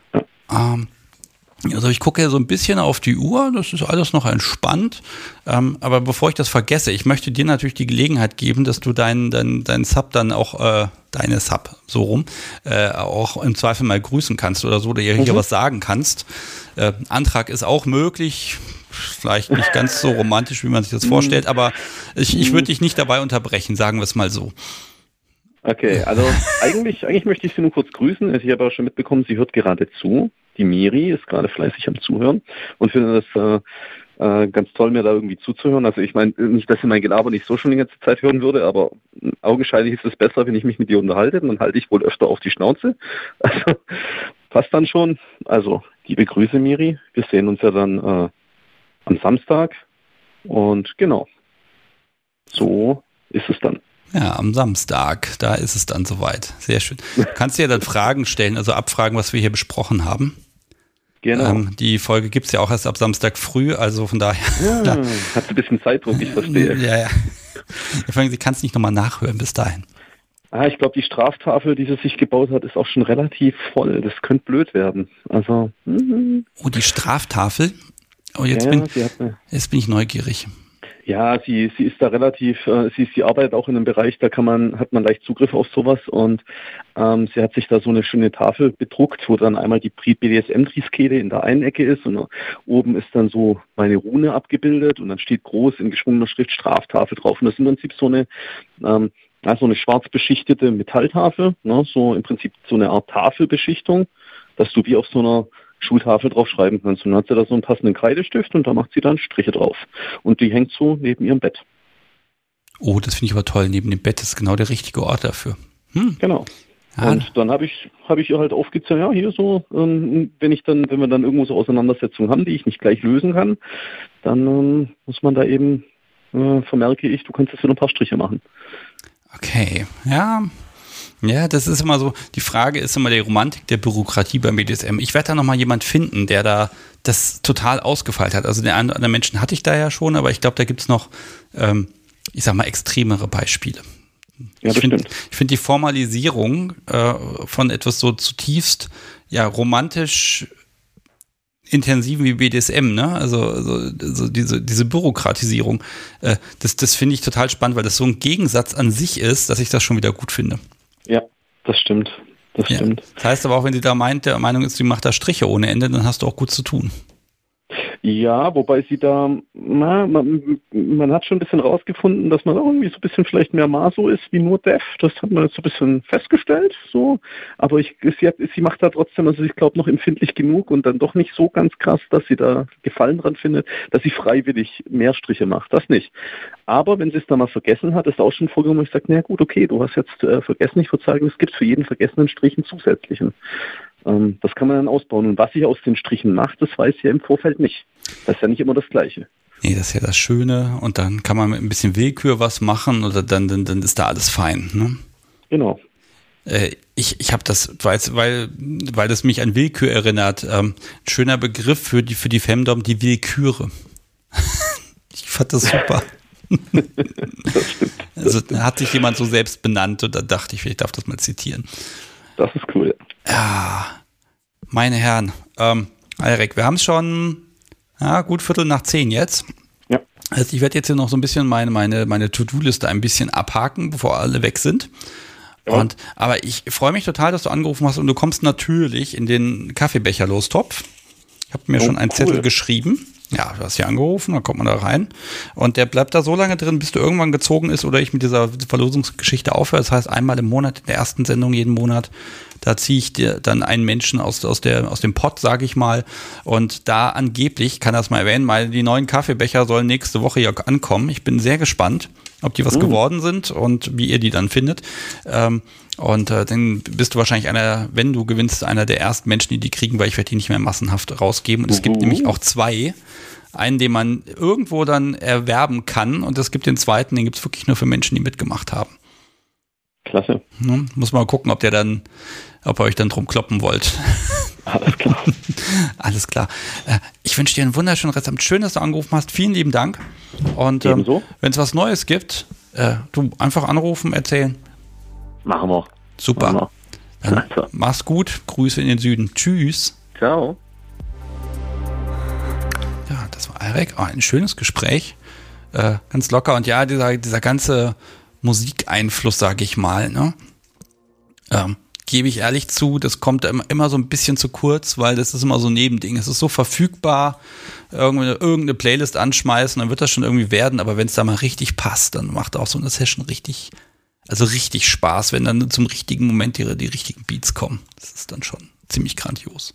Speaker 1: Also ich gucke ja so ein bisschen auf die Uhr, das ist alles noch entspannt, aber bevor ich das vergesse, ich möchte dir natürlich die Gelegenheit geben, dass du deinen Sub dann auch, deine Sub, so rum, auch im Zweifel mal grüßen kannst oder so, oder ihr hier was sagen kannst. Antrag ist auch möglich, vielleicht nicht ganz so romantisch, wie man sich das vorstellt, aber ich würde dich nicht dabei unterbrechen, sagen wir es mal so.
Speaker 3: Okay, also eigentlich möchte ich Sie nur kurz grüßen. Ich habe aber schon mitbekommen, sie hört gerade zu. Die Miri ist gerade fleißig am Zuhören und finde das ganz toll, mir da irgendwie zuzuhören. Also ich meine, nicht, dass sie mein Gelaber nicht so schon die ganze Zeit hören würde, aber augenscheinlich ist es besser, wenn ich mich mit ihr unterhalte. Dann halte ich wohl öfter auf die Schnauze. Also passt dann schon. Also liebe Grüße, Miri. Wir sehen uns ja dann am Samstag. Und genau, so ist es dann.
Speaker 1: Ja, am Samstag, da ist es dann soweit. Sehr schön. Du kannst dir dann Fragen stellen, also abfragen, was wir hier besprochen haben.
Speaker 3: Genau.
Speaker 1: Die Folge gibt es ja auch erst ab Samstag früh, also von daher.
Speaker 3: Ja, hat ein bisschen Zeitdruck, ich verstehe.
Speaker 1: Ja. Vor allem, sie kann es nicht nochmal nachhören bis dahin.
Speaker 3: Ich glaube, die Straftafel, die sie sich gebaut hat, ist auch schon relativ voll. Das könnte blöd werden. Also.
Speaker 1: Oh, die Straftafel? Oh, jetzt bin ich neugierig.
Speaker 3: Ja, sie ist da relativ, sie arbeitet auch in einem Bereich, da hat man leicht Zugriff auf sowas und sie hat sich da so eine schöne Tafel bedruckt, wo dann einmal die BDSM-Triskele in der einen Ecke ist und oben ist dann so meine Rune abgebildet und dann steht groß in geschwungener Schrift Straftafel drauf und das ist im Prinzip so eine schwarz beschichtete Metalltafel, ne, so im Prinzip so eine Art Tafelbeschichtung, dass du wie auf so einer Schultafel drauf schreiben kannst. Und dann hat sie da so einen passenden Kreidestift und da macht sie dann Striche drauf. Und die hängt so neben ihrem Bett.
Speaker 1: Oh, das finde ich aber toll. Neben dem Bett ist genau der richtige Ort dafür.
Speaker 3: Genau. Ja. Und dann habe ich ihr halt aufgezählt, ja, hier so, wenn wir dann irgendwo so Auseinandersetzungen haben, die ich nicht gleich lösen kann, dann muss man da eben, vermerke ich, du kannst jetzt wieder ein paar Striche machen.
Speaker 1: Okay, ja. Ja, das ist immer so, die Frage ist immer die Romantik der Bürokratie beim BDSM. Ich werde da nochmal jemand finden, der da das total ausgefeilt hat. Also den einen oder anderen Menschen hatte ich da ja schon, aber ich glaube, da gibt es noch, ich sag mal, extremere Beispiele.
Speaker 3: Ja,
Speaker 1: ich finde die Formalisierung von etwas so zutiefst romantisch intensiven wie BDSM, ne? Also diese Bürokratisierung, das finde ich total spannend, weil das so ein Gegensatz an sich ist, dass ich das schon wieder gut finde.
Speaker 3: Ja, das stimmt. Das stimmt.
Speaker 1: Das heißt aber auch, wenn sie da der Meinung ist, sie macht da Striche ohne Ende, dann hast du auch gut zu tun.
Speaker 3: Ja, wobei sie da, man hat schon ein bisschen rausgefunden, dass man auch irgendwie so ein bisschen vielleicht mehr Maso ist wie nur Dev. Das hat man jetzt so ein bisschen festgestellt, so. Aber sie macht da trotzdem, also ich glaube, noch empfindlich genug und dann doch nicht so ganz krass, dass sie da Gefallen dran findet, dass sie freiwillig mehr Striche macht. Das nicht. Aber wenn sie es da mal vergessen hat, ist auch schon vorgekommen, wo ich sage, na gut, okay, du hast jetzt vergessen, ich würde sagen, es gibt für jeden vergessenen Strich einen zusätzlichen. Das kann man dann ausbauen. Und was sie aus den Strichen macht, das weiß sie ja im Vorfeld nicht. Das ist ja nicht immer das Gleiche.
Speaker 1: Nee, das ist ja das Schöne. Und dann kann man mit ein bisschen Willkür was machen oder dann ist da alles fein. Ne?
Speaker 3: Genau.
Speaker 1: Ich habe das, weil das mich an Willkür erinnert, ein schöner Begriff für die Femdom, die Willküre. Ich fand das super. Also da hat sich jemand so selbst benannt und da dachte ich darf das mal zitieren.
Speaker 3: Das ist cool.
Speaker 1: Ja, meine Herren, Alrik, wir haben es schon gut 9:15 jetzt.
Speaker 3: Ja.
Speaker 1: Also ich werde jetzt hier noch so ein bisschen meine To-Do-Liste ein bisschen abhaken, bevor alle weg sind. Ja. Aber ich freue mich total, dass du angerufen hast und du kommst natürlich in den Kaffeebecher-Lostopf. Ich habe mir schon einen Zettel geschrieben. Ja, du hast hier angerufen, dann kommt man da rein. Und der bleibt da so lange drin, bis du irgendwann gezogen ist oder ich mit dieser Verlosungsgeschichte aufhöre. Das heißt, einmal im Monat, in der ersten Sendung jeden Monat, da ziehe ich dir dann einen Menschen aus dem Pott, sage ich mal. Und da angeblich, kann das mal erwähnen, die neuen Kaffeebecher sollen nächste Woche hier ankommen. Ich bin sehr gespannt, ob die was geworden sind und wie ihr die dann findet. Und dann bist du wahrscheinlich wenn du gewinnst, einer der ersten Menschen, die kriegen, weil ich werde die nicht mehr massenhaft rausgeben. Und es gibt nämlich auch zwei. Einen, den man irgendwo dann erwerben kann und es gibt den zweiten, den gibt es wirklich nur für Menschen, die mitgemacht haben.
Speaker 3: Klasse.
Speaker 1: Muss mal gucken, ob ihr euch dann drum kloppen wollt.
Speaker 3: Alles klar.
Speaker 1: Alles klar. Ich wünsche dir einen wunderschönen Restabend. Schön, dass du angerufen hast. Vielen lieben Dank. Und wenn es was Neues gibt, Du einfach anrufen, erzählen.
Speaker 3: Machen wir.
Speaker 1: Super.
Speaker 3: Machen wir.
Speaker 1: Dann
Speaker 3: Also.
Speaker 1: mach's gut. Grüße in den Süden. Tschüss.
Speaker 3: Ciao.
Speaker 1: Ja, das war Alrik. Oh, ein schönes Gespräch. Ganz locker. Und ja, dieser ganze Musikeinfluss, sage ich mal, ne? Gebe ich ehrlich zu, das kommt immer so ein bisschen zu kurz, weil das ist immer so ein Nebending. Es ist so verfügbar, irgendeine Playlist anschmeißen, dann wird das schon irgendwie werden, aber wenn es da mal richtig passt, dann macht auch so eine Session richtig Spaß, wenn dann zum richtigen Moment die richtigen Beats kommen. Das ist dann schon ziemlich grandios.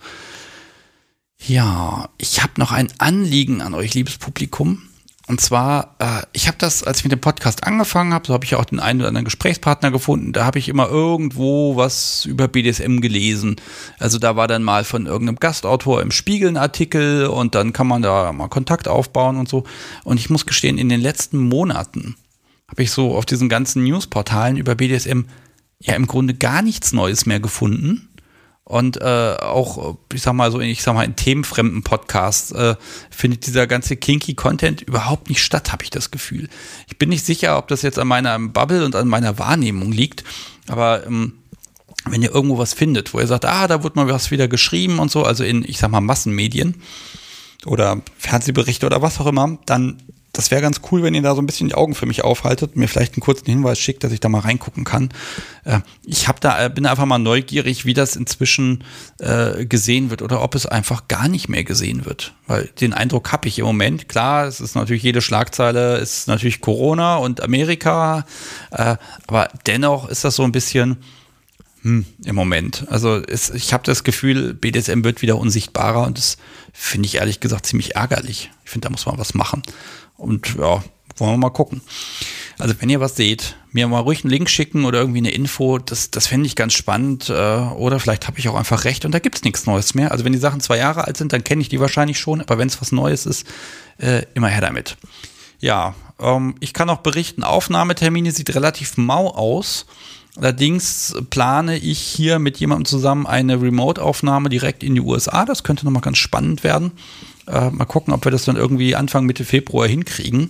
Speaker 1: Ja, ich habe noch ein Anliegen an euch, liebes Publikum. Und zwar, ich habe das, als ich mit dem Podcast angefangen habe, so habe ich ja auch den einen oder anderen Gesprächspartner gefunden, da habe ich immer irgendwo was über BDSM gelesen. Also da war dann mal von irgendeinem Gastautor im Spiegel ein Artikel und dann kann man da mal Kontakt aufbauen und so. Und ich muss gestehen, in den letzten Monaten habe ich so auf diesen ganzen Newsportalen über BDSM ja im Grunde gar nichts Neues mehr gefunden. Und auch, ich sag mal in themenfremden Podcasts findet dieser ganze kinky Content überhaupt nicht statt, habe ich das Gefühl. Ich bin nicht sicher, ob das jetzt an meiner Bubble und an meiner Wahrnehmung liegt, aber wenn ihr irgendwo was findet, wo ihr sagt, da wird mal was wieder geschrieben und so, also in, ich sag mal, Massenmedien oder Fernsehberichte oder was auch immer, dann das wäre ganz cool, wenn ihr da so ein bisschen die Augen für mich aufhaltet, mir vielleicht einen kurzen Hinweis schickt, dass ich da mal reingucken kann. Ich bin einfach mal neugierig, wie das inzwischen gesehen wird oder ob es einfach gar nicht mehr gesehen wird. Weil den Eindruck habe ich im Moment. Klar, es ist natürlich jede Schlagzeile, ist natürlich Corona und Amerika, aber dennoch ist das so ein bisschen im Moment. Also ich habe das Gefühl, BDSM wird wieder unsichtbarer und das finde ich ehrlich gesagt ziemlich ärgerlich. Ich finde, da muss man was machen. Und ja, wollen wir mal gucken. Also wenn ihr was seht, mir mal ruhig einen Link schicken oder irgendwie eine Info, das fände ich ganz spannend. Oder vielleicht habe ich auch einfach recht und da gibt es nichts Neues mehr. Also wenn die Sachen 2 Jahre alt sind, dann kenne ich die wahrscheinlich schon. Aber wenn es was Neues ist, immer her damit. Ja, ich kann auch berichten, Aufnahmetermine sieht relativ mau aus. Allerdings plane ich hier mit jemandem zusammen eine Remote-Aufnahme direkt in die USA. Das könnte nochmal ganz spannend werden. Mal gucken, ob wir das dann irgendwie Anfang, Mitte Februar hinkriegen.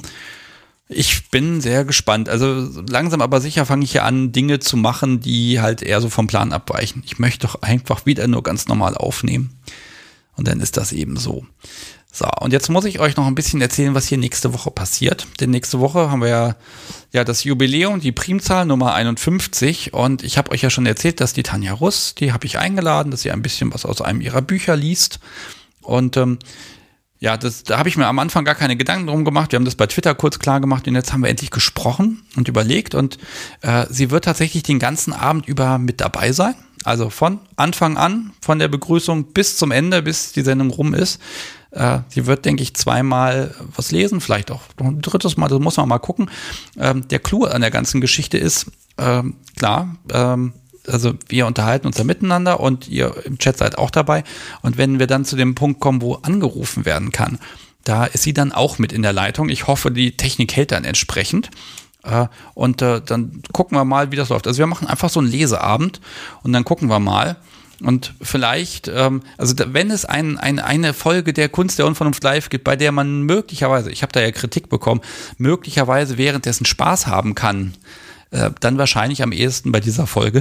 Speaker 1: Ich bin sehr gespannt. Also langsam aber sicher fange ich hier an, Dinge zu machen, die halt eher so vom Plan abweichen. Ich möchte doch einfach wieder nur ganz normal aufnehmen. Und dann ist das eben so. So, und jetzt muss ich euch noch ein bisschen erzählen, was hier nächste Woche passiert. Denn nächste Woche haben wir ja das Jubiläum, die Primzahl Nummer 51. Und ich habe euch ja schon erzählt, dass die Tanja Russ, die habe ich eingeladen, dass sie ein bisschen was aus einem ihrer Bücher liest. Und da habe ich mir am Anfang gar keine Gedanken drum gemacht. Wir haben das bei Twitter kurz klar gemacht und jetzt haben wir endlich gesprochen und überlegt. Und sie wird tatsächlich den ganzen Abend über mit dabei sein. Also von Anfang an, von der Begrüßung bis zum Ende, bis die Sendung rum ist. Sie wird, denke ich, 2-mal was lesen, vielleicht auch noch ein 3. Mal, das muss man mal gucken. Der Clou an der ganzen Geschichte ist, also wir unterhalten uns da miteinander und ihr im Chat seid auch dabei. Und wenn wir dann zu dem Punkt kommen, wo angerufen werden kann, da ist sie dann auch mit in der Leitung. Ich hoffe, die Technik hält dann entsprechend. Und dann gucken wir mal, wie das läuft. Also wir machen einfach so einen Leseabend und dann gucken wir mal. Und vielleicht, wenn es eine Folge der Kunst der Unvernunft live gibt, bei der man möglicherweise, ich habe da ja Kritik bekommen, möglicherweise währenddessen Spaß haben kann, dann wahrscheinlich am ehesten bei dieser Folge.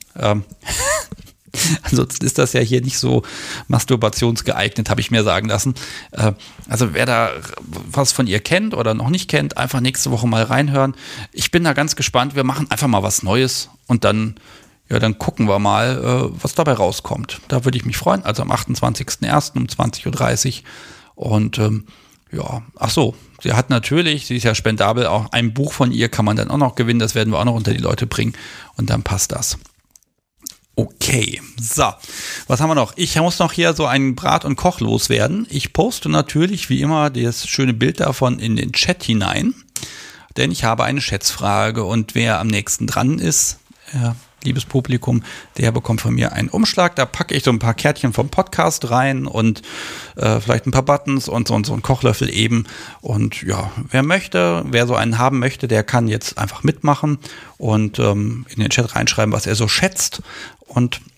Speaker 1: Ansonsten ist das ja hier nicht so masturbationsgeeignet, habe ich mir sagen lassen. Also wer da was von ihr kennt oder noch nicht kennt, einfach nächste Woche mal reinhören. Ich bin da ganz gespannt. Wir machen einfach mal was Neues und dann gucken wir mal, was dabei rauskommt. Da würde ich mich freuen. Also am 28.01. um 20.30 Uhr. Und sie hat natürlich, sie ist ja spendabel, auch ein Buch von ihr kann man dann auch noch gewinnen. Das werden wir auch noch unter die Leute bringen. Und dann passt das. Okay, so, was haben wir noch? Ich muss noch hier so einen Brat- und Koch loswerden. Ich poste natürlich wie immer das schöne Bild davon in den Chat hinein, denn ich habe eine Schätzfrage und wer am nächsten dran ist, liebes Publikum, der bekommt von mir einen Umschlag. Da packe ich so ein paar Kärtchen vom Podcast rein und vielleicht ein paar Buttons und so einen Kochlöffel eben. Und ja, wer so einen haben möchte, der kann jetzt einfach mitmachen und in den Chat reinschreiben, was er so schätzt. Und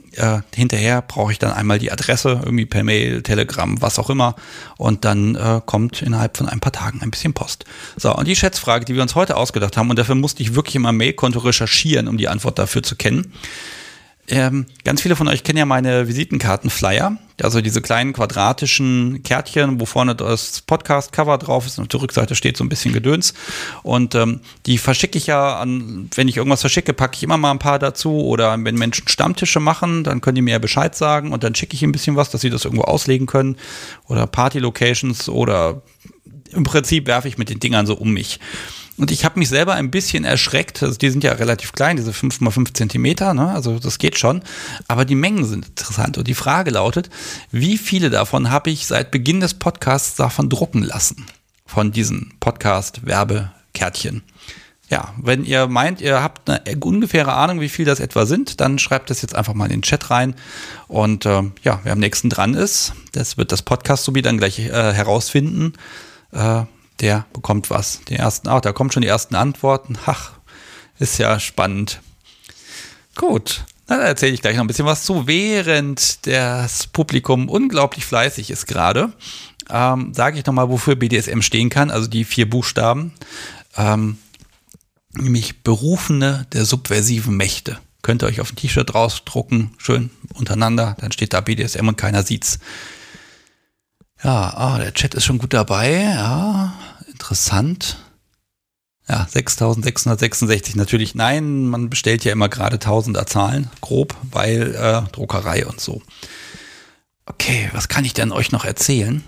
Speaker 1: hinterher brauche ich dann einmal die Adresse, irgendwie per Mail, Telegram, was auch immer. Und dann kommt innerhalb von ein paar Tagen ein bisschen Post. So, und die Schätzfrage, die wir uns heute ausgedacht haben, und dafür musste ich wirklich in meinem Mailkonto recherchieren, um die Antwort dafür zu kennen. Ganz viele von euch kennen ja meine Visitenkartenflyer, also diese kleinen quadratischen Kärtchen, wo vorne das Podcast-Cover drauf ist und auf der Rückseite steht so ein bisschen Gedöns. Und die verschicke ich ja wenn ich irgendwas verschicke, packe ich immer mal ein paar dazu. Oder wenn Menschen Stammtische machen, dann können die mir ja Bescheid sagen und dann schicke ich ein bisschen was, dass sie das irgendwo auslegen können. Oder Party-Locations oder im Prinzip werfe ich mit den Dingern so um mich. Und ich habe mich selber ein bisschen erschreckt. Also die sind ja relativ klein, diese 5x5 Zentimeter, ne? Also das geht schon. Aber die Mengen sind interessant. Und die Frage lautet, wie viele davon habe ich seit Beginn des Podcasts davon drucken lassen? Von diesen Podcast-Werbekärtchen. Ja, wenn ihr meint, ihr habt eine ungefähre Ahnung, wie viel das etwa sind, dann schreibt das jetzt einfach mal in den Chat rein. Und wer am nächsten dran ist, das wird das Podcast-Subi dann gleich herausfinden. Der bekommt was. Da kommen schon die ersten Antworten. Ach, ist ja spannend. Gut, da erzähle ich gleich noch ein bisschen was zu. Während das Publikum unglaublich fleißig ist gerade, sage ich nochmal, wofür BDSM stehen kann. Also die 4 Buchstaben. Nämlich Berufene der subversiven Mächte. Könnt ihr euch auf ein T-Shirt rausdrucken, schön untereinander. Dann steht da BDSM und keiner sieht's. Ja, der Chat ist schon gut dabei. Ja, interessant. Ja, 6.666 natürlich. Nein, man bestellt ja immer gerade Tausender-Zahlen, grob, weil Druckerei und so. Okay, was kann ich denn euch noch erzählen?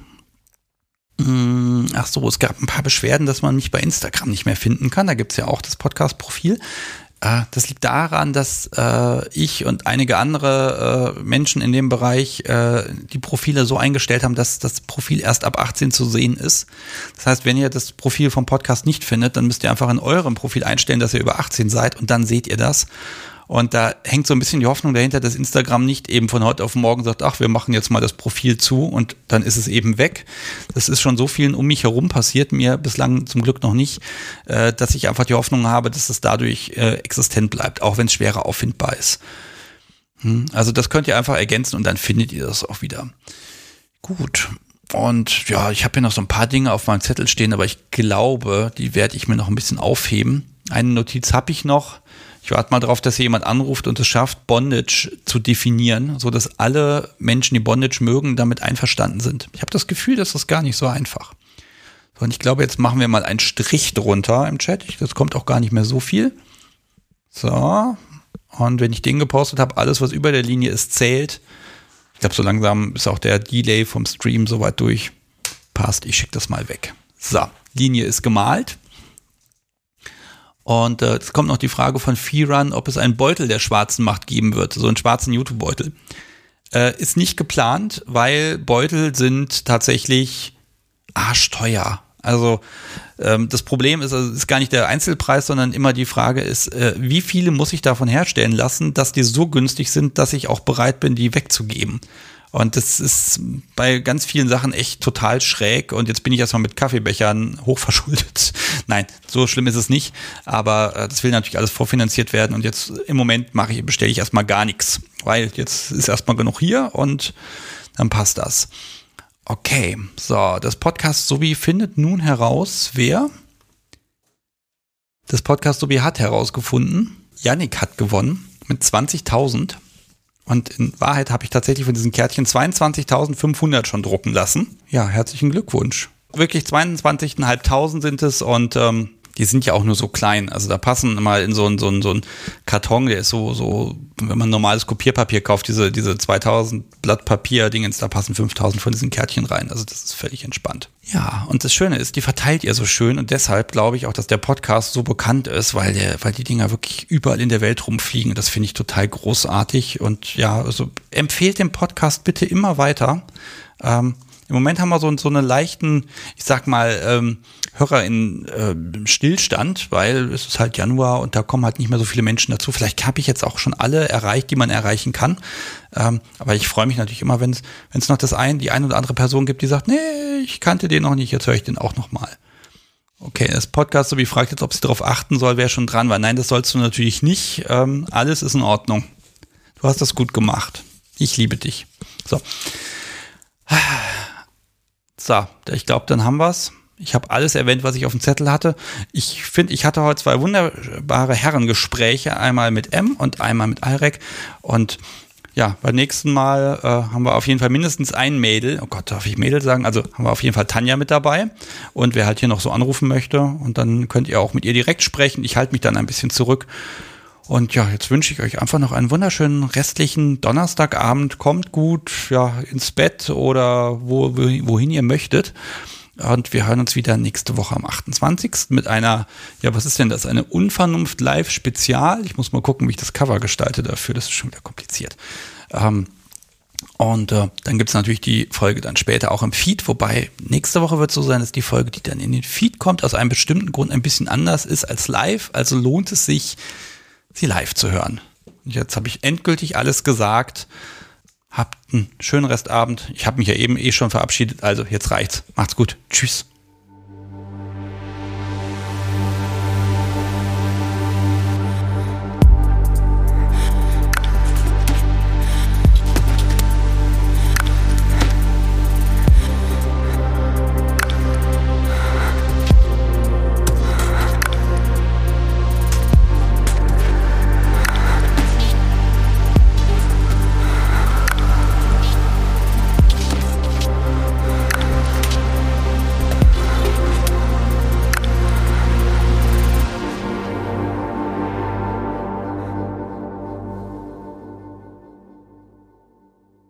Speaker 1: Ach so, es gab ein paar Beschwerden, dass man mich bei Instagram nicht mehr finden kann. Da gibt's ja auch das Podcast-Profil. Das liegt daran, dass ich und einige andere Menschen in dem Bereich die Profile so eingestellt haben, dass das Profil erst ab 18 zu sehen ist. Das heißt, wenn ihr das Profil vom Podcast nicht findet, dann müsst ihr einfach in eurem Profil einstellen, dass ihr über 18 seid und dann seht ihr das. Und da hängt so ein bisschen die Hoffnung dahinter, dass Instagram nicht eben von heute auf morgen sagt, ach, wir machen jetzt mal das Profil zu und dann ist es eben weg. Das ist schon so vielen um mich herum passiert, mir bislang zum Glück noch nicht, dass ich einfach die Hoffnung habe, dass es dadurch existent bleibt, auch wenn es schwerer auffindbar ist. Also das könnt ihr einfach ergänzen und dann findet ihr das auch wieder. Gut. Und ja, ich habe hier noch so ein paar Dinge auf meinem Zettel stehen, aber ich glaube, die werde ich mir noch ein bisschen aufheben. Eine Notiz habe ich noch. Ich warte mal darauf, dass hier jemand anruft und es schafft, Bondage zu definieren, so dass alle Menschen, die Bondage mögen, damit einverstanden sind. Ich habe das Gefühl, das ist gar nicht so einfach. So, und ich glaube, jetzt machen wir mal einen Strich drunter im Chat. Das kommt auch gar nicht mehr so viel. So. Und wenn ich den gepostet habe, alles, was über der Linie ist, zählt. Ich glaube, so langsam ist auch der Delay vom Stream soweit durch. Passt, ich schicke das mal weg. So, Linie ist gemalt. Und es kommt noch die Frage von Fearun, ob es einen Beutel der schwarzen Macht geben wird, so einen schwarzen YouTube-Beutel. Ist nicht geplant, weil Beutel sind tatsächlich arschteuer. Also das Problem ist gar nicht der Einzelpreis, sondern immer die Frage ist, wie viele muss ich davon herstellen lassen, dass die so günstig sind, dass ich auch bereit bin, die wegzugeben. Und das ist bei ganz vielen Sachen echt total schräg. Und jetzt bin ich erstmal mit Kaffeebechern hochverschuldet. Nein, so schlimm ist es nicht. Aber das will natürlich alles vorfinanziert werden. Und jetzt im Moment bestelle ich erstmal gar nichts. Weil jetzt ist erstmal genug hier und dann passt das. Okay, so, das Podcast-Subi findet nun heraus, wer? Das Podcast-Subi hat herausgefunden, Yannick hat gewonnen mit 20.000. Und in Wahrheit habe ich tatsächlich von diesen Kärtchen 22.500 schon drucken lassen. Ja, herzlichen Glückwunsch. Wirklich 22.500 sind es und die sind ja auch nur so klein. Also da passen mal in so ein Karton, der ist so, wenn man normales Kopierpapier kauft, diese 2000 Blatt Papier-Dingens, da passen 5.000 von diesen Kärtchen rein. Also das ist völlig entspannt. Ja, und das Schöne ist, die verteilt ihr so schön und deshalb glaube ich auch, dass der Podcast so bekannt ist, weil die Dinger wirklich überall in der Welt rumfliegen. Das finde ich total großartig und ja, also empfehlt den Podcast bitte immer weiter. Im Moment haben wir so einen leichten, ich sag mal, Hörer in Stillstand, weil es ist halt Januar und da kommen halt nicht mehr so viele Menschen dazu. Vielleicht habe ich jetzt auch schon alle erreicht, die man erreichen kann. Aber ich freue mich natürlich immer, wenn es noch die eine oder andere Person gibt, die sagt, nee, ich kannte den noch nicht, jetzt höre ich den auch noch mal. Okay, das Podcast-Subi fragt jetzt, ob sie darauf achten soll, wer schon dran war. Nein, das sollst du natürlich nicht. Alles ist in Ordnung. Du hast das gut gemacht. Ich liebe dich. So. So, ich glaube, dann haben wir's. Ich habe alles erwähnt, was ich auf dem Zettel hatte. Ich finde, ich hatte heute 2 wunderbare Herrengespräche. Einmal mit M und einmal mit Alrek. Und ja, beim nächsten Mal haben wir auf jeden Fall mindestens ein Mädel. Oh Gott, darf ich Mädel sagen? Also haben wir auf jeden Fall Tanja mit dabei. Und wer halt hier noch so anrufen möchte. Und dann könnt ihr auch mit ihr direkt sprechen. Ich halte mich dann ein bisschen zurück. Und ja, jetzt wünsche ich euch einfach noch einen wunderschönen restlichen Donnerstagabend. Kommt gut ins Bett oder wohin ihr möchtet. Und wir hören uns wieder nächste Woche am 28. mit einer, was ist denn das? Eine Unvernunft-Live-Spezial. Ich muss mal gucken, wie ich das Cover gestalte dafür. Das ist schon wieder kompliziert. Und dann gibt es natürlich die Folge dann später auch im Feed. Wobei nächste Woche wird es so sein, dass die Folge, die dann in den Feed kommt, aus einem bestimmten Grund ein bisschen anders ist als live. Also lohnt es sich, sie live zu hören. Und jetzt habe ich endgültig alles gesagt. Habt einen schönen Restabend. Ich habe mich ja eben schon verabschiedet, also jetzt reicht's. Macht's gut. Tschüss.